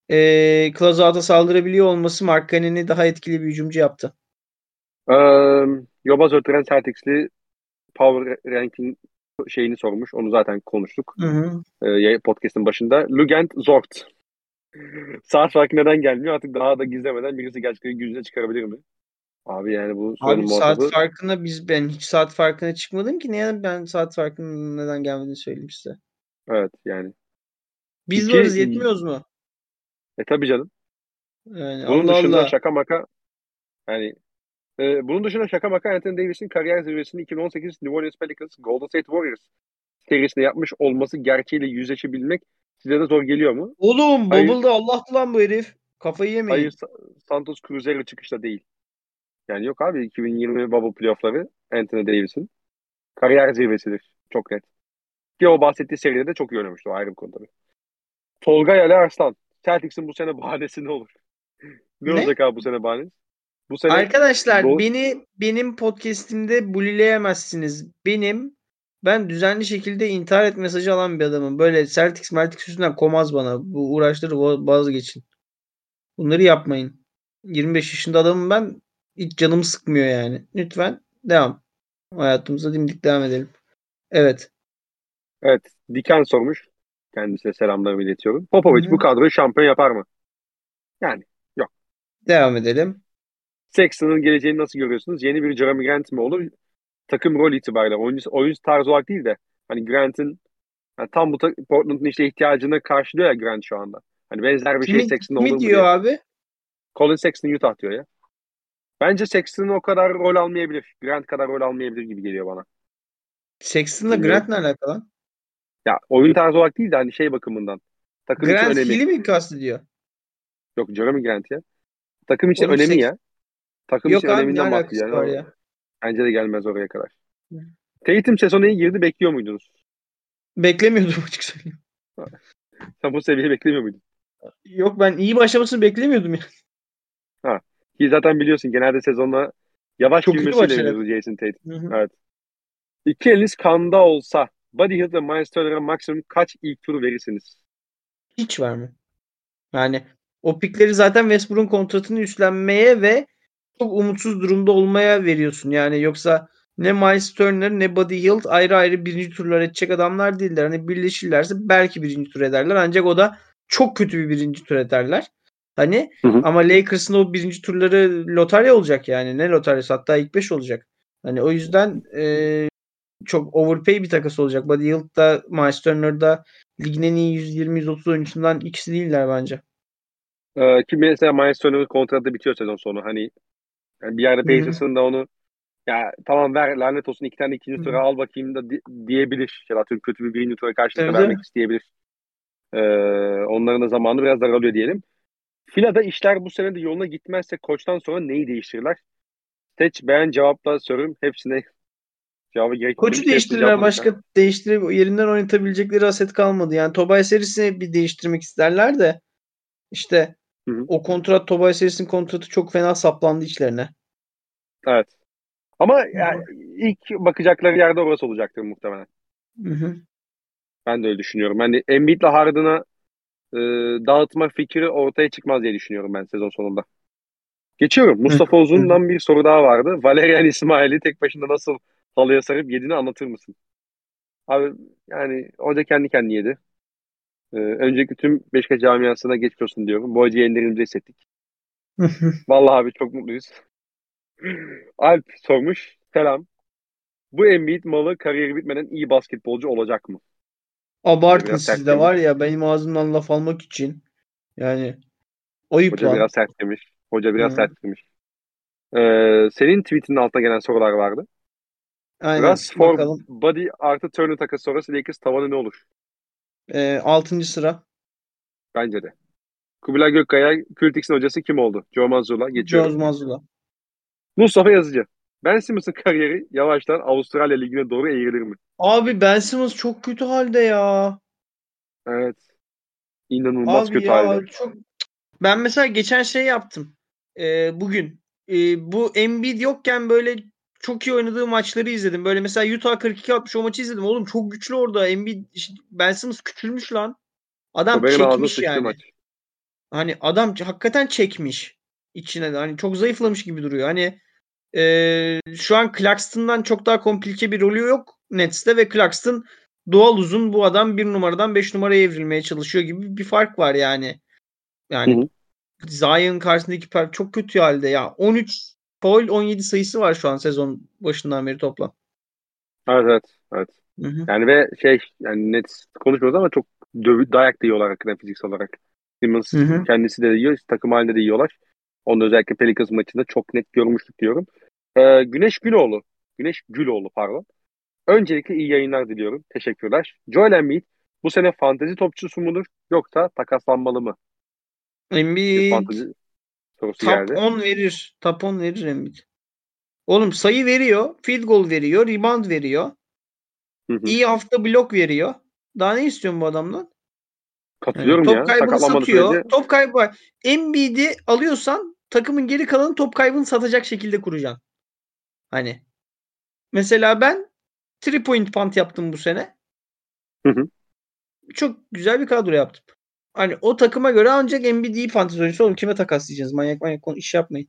E, closeout'a saldırabiliyor olması Markkanen'i daha etkili bir hücumcu yaptı. Ee, Yobaz Ötüren Celtics'li Power Ranking şeyini sormuş. Onu zaten konuştuk. Hı hı. Ee, podcast'ın başında. Lugent Zort. Saat farkı neden gelmiyor? Artık daha da gizlemeden birisi gerçekten yüzüne çıkarabilir mi? Abi yani bu sorunun Abi saat muhatabı farkına biz ben hiç saat farkına çıkmadım ki. Niye ben saat farkının neden gelmediğini söyleyeyim size. Evet yani. Biz İki, varız, yetmiyoruz mu? e tabii canım. Yani Bunun Allah dışında Allah. şaka maka yani e, bunun dışında şaka maka Anthony Davis'in kariyer zirvesini iki bin on sekiz New Orleans Pelicans Golden State Warriors serisinde yapmış olması gerçeğiyle yüzleşebilmek size de zor geliyor mu? Oğlum Hayır, Bubble'da Allah'tı lan bu herif. Kafayı hayır yemeyin. Sa- Santos Cruzeiro çıkışta değil. Yani yok abi iki bin yirmi bubble playoff'ları Anthony Davis'in kariyer zirvesidir. Çok net. Ki o bahsettiği seride de çok iyi oynamıştı. O ayrı bir konu tabii. Tolga Ali Arslan. Celtics'in bu sene bahanesi ne olur? Ne Ne? olacak abi bu sene bahanesi? Bu sene Arkadaşlar do beni benim podcast'imde bullileyemezsiniz. Benim ben düzenli şekilde intihar et mesajı alan bir adamım. Böyle Celtics Celtics yüzünden komaz bana. Bu uğraşları va- vazgeçin. Bunları yapmayın. yirmi beş yaşında adamım ben. Hiç canımı sıkmıyor yani. Lütfen devam. Hayatımıza dimdik devam edelim. Evet. evet Diken sormuş. Kendisine selamlarımı iletiyorum. Hı Popovic bu hı. kadroyu şampiyon yapar mı? Yani yok. Devam edelim. Sexton'ın geleceğini nasıl görüyorsunuz? Yeni bir Jeremy Grant mi olur? Takım rol itibariyle oyuncu, oyuncu tarzı olarak değil de hani Grant'ın yani tam bu ta- Portland'ın işte ihtiyacını karşılıyor ya Grant şu anda. Hani benzer bir şey Kimi, Sexton olur kimi mu diyor diye. abi? Colin Sexton Utah diyor ya. Bence Sexton o kadar rol almayabilir. Grant kadar rol almayabilir gibi geliyor bana. Sexton'la Bilmiyorum. Grant ne alakalı? Ya oyun tarzı olarak değil de hani şey bakımından. Takım için Grant önemi. Hill'i mi kastediyor? Yok Jeremy Grant ya. Takım için Oğlum önemi Sex ya. Takım için yok abi, ne öneminden alakası bahsediyor. Yani var o, ya? bence de gelmez oraya kadar. Tatum sezona iyi girdi bekliyor muydunuz? Beklemiyordum açık söyleyeyim. Sen bu seviyeyi beklemiyor muydun? Yok, ben iyi başlamasını beklemiyordum ya. Ha. Ki zaten biliyorsun genelde sezonla yavaş Çok kötü girmesiyle başlar hep. ünlüdür Jason Tatum. Hı hı. Evet. İki eliniz kanda olsa Buddy Hield ve Miles Turner'a maksimum kaç ilk tur verirsiniz? Hiç vermem. Yani o pikleri zaten Westbrook'un kontratını üstlenmeye ve çok umutsuz durumda olmaya veriyorsun. Yani yoksa ne Miles Turner ne Buddy Hield ayrı ayrı birinci turlar edecek adamlar değiller. Hani birleşirlerse belki birinci tur ederler. Ancak o da çok kötü bir birinci tur ederler. Hani Hı hı. ama Lakers'ın o birinci turları lotarya olacak yani. Ne lotaryası? Hatta ilk beş olacak. Hani o yüzden e, çok overpay bir takas olacak. Buddy Hield da Miles Turner da ligin en iyi yüz yirmi yüz otuz oyuncusundan ikisi değiller bence. Ee, ki mesela Miles Turner'ın kontratı bitiyor sezon sonu. Hani yani bir yerde Hı hı. Pacers'ın da onu ya tamam ver lanet olsun iki tane ikinci Hı tura hı. al bakayım da di- diyebilir. Ya da atıyorum kötü bir birinci tura karşılığında Tabii vermek tabii. isteyebilir. Ee, onların da zamanı biraz daralıyor diyelim. Fila'da işler bu sene de yoluna gitmezse koçtan sonra neyi değiştirirler? Seç, beğen, cevapla soruyorum. Hepsine cevabı gerekli Koçu demiş de hepsine değiştirirler. cevaplamış ha. Başka değiştirip yerinden oynatabilecekleri aset kalmadı. Yani Tobay serisini bir değiştirmek isterler de işte Hı hı. o kontrat, Tobay serisinin kontratı çok fena saplandı içlerine. Evet. Ama Hı ya, hı. ilk bakacakları yerde orası olacaktır muhtemelen. Hı hı. Ben de öyle düşünüyorum. Hani Embiid'le Harden'a e, dağıtma fikri ortaya çıkmaz diye düşünüyorum ben sezon sonunda. Geçiyorum. Hı Mustafa hı. Uzun'dan bir soru daha vardı. Valerian İsmail'i tek başına nasıl halıya sarıp yediğini anlatır mısın? Abi yani hoca kendi kendine yedi. Ee, öncelikle tüm Beşiktaş camiasına geçmiş olsun diyorum. Bu hocayı ellerimizde hissettik. Hı hı. Vallahi abi çok mutluyuz. Alp sormuş. Selam. Bu Embiid malı kariyeri bitmeden iyi basketbolcu olacak mı? Hoca Abartın biraz siz sert de var demiş. ya, benim ağzımdan laf almak için. Yani ayıp Hoca lan. biraz sert demiş. Hoca biraz Hı. sert demiş. Ee, senin tweetinin altına gelen sorular vardı. Aynen, Russ for bakalım. Body artı Turner takası sonrası Lakers tavanı ne olur? Ee, altıncı sıra. Bence de. Kubilay Gökkaya, Kültix'in hocası kim oldu? Joe Mazzulla. Joe Geçiyorum. Mazzulla. Mustafa Yazıcı. Ben Simmons'ın kariyeri yavaştan Avustralya Ligi'ne doğru eğrilir mi? Abi Ben Simmons çok kötü halde ya. Evet. İnanılmaz Abi kötü halde. ya çok. Ben mesela geçen şey yaptım. Ee, bugün. Ee, bu Embiid yokken böyle çok iyi oynadığı maçları izledim. Böyle mesela Utah kırk iki altmış o maçı izledim. Oğlum çok güçlü orada. Embiid, işte Ben Simmons küçülmüş lan. Adam Gober'in ağzına çekmiş sıçtı maç. yani. Hani adam hakikaten çekmiş içine de. Hani çok zayıflamış gibi duruyor. Hani ee, şu an Claxton'dan çok daha komplike bir rolü yok Nets'te ve Claxton doğal uzun, bu adam bir numaradan beş numaraya evrilmeye çalışıyor gibi bir fark var yani. Hı Yani hı. Zion'ın karşısındaki per çok kötü halde ya. on üç foul, on yedi sayısı var şu an sezon başından beri toplam. Evet evet. Evet. Hı hı. Yani ve şey yani net konuşmuyoruz ama çok dövü, dayak da yiyorlar hakikaten fiziksel olarak. Simmons Hı hı. kendisi de yiyor, takım halinde de yiyorlar. Onu özellikle Pelicans maçında çok net görmüştük diyorum. Ee, Güneş Güloğlu. Güneş Güloğlu pardon. Öncelikle iyi yayınlar diliyorum. Teşekkürler. Joel Embiid bu sene fantezi topçusu mudur yoksa takaslanmalı mı? Bir Embiid fantezi sorusu top geldi. on verir. Top on verir Embiid. Oğlum sayı veriyor. Field goal veriyor. Rebound veriyor. Hı hı. İyi hafta blok veriyor. Daha ne istiyorsun bu adamdan? Yani Katılıyorum top ya. kaybını Sakatlanmadığı sürece satıyor. Top kaybı var. Embiid'i alıyorsan takımın geri kalanı top kaybını satacak şekilde kuracaksın. Hani mesela ben three point punt yaptım bu sene. hı hı. Çok güzel bir kadro yaptım. Hani o takıma göre ancak Embiid iyi fantezi oyuncusu. Oğlum kime takaslayacağız? Manyak manyak konu iş yapmayın.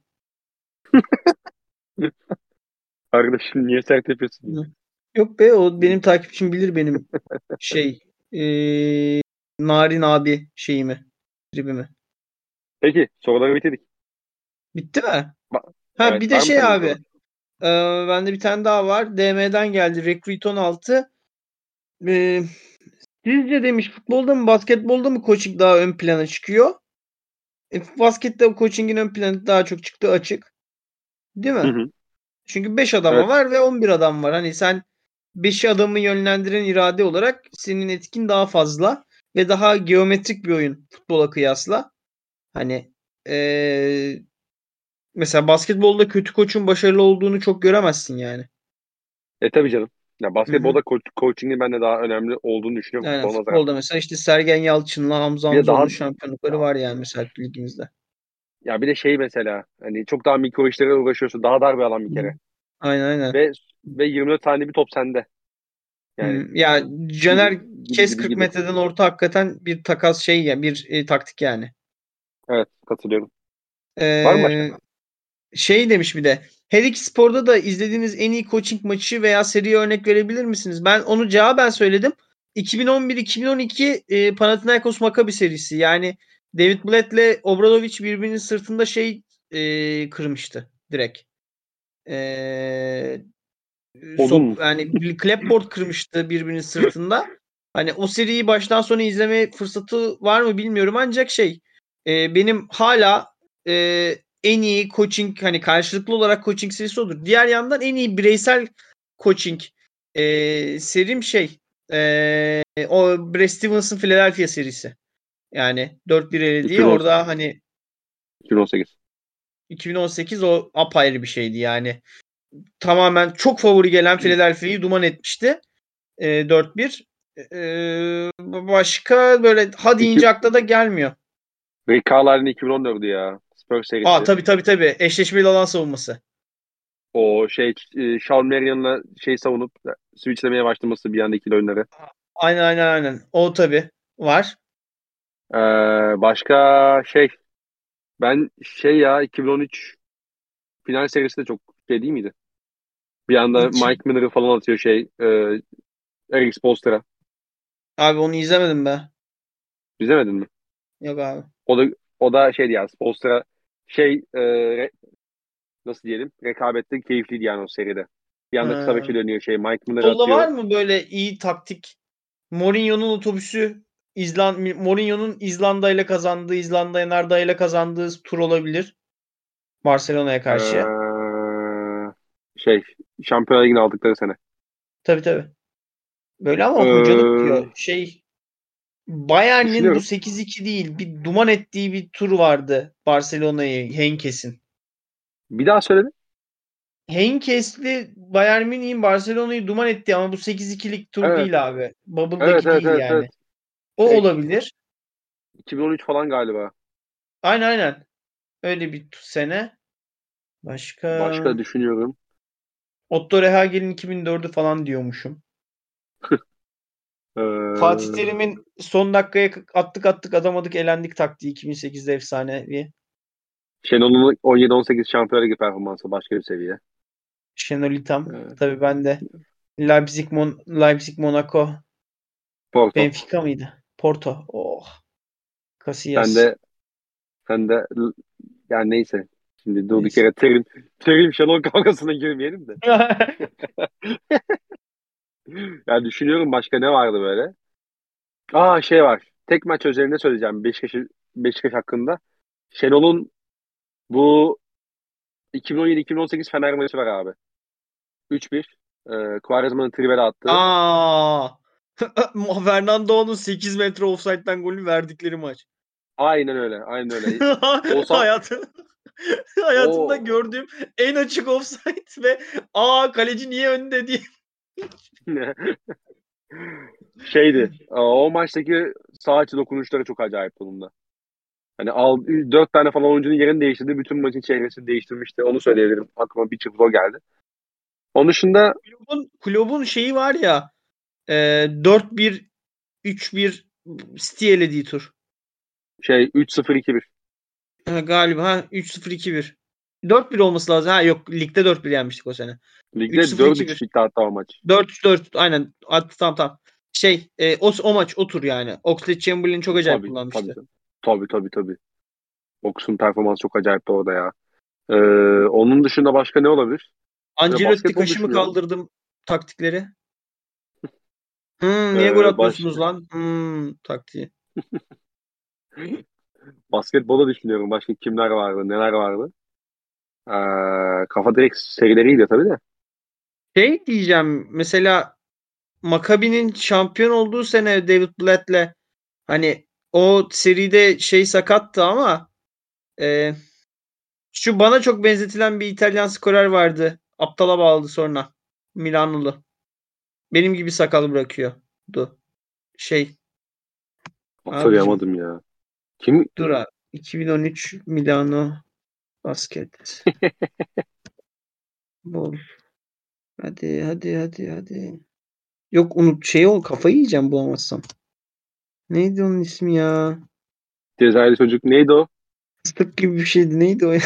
Arkadaşım niye sert yapıyorsun? Hı. Yok be o benim takipçim bilir benim şey eee, Narin abi şeyimi tribimi. Peki soruları bitirdik. Bitti mi? Ba- Ha evet bir de var mı şey sende bir abi. soru? Eee bende bir tane daha var. D M'den geldi. Recruit on altı. Eee sizce demiş futbolda mı basketbolda mı coaching daha ön plana çıkıyor? E, baskette coaching'in ön planı daha çok çıktığı açık. Değil Hı mi? hı. Çünkü beş adama Evet. var ve on bir adam var. Hani sen beş adamı yönlendiren irade olarak senin etkin daha fazla ve daha geometrik bir oyun futbola kıyasla. Hani eee, mesela basketbolda kötü koçun başarılı olduğunu çok göremezsin yani. E tabii canım. Ya Hı hı. basketbolda ko- coaching'in ben de daha önemli olduğunu düşünüyorum Yani futbola nazaran. futbolda mesela işte Sergen Yalçın'la Hamza Bir de daha Hamzoğlu'nun şampiyonlukları var yani mesela ligimizde. ya bir de şey mesela hani çok daha mikro işlere uğraşıyorsun. Daha dar bir alan bir Hı. kere. Aynen aynen. Ve ve yirmi dört tane bir top sende. Yani Hı. Ya gibi Caner gibi kes gibi kırk gibi. metreden orta hakikaten bir takas şey ya bir e, taktik yani. Evet katılıyorum. Var mı başka? Ee, Şey demiş bir de. Her iki sporda da izlediğiniz en iyi coaching maçı veya seri örnek verebilir misiniz? Ben onu cevaben söyledim. iki bin on bir iki bin on iki e, Panathinaikos Maccabi serisi. Yani David Blatt'le Obradovic birbirinin sırtında şey e, kırmıştı direkt. E, Odun sop mu? yani bir clapboard kırmıştı birbirinin sırtında. Hani o seriyi baştan sona izleme fırsatı var mı bilmiyorum ancak şey e, benim hala e, en iyi coaching hani karşılıklı olarak coaching serisi olur. Diğer yandan en iyi bireysel coaching e, serim şey e, o Brad Stevens'ın Philadelphia serisi. Yani dört bir elediği iki bin on, orada hani iki bin on sekiz. iki bin on sekiz o apayrı bir şeydi yani. Tamamen çok favori gelen Philadelphia'yı duman etmişti. E, dört bir. E, başka böyle ha İki, deyince akla da gelmiyor. Rick Carlisle'ın iki bin on dördü ya. Spurs Aa serisi. tabii tabii tabii. Eşleşmeli alan savunması. O şey e, Sean Marion'la şey savunup switchlemeye başlaması bir anda ikili oyunları. Aynen aynen aynen. O tabii var. Ee, başka şey ben şey ya iki bin on üç final serisi de çok şey değil miydi? Bir anda İki- Mike Miller'ı falan atıyor şey e, Eric Spoelstra'ya. Abi onu izlemedim be. İzlemedin mi? Yok abi. O da o da şeydi ya Spoelstra şey e, re- nasıl diyelim rekabette keyifliydi yani o seride. Bir anda kısa beşe Ha. dönüyor şey Mike Miller Futbolda var atıyor. mı böyle iyi taktik? Mourinho'nun otobüsü İzlan Mourinho'nun İzlanda ile kazandığı, İzlanda'ya Narda ile kazandığı tur olabilir. Barcelona'ya karşı. Ee, şey Şampiyonlar Ligi'ni aldıkları sene. Tabii tabii. Böyle ama hocalık Ee, diyor. Şey Bayern'in bu düşünüyorum. sekiz iki değil bir duman ettiği bir tur vardı Barcelona'yı Henkes'in. Bir daha söyledi. Henkes'li Bayern Münih'in Barcelona'yı duman etti ama bu sekiz ikilik tur Evet. değil abi. Evet Bubble'daki evet değil evet yani. evet. O Şey olabilir. iki bin on üç falan galiba. Aynen aynen. Öyle bir sene. Başka Başka düşünüyorum. Otto Rehagel'in iki bin dördü falan diyormuşum. Fatih Ee, Terim'in son dakikaya attık attık atamadık elendik taktiği iki bin sekizde efsanevi. Şenol'un on yedi on sekiz Şampiyonlar Ligi performansı başka bir seviye. Şenol İtam. Ee, Tabii ben de. Leipzig, Mon Leipzig Monaco. Porto. Benfica mıydı? Porto. Oh. Sen Casillas. de sen de yani neyse. Şimdi durduk Neyse. yere Terim, Terim Şenol kavgasına girmeyelim de. Ya düşünüyorum başka ne vardı böyle. Aa şey var. Tek maç özelinde söyleyeceğim Beşiktaş, Beşiktaş hakkında. Şenol'un bu iki bin on yedi iki bin on sekiz Fener maçı var abi. üç bir. Ee, Quaresma'nın trivela attığı. Aa. Fernando'nun sekiz metre offside'den golü verdikleri maç. Aynen öyle. Aynen öyle. Olsa Hayatım, hayatımda o gördüğüm en açık offside ve aa kaleci niye önde diye. şeydi. O maçtaki sağ içi dokunuşları çok acayip bununla. Hani al, dört tane falan oyuncunun yerini değiştirdi. Bütün maçın çehresini değiştirmişti. Onu söyleyebilirim. Aklıma bir çift o geldi. Onun dışında Kulübün, kulübün şeyi var ya e, dört bir üç bir City elediği tur. şey üç sıfır iki bir. Ha, galiba ha, üç sıfır iki bir. dört bir olması lazım. Ha yok ligde dört bir yenmiştik o sene. Ligde dört üç üç sıfır iki bir. bitti hatta o maç. dört üç dört aynen. Tamam tamam. Şey e, o, o maç o tur yani. Oxlade-Chamberlain çok acayip Tabii kullanmıştı. tabii. Tabii tabii tabii. Ox'un performansı çok acayipti orada ya. Ee, onun dışında başka ne olabilir? Böyle Ancelotti basketbol kaşımı düşünüyorum. kaldırdım taktikleri. Hmm, niye gol Ee, baş... atmıyorsunuz lan? Hmm, taktiği. Basketbola düşünüyorum. Başka kimler vardı, neler vardı? Ee, kafa direkt serileriydi tabii de. Şey diyeceğim mesela Maccabi'nin şampiyon olduğu sene David Blatt'le hani o seride şey sakattı ama e, şu bana çok benzetilen bir İtalyan skorer vardı. Aptala bağladı sonra. Milanolu. Benim gibi sakal bırakıyordu. Şey abicim Hatırlayamadım ya. Kim? dur abi. iki bin on üç Milano basket. Bol. Hadi hadi hadi hadi. Yok unut şey ol kafayı yiyeceğim bulamazsam. Neydi onun ismi ya? Cezayirli çocuk neydi o? Fıstık gibi bir şeydi. Neydi o ya?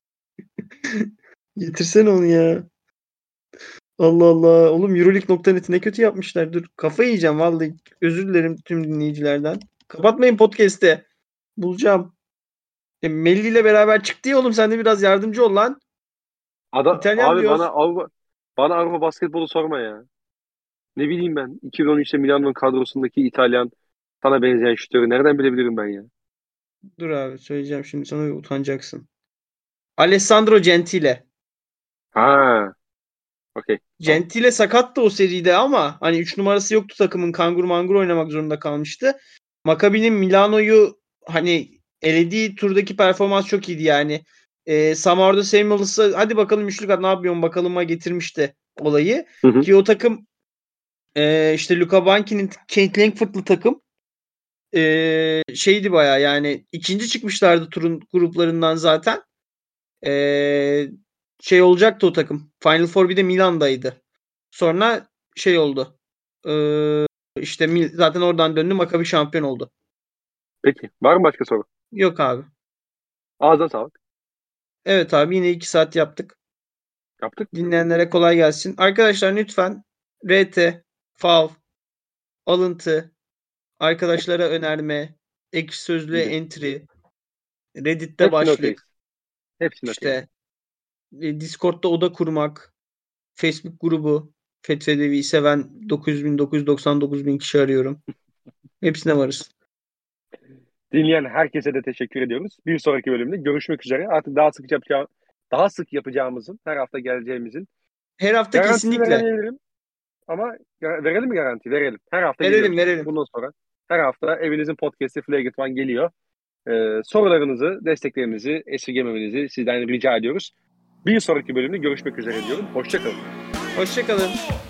Getirsene onu ya. Allah Allah. Oğlum Euroleague nokta net'i ne kötü yapmışlar. Dur kafayı yiyeceğim vallahi. Özür dilerim tüm dinleyicilerden. Kapatmayın podcast'i. Bulacağım. E, Melli ile beraber çıktı ya oğlum sen de biraz yardımcı ol lan. Ada, İtalyan abi bana diyoruz. Avrupa, bana Avrupa basketbolu sorma ya. Ne bileyim ben. iki bin on üçte Milano'nun kadrosundaki İtalyan sana benzeyen şutörü nereden bilebilirim ben ya? Dur abi söyleyeceğim şimdi sana utanacaksın. Alessandro Gentile. Ha, okey. Tamam. Gentile sakattı o seride ama hani üç numarası yoktu takımın. Kangur mangur oynamak zorunda kalmıştı. Maccabi'nin Milano'yu hani elediği turdaki performans çok iyiydi yani. E, Samardo Samuels'ı hadi bakalım üçlük at ne yapıyorsun bakalıma getirmişti olayı. Hı hı. Ki o takım e, işte Luca Banchi'nin Kent Langford'lu takım e, şeydi baya yani ikinci çıkmışlardı turun gruplarından zaten. E, şey olacaktı o takım. Final Four bir de Milan'daydı. Sonra şey oldu. E, işte Mil- zaten oradan döndü Maccabi şampiyon oldu. Peki. Var mı başka soru? Yok abi. Ağzına sağlık. Evet abi yine iki saat yaptık. Yaptık. Dinleyenlere kolay gelsin. Arkadaşlar lütfen R T, Fav, alıntı, arkadaşlara önerme, ekşi sözlüğe Gibi. entry, Reddit'te Hepsine okeyiz. başlık, Hepsine okeyiz. işte e, Discord'da oda kurmak, Facebook grubu, Fetvedevi'yi seven dokuz bin dokuz yüz doksan dokuz bin kişi arıyorum. Hepsine varız. Dinleyen herkese de teşekkür ediyoruz. Bir sonraki bölümde görüşmek üzere. Artık daha sık yapacağım, daha sık yapacağımızın, her hafta geleceğimizin Her hafta garantisini kesinlikle. verebilirim. Ama ga- verelim mi garanti? Verelim. Her hafta Verelim geliyoruz. verelim. Bundan sonra her hafta evinizin podcast'i Flagrant One geliyor. Ee, sorularınızı, desteklerinizi esirgememenizi sizden rica ediyoruz. Bir sonraki bölümde görüşmek üzere diyorum. Hoşça kalın. Hoşçakalın.